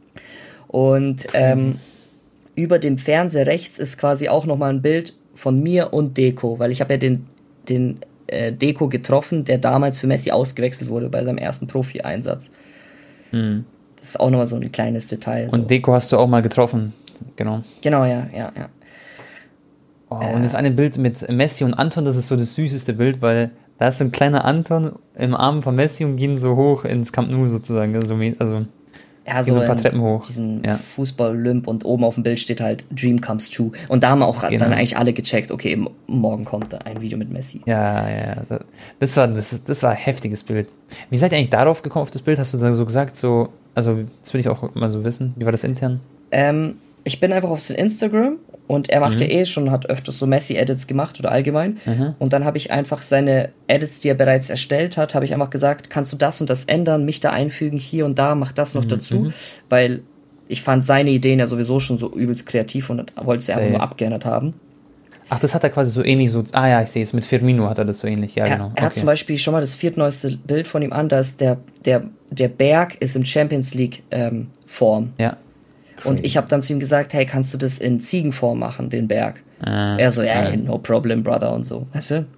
Und ähm, über dem Fernseher rechts ist quasi auch nochmal ein Bild von mir und Deco, weil ich habe ja den, den äh, Deco getroffen, der damals für Messi ausgewechselt wurde bei seinem ersten Profi-Einsatz. Mhm. Das ist auch nochmal so ein kleines Detail. Und so. Deko hast du auch mal getroffen. Genau. Genau, ja, ja, ja. Oh, und das eine Bild mit Messi und Anton, das ist so das süßeste Bild, weil da ist so ein kleiner Anton im Arm von Messi und gehen so hoch ins Camp Nou sozusagen. Also, also Ja, gehen so so ein paar in Treppen hoch. diesen Ja. Fußball-Olymp und oben auf dem Bild steht halt Dream Comes True. Und da haben auch Genau. dann eigentlich alle gecheckt, okay, m- morgen kommt da ein Video mit Messi. Ja, ja, ja. Das- Das war, das, ist- das war ein heftiges Bild. Wie seid ihr eigentlich darauf gekommen, auf das Bild? Hast du da so gesagt, so, also, das will ich auch mal so wissen. Wie war das intern? Ähm, ich bin einfach auf sein Instagram und er macht Mhm. ja eh schon, hat öfters so Messi-Edits gemacht oder allgemein. Mhm. Und dann habe ich einfach seine Edits, die er bereits erstellt hat, habe ich einfach gesagt, kannst du das und das ändern, mich da einfügen, hier und da, mach das noch Mhm, dazu. mhm. Weil ich fand seine Ideen ja sowieso schon so übelst kreativ und wollte sie einfach Safe. nur abgeändert haben. Ach, das hat er quasi so ähnlich so. Ah ja, ich sehe es. Mit Firmino hat er das so ähnlich. Ja, Er, genau. er hat Okay. zum Beispiel schon mal das viertneueste Bild von ihm an, da ist der, der, der Berg ist im Champions League ähm, Form. Ja. Und ich habe dann zu ihm gesagt, hey, kannst du das in Ziegenform machen, den Berg? Äh, Er so, ja, äh, no problem, brother und so, weißt du?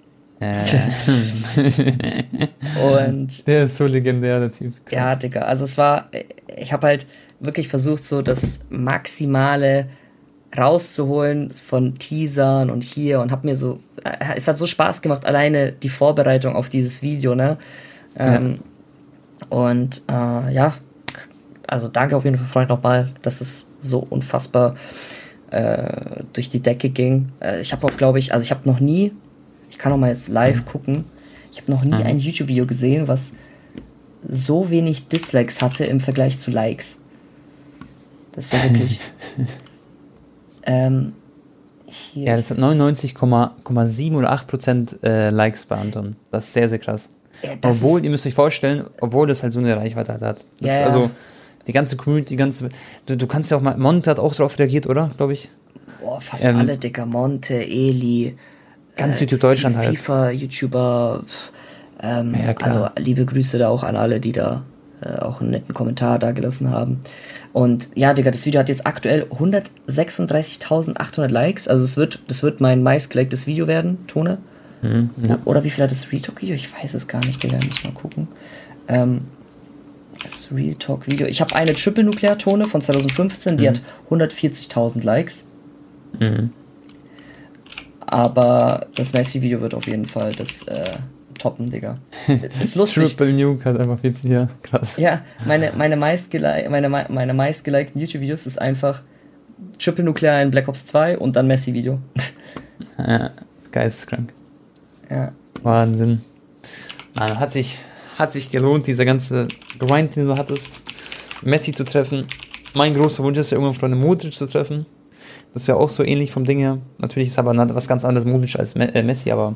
äh, Und der ist so legendär, der Typ. Krass. ja, Digga, also es war, ich habe halt wirklich versucht, so das Maximale rauszuholen von Teasern und hier und hab mir so, es hat so Spaß gemacht, alleine die Vorbereitung auf dieses Video, ne? Ähm, und äh, ja, also danke auf jeden Fall, Freund, nochmal, das ist so unfassbar äh, durch die Decke ging. Äh, ich habe auch, glaube ich, also ich habe noch nie, ich kann auch mal jetzt live mhm. gucken, ich habe noch nie mhm. ein YouTube-Video gesehen, was so wenig Dislikes hatte im Vergleich zu Likes. Das ist ja wirklich... ähm, hier ja, das hat neunundneunzig Komma sieben oder acht Prozent äh, Likes bei Anton. Das ist sehr, sehr krass. Ja, obwohl, ihr müsst euch vorstellen, obwohl das halt so eine Reichweite hat. Das ja, ist ja. Also die ganze Community, die ganze... Du, du kannst ja auch mal... Monte hat auch drauf reagiert, oder? Glaube ich. Boah, fast ähm, alle, Dicker. Monte, Eli... Ganz äh, YouTube Deutschland halt. FIFA-YouTuber... Ähm, ja, also liebe Grüße da auch an alle, die da äh, auch einen netten Kommentar da gelassen haben. Und ja, Digga, das Video hat jetzt aktuell hundertsechsunddreißigtausendachthundert Likes. Also es wird, das wird mein meistgeliktes Video werden, Tone. Mhm, ja. Oder wie viel hat das Real Talk Video? Ich weiß es gar nicht, Digga, muss mal gucken. Ähm, das Real Talk Video. Ich habe eine Triple Nuclear Tone von zweitausendfünfzehn, die mhm. hat hundertvierzigtausend Likes. Mhm. Aber das Messi Video wird auf jeden Fall das äh, toppen, Digga. Ist lustig. Triple Nuke hat einfach vierzig, ja, krass. Ja, meine, meine, meistgele- meine, meine meistgelikten YouTube-Videos ist einfach Triple Nuclear in Black Ops zwei und dann Messi-Video. Ja, geisteskrank. Ja. Wahnsinn. Man, hat sich, hat sich gelohnt, dieser ganze Grind, den du hattest, Messi zu treffen. Mein großer Wunsch ist ja irgendwann Freunde Modric zu treffen. Das wäre auch so ähnlich vom Ding her. Natürlich ist aber was ganz anderes Modric als Me- äh, Messi, aber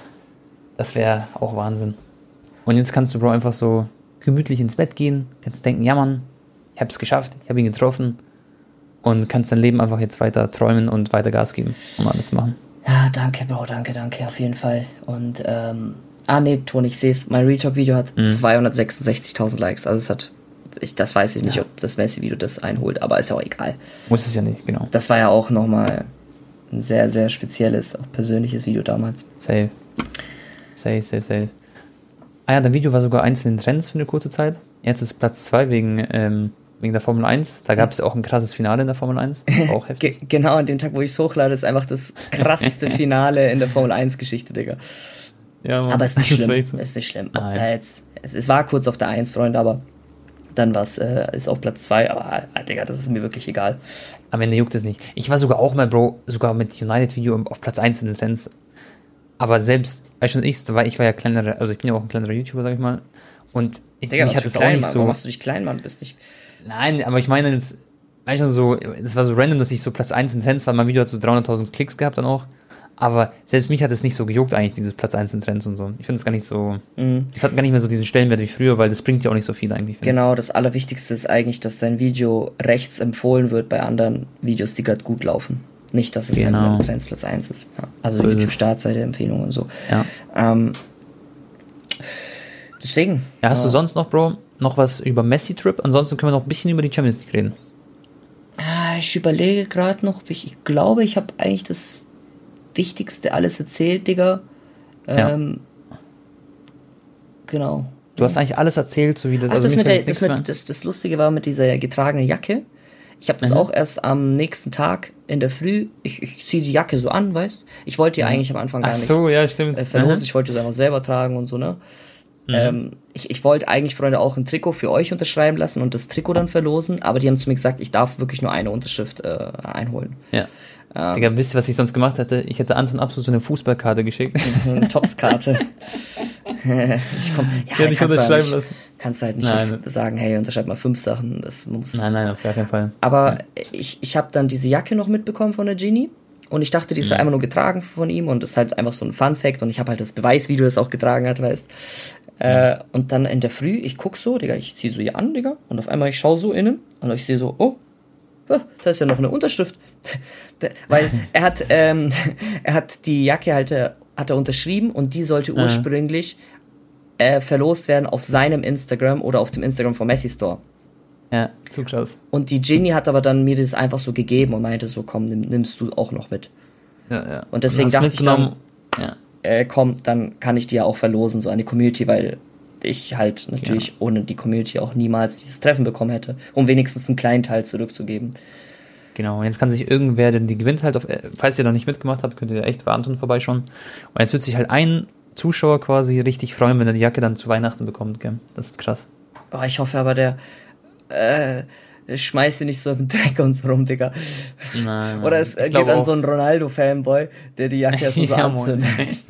das wäre auch Wahnsinn. Und jetzt kannst du, Bro, einfach so gemütlich ins Bett gehen, kannst denken, ja Mann, ich hab's geschafft, ich habe ihn getroffen und kannst dein Leben einfach jetzt weiter träumen und weiter Gas geben und alles machen. Ja, danke, Bro, danke, danke, auf jeden Fall. Und, ähm, ah nee, Ton, ich seh's, mein Retalk-Video hat mhm. zweihundertsechsundsechzigtausend Likes, also es hat, ich, das weiß ich nicht, ja. ob das Messi-Video das einholt, aber ist ja auch egal. Muss es ja nicht, genau. Das war ja auch nochmal ein sehr, sehr spezielles, auch persönliches Video damals. Safe. Safe, safe, safe. Ah ja, das Video war sogar eins in den Trends für eine kurze Zeit. Jetzt ist Platz zwei wegen, ähm, wegen der Formel eins. Da gab es auch ein krasses Finale in der Formel eins. War auch heftig. Ge- genau, an dem Tag, wo ich es hochlade, ist einfach das krasseste Finale in der Formel eins Geschichte, Digga. Ja, Mann. Aber ist nicht schlimm. So. Ist nicht schlimm. Ob da jetzt, es, es war kurz auf der eins, Freunde, aber dann war es äh, ist auf Platz zwei. Aber, äh, Digga, das ist mir wirklich egal. Am Ende juckt es nicht. Ich war sogar auch mal, Bro, sogar mit United-Video auf Platz eins in den Trends. Aber selbst, weißt du, ich, weil ich war ja kleinerer, also ich bin ja auch ein kleinerer YouTuber, sag ich mal. Und ich, Digga, mich hat das auch nicht Mann? so. Warum machst du dich klein, Mann? Bist nicht. Nein, aber ich meine jetzt, weißt du, so, es war so random, dass ich so Platz eins in Trends war. Mein Video hat so dreihunderttausend Klicks gehabt dann auch. Aber selbst mich hat es nicht so gejuckt eigentlich, dieses Platz eins in Trends und so. Ich finde es gar nicht so, mhm. das hat gar nicht mehr so diesen Stellenwert wie früher, weil das bringt ja auch nicht so viel eigentlich. Genau, das Allerwichtigste ist eigentlich, dass dein Video rechts empfohlen wird bei anderen Videos, die gerade gut laufen. Nicht, dass es genau. ein Trends Platz eins ist. Ja. Also so YouTube-Startseite, Empfehlungen und so. Ja. Ähm, deswegen. Ja, hast äh, du sonst noch, Bro, noch was über Messi-Trip? Ansonsten können wir noch ein bisschen über die Champions League reden. Ich überlege gerade noch, ich, ich glaube, ich habe eigentlich das Wichtigste alles erzählt, Digga. Ähm, ja. Genau. Du hast eigentlich alles erzählt, so wie das... Ach, also das, mit der, das, mit, das, das Lustige war mit dieser getragenen Jacke. Ich habe das mhm. auch erst am nächsten Tag in der Früh, ich, ich ziehe die Jacke so an, weißt? Ich wollte die mhm. eigentlich am Anfang gar Ach nicht so, ja, stimmt. äh, verlosen. Mhm. Ich wollte sie einfach selber tragen und so, ne? Mhm. Ähm, ich, ich wollte eigentlich, Freunde, auch ein Trikot für euch unterschreiben lassen und das Trikot dann verlosen, aber die haben zu mir gesagt, ich darf wirklich nur eine Unterschrift äh, einholen. Ja. Ähm, Digga, wisst ihr, was ich sonst gemacht hätte? Ich hätte Anton absolut so eine Fußballkarte geschickt. Eine Topskarte. ich komm, ja, ja, nicht unterschreiben halt nicht, lassen. Kannst du halt nicht nein. sagen, hey, unterschreib mal fünf Sachen. Das muss. Nein, nein, auf gar keinen Fall. Aber ja. ich, ich habe dann diese Jacke noch mitbekommen von der Genie. Und ich dachte, die ist mhm. einfach nur getragen von ihm und das ist halt einfach so ein Fun-Fact. Und ich habe halt das Beweisvideo, das auch getragen hat, weißt. Mhm. Äh, und dann in der Früh, ich guck so, Digga, ich zieh so hier an, Digga. Und auf einmal, ich schau so innen und ich sehe so, oh, da ist ja noch eine Unterschrift. Weil er hat, ähm, er hat die Jacke halt, hat er unterschrieben und die sollte ja. ursprünglich äh, verlost werden auf seinem Instagram oder auf dem Instagram vom Messi Store. Ja, zu krass. Und die Ginny hat aber dann mir das einfach so gegeben und meinte so, komm, nimm, nimmst du auch noch mit. Ja, ja. Und deswegen dachte ich dann, ja. äh, komm, dann kann ich die ja auch verlosen, so an die Community, weil ich halt natürlich ja. ohne die Community auch niemals dieses Treffen bekommen hätte, um wenigstens einen kleinen Teil zurückzugeben. Genau, und jetzt kann sich irgendwer, denn die gewinnt halt, auf, falls ihr noch nicht mitgemacht habt, könnt ihr echt bei Anton vorbeischauen. Und jetzt wird sich halt ein Zuschauer quasi richtig freuen, wenn er die Jacke dann zu Weihnachten bekommt, gell? Das ist krass. Oh, ich hoffe aber, der, äh, schmeiß sie nicht so im Dreck und so rum, Digga. Nein, nein. Oder es Ich geht glaub an auch. so einen Ronaldo-Fanboy, der die Jacke erstmal so Ja, anzündet.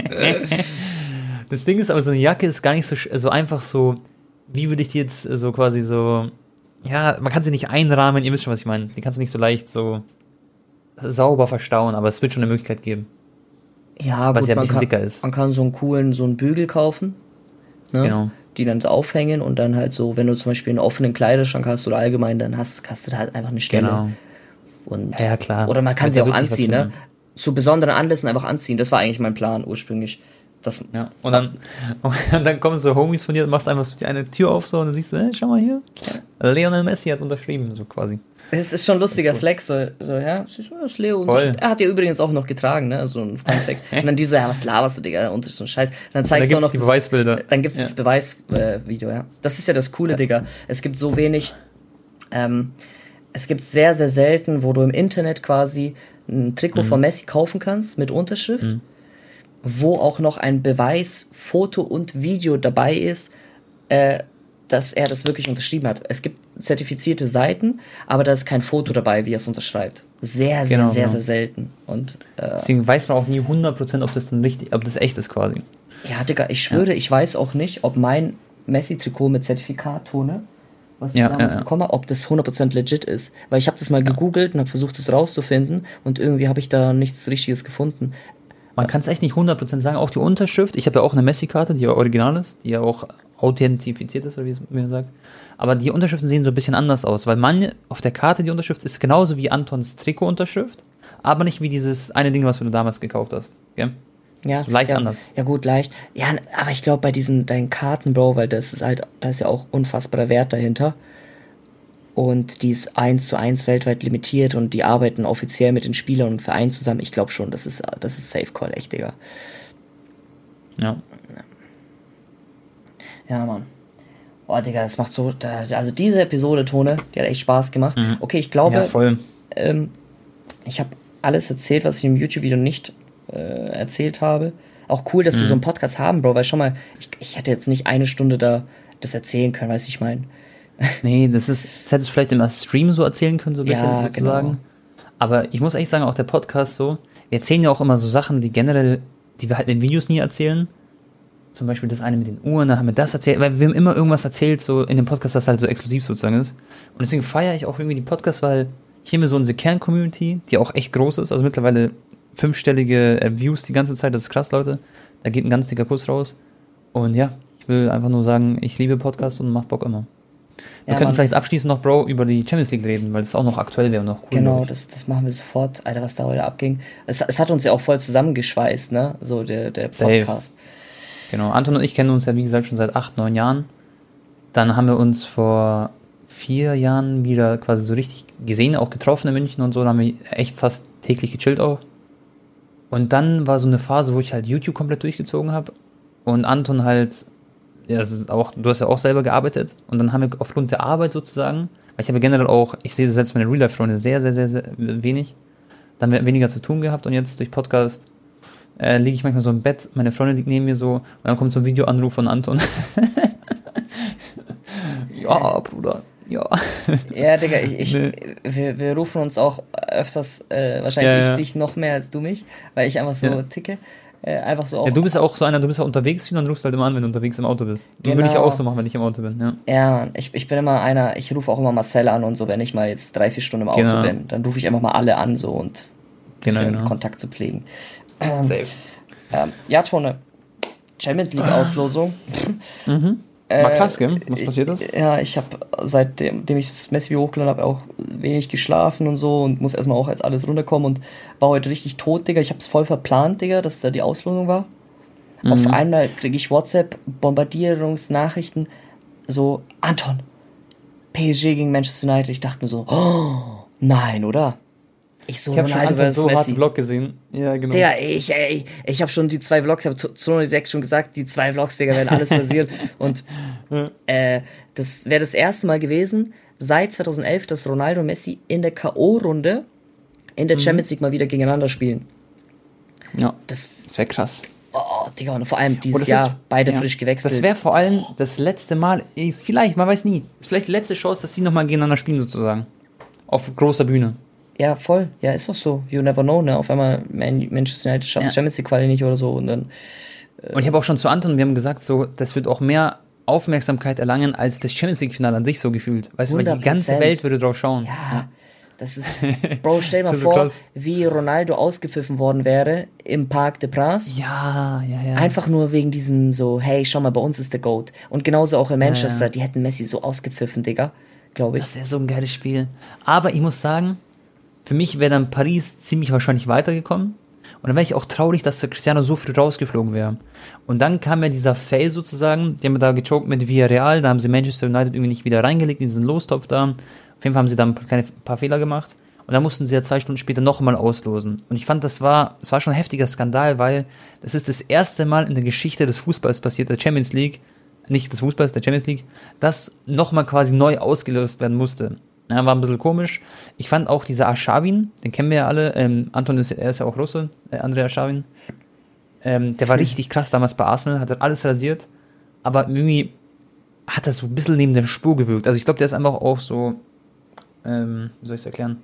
Das Ding ist aber, so eine Jacke ist gar nicht so, sch- so einfach so, wie würde ich die jetzt äh, so quasi so, ja, man kann sie nicht einrahmen, ihr wisst schon, was ich meine. Die kannst du nicht so leicht so sauber verstauen, aber es wird schon eine Möglichkeit geben, Ja, weil gut, sie ja ein man bisschen kann, dicker ist. man kann so einen coolen, so einen Bügel kaufen, ne? Genau. Die dann so aufhängen und dann halt so, wenn du zum Beispiel einen offenen Kleiderschrank hast oder allgemein, dann hast, hast du da halt einfach eine Stelle. Genau. Und, Ja, ja, klar. Oder man kann Mit sie der auch wird sich was anziehen, ne? finden. Zu besonderen Anlässen einfach anziehen. Das war eigentlich mein Plan ursprünglich. Das, Ja, und dann, und dann kommen so Homies von dir und machst einfach so die eine Tür auf so und dann siehst du, hey, schau mal hier, Lionel Messi hat unterschrieben, so quasi. Es ist schon ein lustiger cool. Flex, so, so ja, das ist das Leo. Voll. Er hat ja übrigens auch noch getragen, ne, so ein Fun Fact. Und dann die so, ja, was laberst du, Digga, und so ein Scheiß. Und dann Da zeigst du auch gibt's noch die das- Beweisbilder. Dann gibt's Ja. das Beweisvideo, ja. Das ist ja das Coole, Digga. Es gibt so wenig, ähm, es gibt sehr, sehr selten, wo du im Internet quasi ein Trikot Mhm. von Messi kaufen kannst mit Unterschrift, wo auch noch ein Beweis, Foto und Video dabei ist, äh, dass er das wirklich unterschrieben hat. Es gibt zertifizierte Seiten, aber da ist kein Foto dabei, wie er es unterschreibt. Sehr, sehr, Genau, sehr, genau. sehr selten. Und äh, Deswegen weiß man auch nie hundert Prozent, ob das dann richtig, ob das echt ist quasi. ja, Digga, ich schwöre, ich weiß auch nicht, ob mein Messi-Trikot mit Zertifikat-Tone, was ich Ja, damals ja, ja. bekommen habe, ob das hundert Prozent legit ist. Weil ich habe das mal gegoogelt und habe versucht, das rauszufinden und irgendwie habe ich da nichts Richtiges gefunden. Man kann es echt nicht hundert Prozent sagen, auch die Unterschrift, ich habe ja auch eine Messi-Karte, die ja original ist, die ja auch authentifiziert ist, oder wie es mir sagt. Aber die Unterschriften sehen so ein bisschen anders aus, weil man auf der Karte, die Unterschrift ist genauso wie Antons Trikot-Unterschrift, aber nicht wie dieses eine Ding, was du damals gekauft hast. Gell? Ja, So leicht ja, anders. Ja, gut, leicht. Ja, aber ich glaube, bei diesen deinen Karten, Bro, weil das ist halt, da ist ja auch unfassbarer Wert dahinter. Und die ist eins zu eins weltweit limitiert und die arbeiten offiziell mit den Spielern und Vereinen zusammen. Ich glaube schon, das ist, das ist Safe Call, echt, Digga. Ja. Ja, Mann. Oh, Digga, das macht so, da, also diese Episode, Tone, die hat echt Spaß gemacht. Okay, ich glaube, Ja, voll. ähm, ich habe alles erzählt, was ich im YouTube-Video nicht äh, erzählt habe. Auch cool, dass wir so einen Podcast haben, Bro, weil schon mal, ich, ich hätte jetzt nicht eine Stunde da das erzählen können, weißt du, ich meine. Nee, das ist, das hättest du vielleicht im Stream so erzählen können, so ein bisschen Ja, sozusagen. genau. Aber ich muss echt sagen, auch der Podcast so, wir erzählen ja auch immer so Sachen, die generell, die wir halt in den Videos nie erzählen. Zum Beispiel das eine mit den Uhren, da haben wir das erzählt, weil wir haben immer irgendwas erzählt, so in dem Podcast, das halt so exklusiv sozusagen ist. Und deswegen feiere ich auch irgendwie die Podcasts, weil hier haben wir so unsere Kern-Community, die auch echt groß ist, also mittlerweile fünfstellige äh, Views die ganze Zeit, das ist krass, Leute. Da geht ein ganz dicker Kuss raus. Und ja, ich will einfach nur sagen, ich liebe Podcasts und macht Bock immer. Wir Ja, könnten Mann. vielleicht abschließend noch, Bro, über die Champions League reden, weil es auch noch aktuell wäre und noch cool. Genau, glaub ich. das, das machen wir sofort. Alter, was da heute abging. Es, es hat uns ja auch voll zusammengeschweißt, ne? So der, der Safe. Podcast. Genau, Anton und ich kennen uns ja, wie gesagt, schon seit acht, neun Jahren. Dann haben wir uns vor vier Jahren wieder quasi so richtig gesehen, auch getroffen in München und so. Da haben wir echt fast täglich gechillt auch. Und dann war so eine Phase, wo ich halt YouTube komplett durchgezogen habe. Und Anton halt, ja, das ist auch, du hast ja auch selber gearbeitet. Und dann haben wir aufgrund der Arbeit sozusagen, weil ich habe generell auch, ich sehe selbst meine Real-Life-Freunde sehr, sehr, sehr, sehr wenig. Dann haben wir weniger zu tun gehabt und jetzt durch Podcast äh, liege ich manchmal so im Bett, meine Freundin liegt neben mir so und dann kommt so ein Videoanruf von Anton. Ja, Bruder, ja. Ja, Digga, ich, ich, Nee. wir, wir rufen uns auch öfters, äh, wahrscheinlich Ja, ich ja. dich noch mehr als du mich, weil ich einfach so Ja. ticke. Äh, einfach so auch. Ja, du bist ja auch so einer, du bist ja unterwegs und dann rufst du halt immer an, wenn du unterwegs im Auto bist. Du Genau. würde ich auch so machen, wenn ich im Auto bin, ja. Ja, Mann, ich, ich bin immer einer, ich rufe auch immer Marcel an und so, wenn ich mal jetzt drei, vier Stunden im Auto Genau. bin, dann rufe ich einfach mal alle an so und ein bisschen Genau, genau. Kontakt zu pflegen. Safe. Ähm, ja, Tone, Champions League Auslosung. War krass, gell? Was passiert ist? Ja, ich habe seitdem dem ich das Messi hochgeladen habe, auch wenig geschlafen und so und muss erstmal auch als alles runterkommen und war heute richtig tot, Digga. Ich habe es voll verplant, Digga, dass da die Auslosung war. Auf einmal kriege ich WhatsApp, Bombardierungsnachrichten, so, Anton, P S G gegen Manchester United. Ich dachte mir so, oh, nein, oder? Ich so, Ich habe schon Ronaldo Anton versus so hart Messi. im Vlog gesehen. Ja, genau. Digga, ich, ey, ich habe schon die zwei Vlogs, ich habe zu zu direkt schon gesagt, die zwei Vlogs, Digga, werden alles passieren. Und äh, das wäre das erste Mal gewesen, seit zweitausendelf, dass Ronaldo und Messi in der K O-Runde in der Champions League mal wieder gegeneinander spielen. Ja, Das, das wäre krass. Oh, Digga, und vor allem dieses das Jahr ist- beide ja. frisch gewechselt. Das wäre vor allem das letzte Mal, eh, vielleicht, man weiß nie, ist vielleicht die letzte Chance, dass die nochmal gegeneinander spielen sozusagen. Auf großer Bühne. Ja, voll. Ja, ist doch so. You never know, ne? Auf einmal Man- Manchester United schafft Ja. Champions League Quali nicht oder so und dann. Und ich habe auch schon zu Anton, wir haben gesagt, so, das wird auch mehr Aufmerksamkeit erlangen als das Champions League-Finale an sich so gefühlt. Weißt du, weil die hundert ganze Prozent. Welt würde drauf schauen. Ja, das ist. Bro, stell dir mal Das ist so vor, krass. wie Ronaldo ausgepfiffen worden wäre im Parc de Princes. Ja, ja, ja. Einfach nur wegen diesem so, hey, schau mal, bei uns ist der GOAT. Und genauso auch in Manchester, ja. die hätten Messi so ausgepfiffen, Digga. Glaube ich. Das wäre so ein geiles Spiel. Aber ich muss sagen, für mich wäre dann Paris ziemlich wahrscheinlich weitergekommen. Und dann wäre ich auch traurig, dass der Cristiano so früh rausgeflogen wäre. Und dann kam ja dieser Fail sozusagen, die haben da gechoked mit Villarreal, da haben sie Manchester United irgendwie nicht wieder reingelegt in diesen Lostopf da. Auf jeden Fall haben sie dann ein kleine, paar Fehler gemacht. Und dann mussten sie ja zwei Stunden später nochmal auslosen. Und ich fand, das war, das war schon ein heftiger Skandal, weil das ist das erste Mal in der Geschichte des Fußballs passiert, der Champions League, nicht des Fußballs, der Champions League, dass nochmal quasi neu ausgelöst werden musste. Ja, war ein bisschen komisch. Ich fand auch dieser Arshavin, den kennen wir ja alle, ähm, Anton ist, er ist ja auch Russe, äh, Andrei Arshavin, ähm, der war richtig krass damals bei Arsenal, hat alles rasiert, aber irgendwie hat das so ein bisschen neben der Spur gewirkt. Also ich glaube, der ist einfach auch so, ähm, wie soll ich es erklären?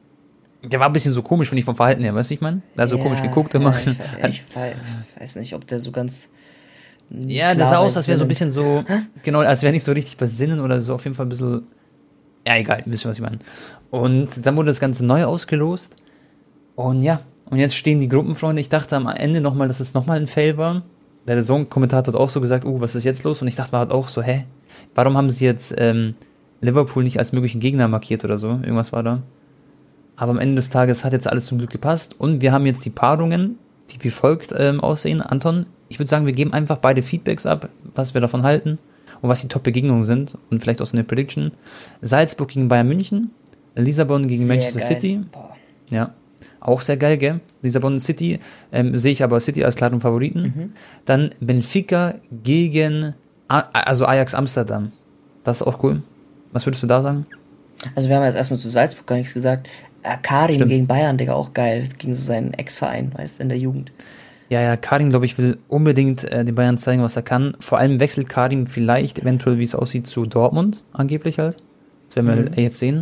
Der war ein bisschen so komisch, finde ich, vom Verhalten her, weißt du, ich meine? Der hat so Ja, komisch geguckt immer. Ja, ich, ich wei- weiß nicht, ob der so ganz. Ja, das klar sah aus, weiß, als wäre so ein Sinn- bisschen so, genau, als wäre nicht so richtig bei Sinnen oder so, auf jeden Fall ein bisschen, ja, egal, ihr wisst schon, was ich meine. Und dann wurde das Ganze neu ausgelost und ja, und jetzt stehen die Gruppenfreunde, ich dachte am Ende nochmal, dass es nochmal ein Fail war. Der Saison-Kommentator hat auch so gesagt, uh, was ist jetzt los? Und ich dachte war halt auch so, hä, warum haben sie jetzt ähm, Liverpool nicht als möglichen Gegner markiert oder so, irgendwas war da. Aber am Ende des Tages hat jetzt alles zum Glück gepasst und wir haben jetzt die Paarungen, die wie folgt ähm, aussehen. Anton, ich würde sagen, wir geben einfach beide Feedbacks ab, was wir davon halten und was die Top-Begegnungen sind und vielleicht auch so eine Prediction. Salzburg gegen Bayern München, Lissabon gegen Sehr Manchester geil. City. Boah. Ja, auch sehr geil, gell? Lissabon City, ähm, sehe ich aber City als klaren Favoriten. Mhm. Dann Benfica gegen, A- also Ajax Amsterdam. Das ist auch cool. Was würdest du da sagen? Also, wir haben jetzt erstmal zu Salzburg gar nichts gesagt. Äh, Karim Stimmt. gegen Bayern, Digga, auch geil. Gegen so seinen Ex-Verein, weißt du, in der Jugend. Ja, ja, Karim, glaube ich, will unbedingt äh, den Bayern zeigen, was er kann. Vor allem wechselt Karim vielleicht, eventuell, wie es aussieht, zu Dortmund, angeblich halt. Das werden wir Mhm. jetzt sehen.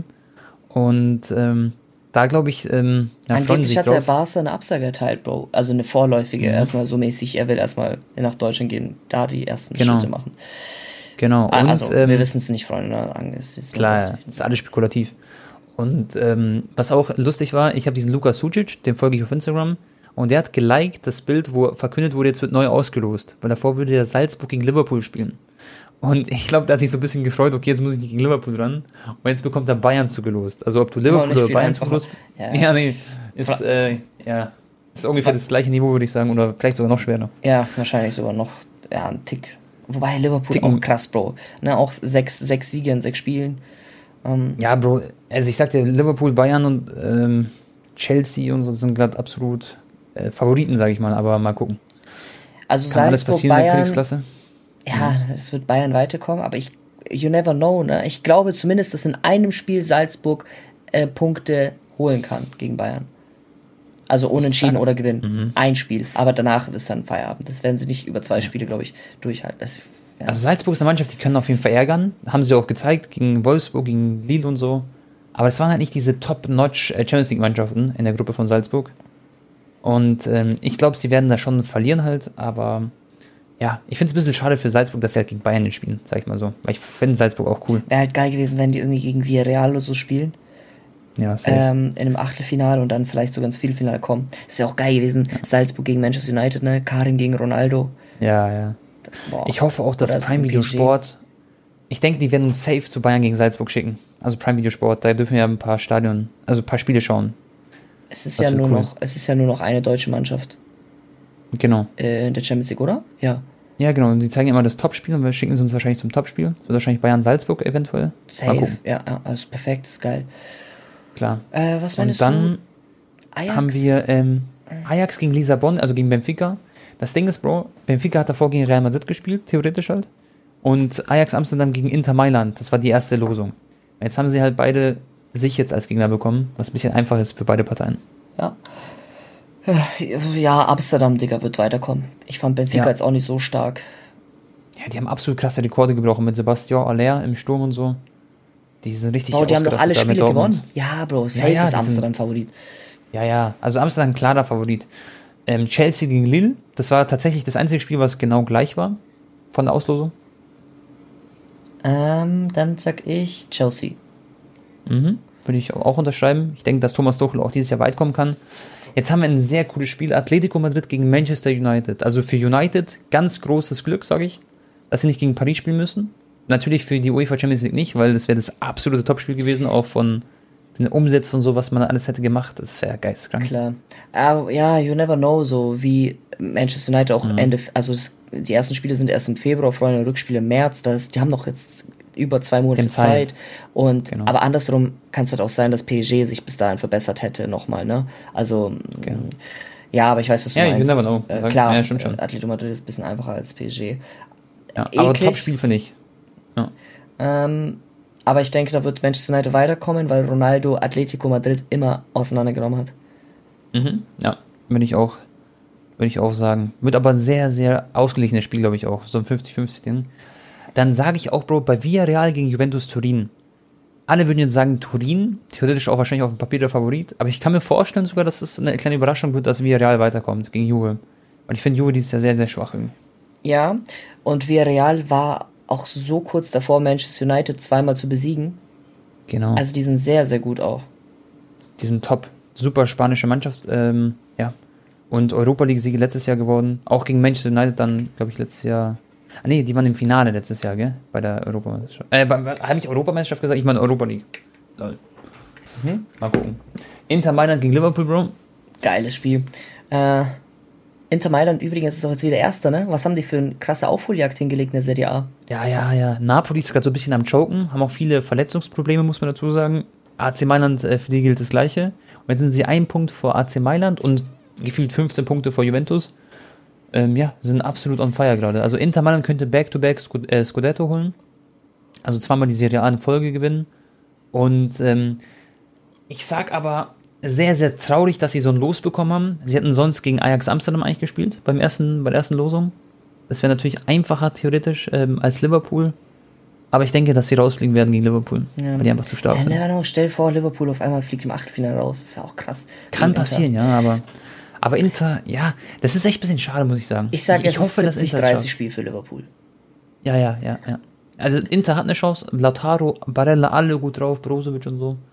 Und ähm, da, glaube ich, ähm, ja, freuen Angeblich sich hat der drauf. Barca eine Absage erteilt, Bro. Also eine vorläufige, Mhm. erstmal so mäßig. Er will erstmal nach Deutschland gehen, da die ersten Genau. Schritte machen. Genau. Ah, Und, also, ähm, wir wissen es nicht, Freunde. Ne? Angst ist nur Klar, was- ja, das ist alles spekulativ. Und ähm, was auch lustig war, ich habe diesen Luka Sucic, den folge ich auf Instagram, und der hat geliked das Bild, wo verkündet wurde, jetzt wird neu ausgelost, weil davor würde der Salzburg gegen Liverpool spielen. Und ich glaube, der hat sich so ein bisschen gefreut, okay, jetzt muss ich nicht gegen Liverpool ran, und jetzt bekommt er Bayern zugelost. Also ob du Liverpool nicht oder viel Bayern einfacher. zugelost, Ja. ja, nee, ist, äh, ja, ist ungefähr das gleiche Niveau, würde ich sagen, oder vielleicht sogar noch schwerer. Ja, wahrscheinlich sogar noch ja, ein Tick. Wobei Liverpool Ticken. auch krass, Bro. Ne, auch sechs, sechs Siege in sechs Spielen. Ähm, Ja, Bro, also ich sagte, Liverpool, Bayern und ähm, Chelsea und so sind gerade absolut äh, Favoriten, sage ich mal, aber mal gucken. also Kann alles Salzburg, passieren in der Bayern, Königsklasse? ja, es wird Bayern weiterkommen, aber ich, you never know, ne? Ich glaube zumindest, dass in einem Spiel Salzburg äh, Punkte holen kann gegen Bayern. Also unentschieden sag- oder gewinnen. Ein Spiel, aber danach ist dann Feierabend. Das werden sie nicht über zwei Spiele, glaube ich, durchhalten. Das, ja. Also Salzburg ist eine Mannschaft, die können auf jeden Fall ärgern. Haben sie auch gezeigt gegen Wolfsburg, gegen Lille und so. Aber es waren halt nicht diese Top-Notch äh, Champions League-Mannschaften in der Gruppe von Salzburg. Und ähm, ich glaube, sie werden da schon verlieren halt, aber ja, ich finde es ein bisschen schade für Salzburg, dass sie halt gegen Bayern nicht spielen, sag ich mal so. Weil ich finde Salzburg auch cool. Wäre halt geil gewesen, wenn die irgendwie gegen Villarreal oder so spielen. Ja, safe. Ähm, in einem Achtelfinale und dann vielleicht sogar ins Viertelfinale kommen. Ist ja auch geil gewesen. Salzburg gegen Manchester United, ne? Karim gegen Ronaldo. Ja, ja. Boah. Ich hoffe auch, dass Oder so Prime Video P S G. Sport, ich denke, die werden uns safe zu Bayern gegen Salzburg schicken. Also Prime Video Sport, da dürfen wir ja ein paar Stadion, also ein paar Spiele schauen. Es ist Das ja wird nur cool. noch, es ist ja nur noch eine deutsche Mannschaft Genau. äh, in der Champions League, oder? Ja. Ja, genau. Und sie zeigen immer das Topspiel und wir schicken sie uns wahrscheinlich zum Topspiel. Das wird wahrscheinlich Bayern-Salzburg eventuell. Mal Safe. gucken. Ja, ja, also perfekt, ist geil. Klar. Äh, was meinst Und dann du? Ajax? haben wir ähm, Ajax gegen Lissabon, also gegen Benfica. Das Ding ist, Bro, Benfica hat davor gegen Real Madrid gespielt, theoretisch halt. Und Ajax Amsterdam gegen Inter Mailand. Das war die erste Losung. Jetzt haben sie halt beide sich jetzt als Gegner bekommen, was ein bisschen einfach ist für beide Parteien. Ja. Ja, Amsterdam, Digga, wird weiterkommen. Ich fand Benfica Ja. jetzt auch nicht so stark. Ja, die haben absolut krasse Rekorde gebrochen mit Sebastian Aller im Sturm und so. Die sind richtig Bro, die haben doch alle ausgerastet da mit Spiele Dortmund. gewonnen. Ja, Bro, Ja, safe ja, ist die sind, Amsterdam Favorit. ja, ja. Also Amsterdam klarer Favorit. Ähm, Chelsea gegen Lille, das war tatsächlich das einzige Spiel, was genau gleich war von der Auslosung. Ähm, dann sag ich Chelsea. Mhm. Würde ich auch unterschreiben. Ich denke, dass Thomas Tuchel auch dieses Jahr weit kommen kann. Jetzt haben wir ein sehr cooles Spiel. Atletico Madrid gegen Manchester United. Also für United ganz großes Glück, sage ich, dass sie nicht gegen Paris spielen müssen. Natürlich für die UEFA Champions League nicht, weil das wäre das absolute Topspiel gewesen, auch von den Umsätzen und so, was man da alles hätte gemacht. Das wäre geisteskrank. Klar. Aber ja, you never know, so wie Manchester United auch Mhm. Ende, also das, die ersten Spiele sind erst im Februar, Freunde, Rückspiele im März, das, die haben noch jetzt über zwei Monate Die haben Zeit. Zeit. Und Genau. aber andersrum kann es halt auch sein, dass P S G sich bis dahin verbessert hätte nochmal, ne? Also Genau. mh, ja, aber ich weiß, was du Ja, you meinst. never know. Äh, Sag- klar, ja, stimmt schon. äh, Atletico Madrid ist ein bisschen einfacher als P S G. Ja, aber Eklig. Topspiel finde ich. Ja. Ähm, aber ich denke, da wird Manchester United weiterkommen, weil Ronaldo Atletico Madrid immer auseinandergenommen hat. Mhm. Ja, würde ich auch, würde ich auch sagen. Wird aber sehr, sehr ausgeglichenes Spiel, glaube ich auch. So ein fünfzig fünfzig Ding. Dann sage ich auch, Bro, bei Villarreal gegen Juventus Turin. Alle würden jetzt sagen, Turin, theoretisch auch wahrscheinlich auf dem Papier der Favorit, aber ich kann mir vorstellen sogar, dass es eine kleine Überraschung wird, dass Villarreal weiterkommt gegen Juve. Weil ich finde Juve dieses Jahr sehr, sehr schwach irgendwie. Ja, und Villarreal war auch so kurz davor, Manchester United zweimal zu besiegen. Genau. Also die sind sehr, sehr gut auch. Die sind top. Super spanische Mannschaft, ähm, ja. Und Europa League-Siege letztes Jahr geworden. Auch gegen Manchester United dann, glaube ich, letztes Jahr. Ah, nee, die waren im Finale letztes Jahr, gell? Bei der Europameisterschaft. Äh, habe ich Europameisterschaft gesagt? Ich meine Europa League. Lol. Mhm. Mal gucken. Inter Mailand gegen Liverpool, Bro. Geiles Spiel. Äh, Inter Mailand übrigens ist auch jetzt wieder Erster, ne? Was haben die für eine krasse Aufholjagd hingelegt in der Serie A? Ja, ja, ja. Napoli ist gerade so ein bisschen am Choken, haben auch viele Verletzungsprobleme, muss man dazu sagen. A C Mailand, äh, für die gilt das Gleiche. Und jetzt sind sie einen Punkt vor A C Mailand und gefühlt fünfzehn Punkte vor Juventus. Ähm, ja, sind absolut on fire gerade. Also Inter Mailand könnte Back-to-Back Scud äh, Scudetto holen. Also zweimal die Serie A in Folge gewinnen. Und ähm, ich sag aber, sehr, sehr traurig, dass sie so ein Los bekommen haben. Sie hätten sonst gegen Ajax Amsterdam eigentlich gespielt, beim ersten, bei der ersten Losung. Das wäre natürlich einfacher, theoretisch, ähm, als Liverpool. Aber ich denke, dass sie rausfliegen werden gegen Liverpool, Ja. weil die einfach zu stark Ja, sind. never know. Stell dir vor, Liverpool auf einmal fliegt im Achtelfinale raus. Das wäre auch krass. Kann Gegen Inter. passieren, ja, aber, aber Inter, ja, das ist echt ein bisschen schade, muss ich sagen. Ich sage, es ist siebzig Inter dreißig schafft. Spiel für Liverpool. Ja, ja, ja, ja. Also Inter hat eine Chance, Lautaro, Barella, alle gut drauf, Brozovic und so.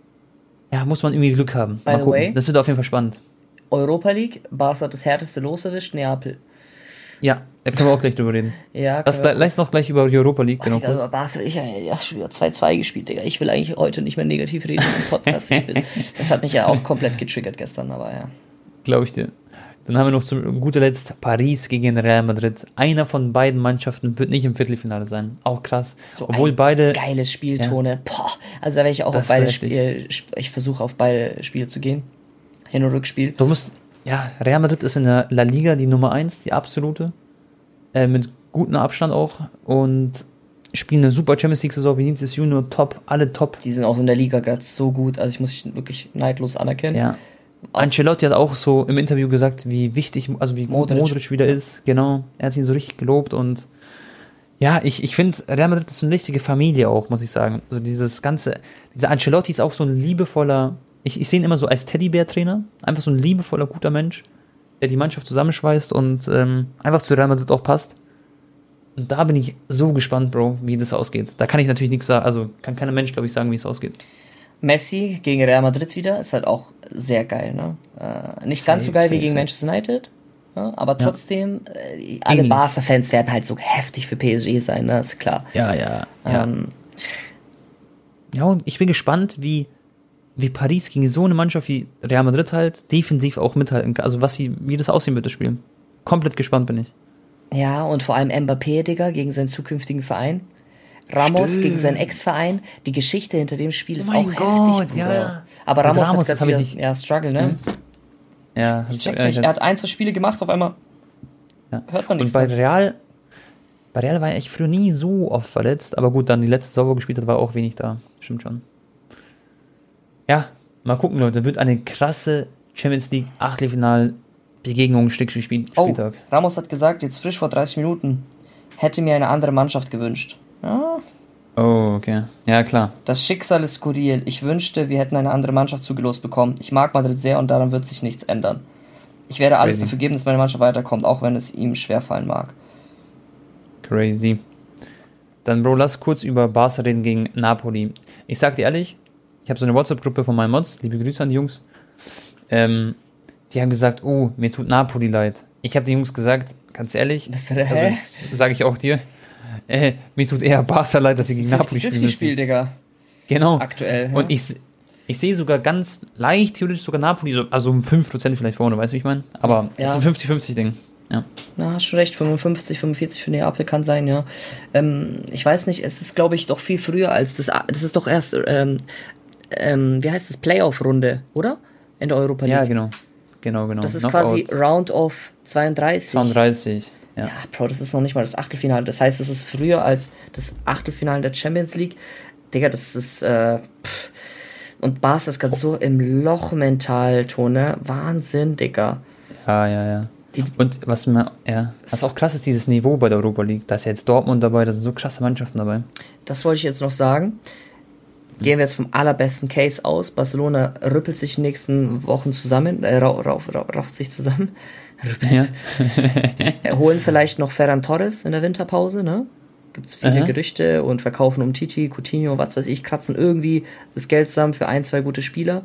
Ja, muss man irgendwie Glück haben. By Mal the gucken. way- Das wird auf jeden Fall spannend. Europa League, Barca hat das härteste Los erwischt, Neapel. Ja, da können wir auch gleich drüber reden. Ja, Lass, können wir lass noch gleich über die Europa League, Oh, genau Digga, kurz. über Barca, ich habe ja schon wieder zwei zwei gespielt, Digga. Ich will eigentlich heute nicht mehr negativ reden im Podcast. Ich bin, das hat mich ja auch komplett getriggert gestern, aber ja. Glaube ich dir. Dann haben wir noch zum guter Letzt Paris gegen Real Madrid. Einer von beiden Mannschaften wird nicht im Viertelfinale sein. Auch krass. So Obwohl ein beide. geiles Spiel, Tone. Boah, also da werde ich auch Das auf beide ist Spiele, ich versuche auf beide Spiele zu gehen. Hin- und Rückspiel. Du musst. Ja, Real Madrid ist in der La Liga die Nummer eins, die absolute. Äh, mit gutem Abstand auch. Und spielen eine super Champions League-Saison. Vinicius Junior top, alle top. Die sind auch in der Liga gerade so gut, also ich muss ich wirklich neidlos anerkennen. Ja. Ancelotti hat auch so im Interview gesagt, wie wichtig, also wie gut Modric. Modric wieder ist. Genau. Er hat ihn so richtig gelobt und ja, ich, ich finde, Real Madrid ist so eine richtige Familie auch, muss ich sagen. Also dieses ganze, dieser Ancelotti ist auch so ein liebevoller, ich, ich sehe ihn immer so als Teddybär-Trainer, einfach so ein liebevoller, guter Mensch, der die Mannschaft zusammenschweißt und ähm, einfach zu Real Madrid auch passt. Und da bin ich so gespannt, Bro, wie das ausgeht. Da kann ich natürlich nichts sagen, also kann keiner Mensch, glaube ich, sagen, wie es ausgeht. Messi gegen Real Madrid wieder, ist halt auch sehr geil, ne? Äh, nicht ganz so Safe, geil safe, wie gegen safe. Manchester United, ne? Aber Ja. trotzdem, äh, alle Ähnlich. Barca-Fans werden halt so heftig für P S G sein, ne? Ist klar. Ja, ja, ja. Ähm, Ja, und ich bin gespannt, wie, wie Paris gegen so eine Mannschaft wie Real Madrid halt defensiv auch mithalten kann. Also was sie, wie das aussehen wird, das Spiel. Komplett gespannt bin ich. ja, und vor allem Mbappé, Digga, gegen seinen zukünftigen Verein. Ramos Stimmt. gegen seinen Ex-Verein. Die Geschichte hinter dem Spiel ist Oh mein auch Gott, heftig, Bruder. ja. Aber Mit Ramos, Ramos, hat das grad hab ich wieder, nicht- ja, Struggle, ne? Ja, Ich check nicht. Er hat ein, zwei Spiele gemacht, auf einmal ja. hört man Und nichts. bei mehr. Real, bei Real war er echt früher nie so oft verletzt, aber gut, dann die letzte Saison, wo er gespielt hat, war auch wenig da. Stimmt schon. Ja, mal gucken, Leute. Wird eine krasse Champions League Achtelfinal Begegnung Stück Spiel, Oh, Spieltag. Ramos hat gesagt, jetzt frisch vor dreißig Minuten, hätte mir eine andere Mannschaft gewünscht. Ja, Oh, okay. Ja, klar. das Schicksal ist skurril. Ich wünschte, wir hätten eine andere Mannschaft zugelost bekommen. Ich mag Madrid sehr und daran wird sich nichts ändern. Ich werde alles Crazy. dafür geben, dass meine Mannschaft weiterkommt, auch wenn es ihm schwerfallen mag. Crazy. Dann, Bro, lass kurz über Barca reden gegen Napoli. Ich sag dir ehrlich, ich habe so eine WhatsApp-Gruppe von meinen Mods, liebe Grüße an die Jungs. Ähm, die haben gesagt, oh, mir tut Napoli leid. Ich habe den Jungs gesagt, ganz ehrlich, Das, hä? also, sage ich auch dir, äh, mir tut eher Barca leid, dass sie gegen Napoli spielen müssen. Spiel, Digga. Genau. Aktuell. Und ich, ich sehe sogar ganz leicht, theoretisch sogar Napoli, so, also um fünf Prozent vielleicht vorne, weißt du, wie ich meine? Aber es Ja. ist ein fünfzig fünfzig Ding. Ja. Ja, hast schon recht, fünfundfünfzig, fünfundvierzig für Neapel kann sein, ja. Ähm, ich weiß nicht, es ist, glaube ich, doch viel früher als das. Das ist doch erst, ähm, ähm, wie heißt das, Playoff-Runde, oder? In der Europa League. Ja, genau. Genau, genau. Das ist Knockouts. quasi Round of zweiunddreißig. zweiunddreißig. Ja. Ja, Bro, das ist noch nicht mal das Achtelfinale. Das heißt, es ist früher als das Achtelfinale der Champions League. Digga, das ist, äh, pff. Und Barca ist gerade so im Loch mental, Tone. Wahnsinn, Digga. Ja, ja, ja. Die- Und was mir, ja, was auch krass ist, dieses Niveau bei der Europa League. Da ist ja jetzt Dortmund dabei, da sind so krasse Mannschaften dabei. Das wollte ich jetzt noch sagen. Gehen wir jetzt vom allerbesten Case aus. Barcelona rüppelt sich in den nächsten Wochen zusammen, äh, ra ra ra rafft sich zusammen. Ja. Äh, Holen vielleicht noch Ferran Torres in der Winterpause, ne? Gibt's viele Aha. Gerüchte und verkaufen um Titi, Coutinho, was weiß ich, kratzen irgendwie das Geld zusammen für ein, zwei gute Spieler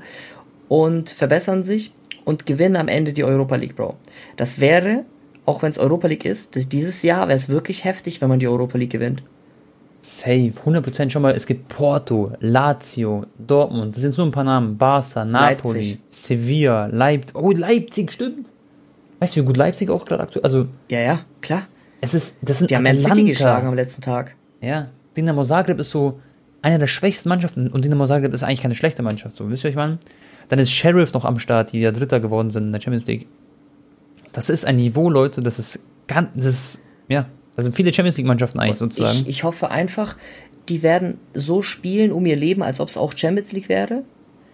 und verbessern sich und gewinnen am Ende die Europa League, Bro. Das wäre, auch wenn es Europa League ist, das, dieses Jahr wäre es wirklich heftig, wenn man die Europa League gewinnt. Safe, hundert Prozent schon mal. Es gibt Porto, Lazio, Dortmund, das sind so ein paar Namen. Barca, Napoli, Leipzig. Sevilla, Leipzig. Oh, Leipzig, stimmt. Weißt du, wie gut Leipzig auch gerade aktuell, also Ja, ja, klar. es ist, das sind Die haben Man City geschlagen am letzten Tag. Ja, Dinamo Zagreb ist so eine der schwächsten Mannschaften und Dinamo Zagreb ist eigentlich keine schlechte Mannschaft, so, wisst ihr, was ich meine? Dann ist Sheriff noch am Start, die ja Dritter geworden sind in der Champions League. Das ist ein Niveau, Leute, das ist ganz, das ist, ja, das sind viele Champions League Mannschaften eigentlich sozusagen. Ich, ich hoffe einfach, die werden so spielen um ihr Leben, als ob es auch Champions League wäre.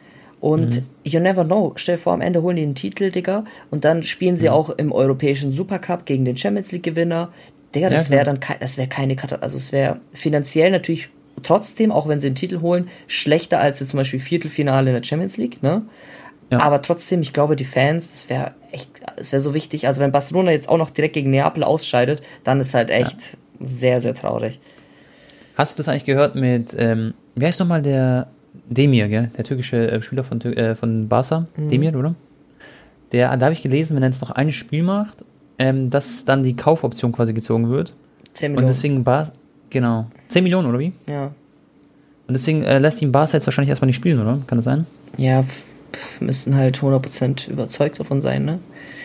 Und Mhm. you never know. Stell dir vor, am Ende holen die den Titel, Digga. Und dann spielen sie Mhm. auch im europäischen Supercup gegen den Champions League Gewinner. Digga, das Ja, wäre klar. dann kei- das wäre keine Katastrophe. Also es wäre finanziell natürlich trotzdem, auch wenn sie den Titel holen, schlechter als jetzt zum Beispiel Viertelfinale in der Champions League, ne? Ja. Aber trotzdem, ich glaube, die Fans, das wäre echt, das wäre so wichtig. Also wenn Barcelona jetzt auch noch direkt gegen Neapel ausscheidet, dann ist halt echt sehr, sehr traurig. Hast du das eigentlich gehört mit, ähm, wie heißt nochmal der Demir, gell? Der türkische äh, Spieler von, Tür- äh, von Barca? Mhm. Demir, oder? Der, da habe ich gelesen, wenn er jetzt noch ein Spiel macht, ähm, dass dann die Kaufoption quasi gezogen wird. zehn Und Millionen. deswegen Bar, genau, zehn Millionen, oder wie? Ja. Und deswegen äh, lässt ihn Barca jetzt wahrscheinlich erstmal nicht spielen, oder? Kann das sein? Ja, f- f- müssen halt hundert Prozent überzeugt davon sein, ne?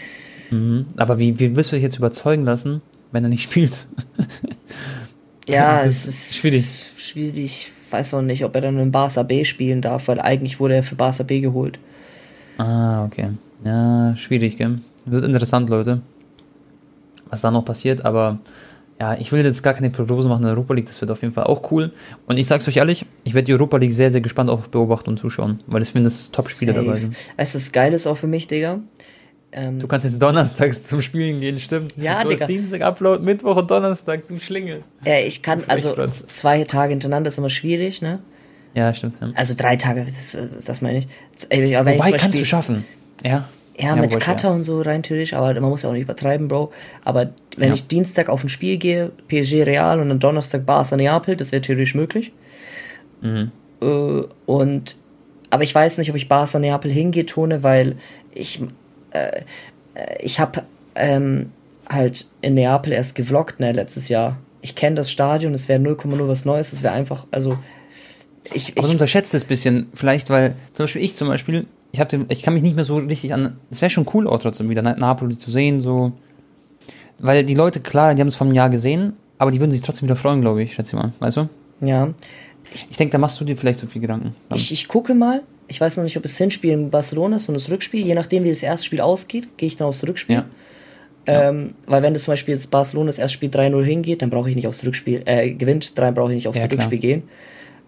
Mhm. Aber wie, wie willst du dich jetzt überzeugen lassen, wenn er nicht spielt? Ja, Das es ist ist schwierig. schwierig. Ich weiß auch nicht, ob er dann in Barca B spielen darf, weil eigentlich wurde er für Barca B geholt. Ah, okay. Ja, schwierig, gell? Wird interessant, Leute. Was da noch passiert, aber ja, ich will jetzt gar keine Prognose machen in der Europa League, das wird auf jeden Fall auch cool. Und ich sag's euch ehrlich, ich werde die Europa League sehr, sehr gespannt auch beobachten und zuschauen, weil ich finde, dass Top-Spiele Safe. dabei sind. Weißt du, das Geile ist auch für mich, Digga. Ähm, Du kannst jetzt donnerstags zum Spielen gehen, stimmt. Ja, du Digga. hast Dienstag Upload, Mittwoch und Donnerstag, du Schlingel. äh, ich kann, also Flechplatz. zwei Tage hintereinander ist immer schwierig, ne? Ja, stimmt. Ja. Also drei Tage, das, das meine ich. Ey, aber wenn Wobei, ich zum kannst du Beispiel- schaffen. Ja. Ja, mit wobei, Cutter und so rein theoretisch, aber man muss ja auch nicht übertreiben, Bro. Aber wenn Ja. ich Dienstag auf ein Spiel gehe, P S G Real und dann Donnerstag Barca Neapel, das wäre theoretisch möglich. Mhm. Äh, und aber ich weiß nicht, ob ich Barca Neapel hingehe, Tone, weil ich äh, äh, ich habe ähm, halt in Neapel erst gevloggt, ne, letztes Jahr. Ich kenne das Stadion, es wäre null Komma null was Neues, es wäre einfach, also ich, Aber du ich unterschätzt es ein bisschen, vielleicht, weil zum Beispiel ich zum Beispiel, ich, hab den, ich kann mich nicht mehr so richtig an, es wäre schon cool auch trotzdem wieder Na- Napoli zu sehen, so, weil die Leute, klar, die haben es vor einem Jahr gesehen, aber die würden sich trotzdem wieder freuen, glaube ich, schätze ich mal, weißt du? ja, Ich denke, da machst du dir vielleicht so viel Gedanken. Ich, ich gucke mal. Ich weiß noch nicht, ob das Hinspiel in Barcelona ist und das Rückspiel. Je nachdem, wie das erste Spiel ausgeht, gehe ich dann aufs Rückspiel. Ja. Ähm, weil wenn das zum Beispiel jetzt Barcelona das erste Spiel drei null hingeht, dann brauche ich nicht aufs Rückspiel, äh, gewinnt, drei brauche ich nicht aufs Ja, klar. Rückspiel gehen.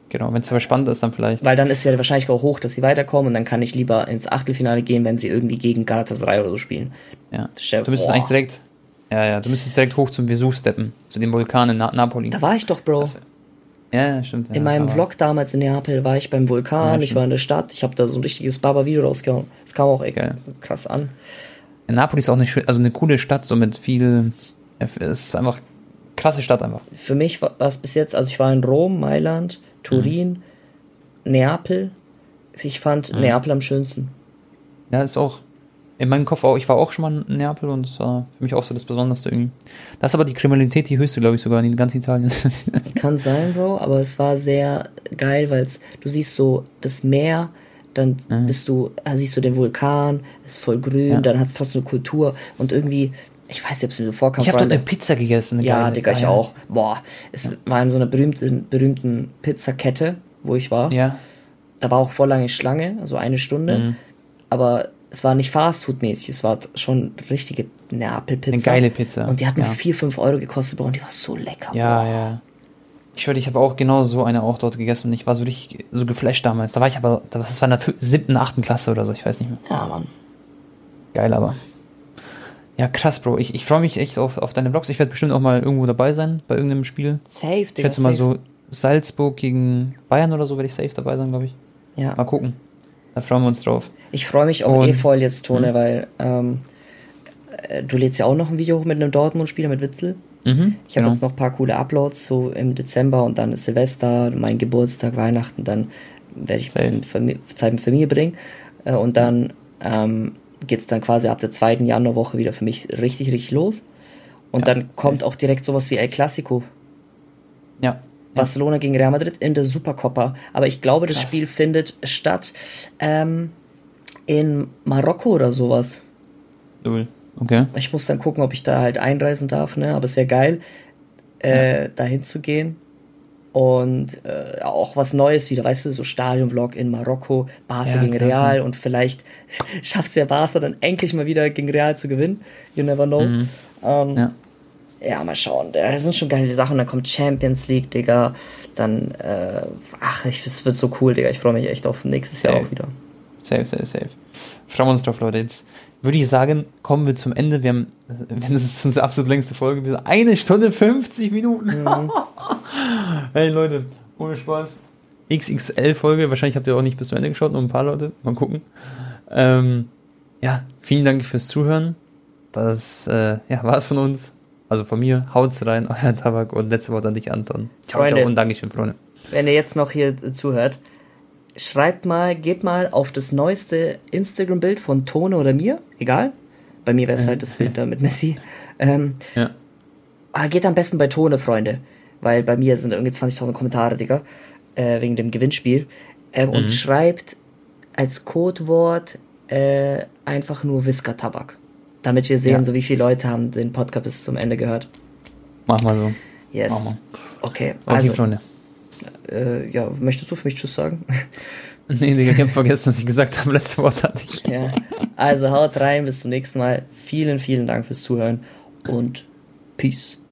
Genau, wenn es aber spannend ist, dann vielleicht. Weil dann ist ja wahrscheinlich auch hoch, dass sie weiterkommen und dann kann ich lieber ins Achtelfinale gehen, wenn sie irgendwie gegen Galatasaray oder so spielen. Ja. Du müsstest eigentlich direkt, ja, ja, du müsstest direkt hoch zum Vesuv steppen, zu dem Vulkan in Na- Napoli. Da war ich doch, Bro. Ja, stimmt. In ja, meinem Vlog damals in Neapel war ich beim Vulkan, ja, ich war in der Stadt, ich habe da so ein richtiges Baba-Video rausgehauen. Das kam auch echt Geil. krass an. Ja, Napoli ist auch eine, also eine coole Stadt, so mit viel, es ist einfach krasse Stadt einfach. Für mich war es bis jetzt, also ich war in Rom, Mailand, Turin, mhm. Neapel. Ich fand mhm. Neapel am schönsten. Ja, ist auch in meinem Kopf auch, ich war auch schon mal in Neapel und es war für mich auch so das Besonderste irgendwie. Da ist aber die Kriminalität die höchste, glaube ich, sogar in ganz Italien. Kann sein, Bro, aber es war sehr geil, weil du siehst so das Meer, dann mhm. bist du, da siehst du den Vulkan, ist voll grün, ja. dann hat es trotzdem eine Kultur und irgendwie, ich weiß nicht, ob es mir so vorkam. Ich habe dort eine Pizza gegessen. Eine ja, geile. Digga, ich ja. auch. Boah, es ja. war in so einer berühmten, berühmten Pizzakette, wo ich war. Ja. Da war auch voll lange Schlange, also eine Stunde, mhm. aber es war nicht Fastfood-mäßig, es war schon richtige Neapel-Pizza. Eine geile Pizza. Und die hat nur ja. vier, fünf Euro gekostet, Bro, und die war so lecker. Ja, boah. ja. Ich höre, ich habe auch genau so eine auch dort gegessen und ich war so richtig so geflasht damals. Da war ich aber, das war in der siebten, achten Klasse oder so, ich weiß nicht mehr. Ja, Mann. Geil, aber. Ja, krass, Bro. Ich, ich freue mich echt auf, auf deine Vlogs. Ich werde bestimmt auch mal irgendwo dabei sein, bei irgendeinem Spiel. Safe, Digga. Ich schätze mal so Salzburg gegen Bayern oder so, werde ich safe dabei sein, glaube ich. Ja. Mal gucken. Da freuen wir uns drauf. Ich freue mich auch und, eh voll jetzt, Tone, mhm. weil ähm, du lädst ja auch noch ein Video hoch mit einem Dortmund-Spieler, mit Witzel. Mhm, ich habe genau. jetzt noch ein paar coole Uploads, so im Dezember und dann ist Silvester, mein Geburtstag, Weihnachten, dann werde ich ein bisschen Zeit mit Familie bringen. Äh, und dann ähm, geht es dann quasi ab der zweiten Januarwoche wieder für mich richtig, richtig los. Und ja, dann kommt auch direkt sowas wie El Clasico. Ja. Barcelona gegen Real Madrid in der Supercopa. Aber ich glaube, das Krass. Spiel findet statt ähm, in Marokko oder sowas. Cool. Okay. Ich muss dann gucken, ob ich da halt einreisen darf, ne? Aber es wäre geil, äh, ja. da hinzugehen. Und äh, auch was Neues wieder, weißt du, so Stadionvlog in Marokko, Barca ja, gegen klar, Real klar. Und vielleicht schafft es ja Barca dann endlich mal wieder gegen Real zu gewinnen. You never know. Mhm. Ähm, ja. ja, mal schauen. Das sind schon geile Sachen. Dann kommt Champions League, Digga. Dann, äh, ach, es wird so cool, Digga. Ich freue mich echt auf nächstes safe. Jahr auch wieder. Safe, safe, safe. Freuen wir uns drauf, Leute. Jetzt würde ich sagen, kommen wir zum Ende. Wir haben, das ist unsere absolut längste Folge, wir sind eine Stunde fünfzig Minuten. Mhm. Hey Leute, ohne Spaß. X X L-Folge, wahrscheinlich habt ihr auch nicht bis zum Ende geschaut, nur ein paar Leute, mal gucken. Ähm, ja, vielen Dank fürs Zuhören. Das äh, ja, war es von uns. Also von mir, haut's rein, euer Tabak und letzte Wort an dich, Anton. Ciao, Freunde, ciao und Dankeschön, Freunde. Wenn ihr jetzt noch hier zuhört, schreibt mal, geht mal auf das neueste Instagram-Bild von Tone oder mir, egal. Bei mir wäre es halt das Bild da mit Messi. Ähm, ja. Geht am besten bei Tone, Freunde. Weil bei mir sind irgendwie zwanzigtausend Kommentare, Digga. Äh, wegen dem Gewinnspiel. Ähm, mhm. Und schreibt als Codewort äh, einfach nur Whisker-Tabak. Damit wir sehen, ja. so wie viele Leute haben den Podcast bis zum Ende gehört. Mach mal so. Yes. Mach mal. Okay, okay, also. Freunde. Äh, ja, möchtest du für mich Tschüss sagen? Nee, Digga, ich hab vergessen, dass ich gesagt habe, letzte Wort hatte ich. Ja. Also haut rein, bis zum nächsten Mal. Vielen, vielen Dank fürs Zuhören und Peace.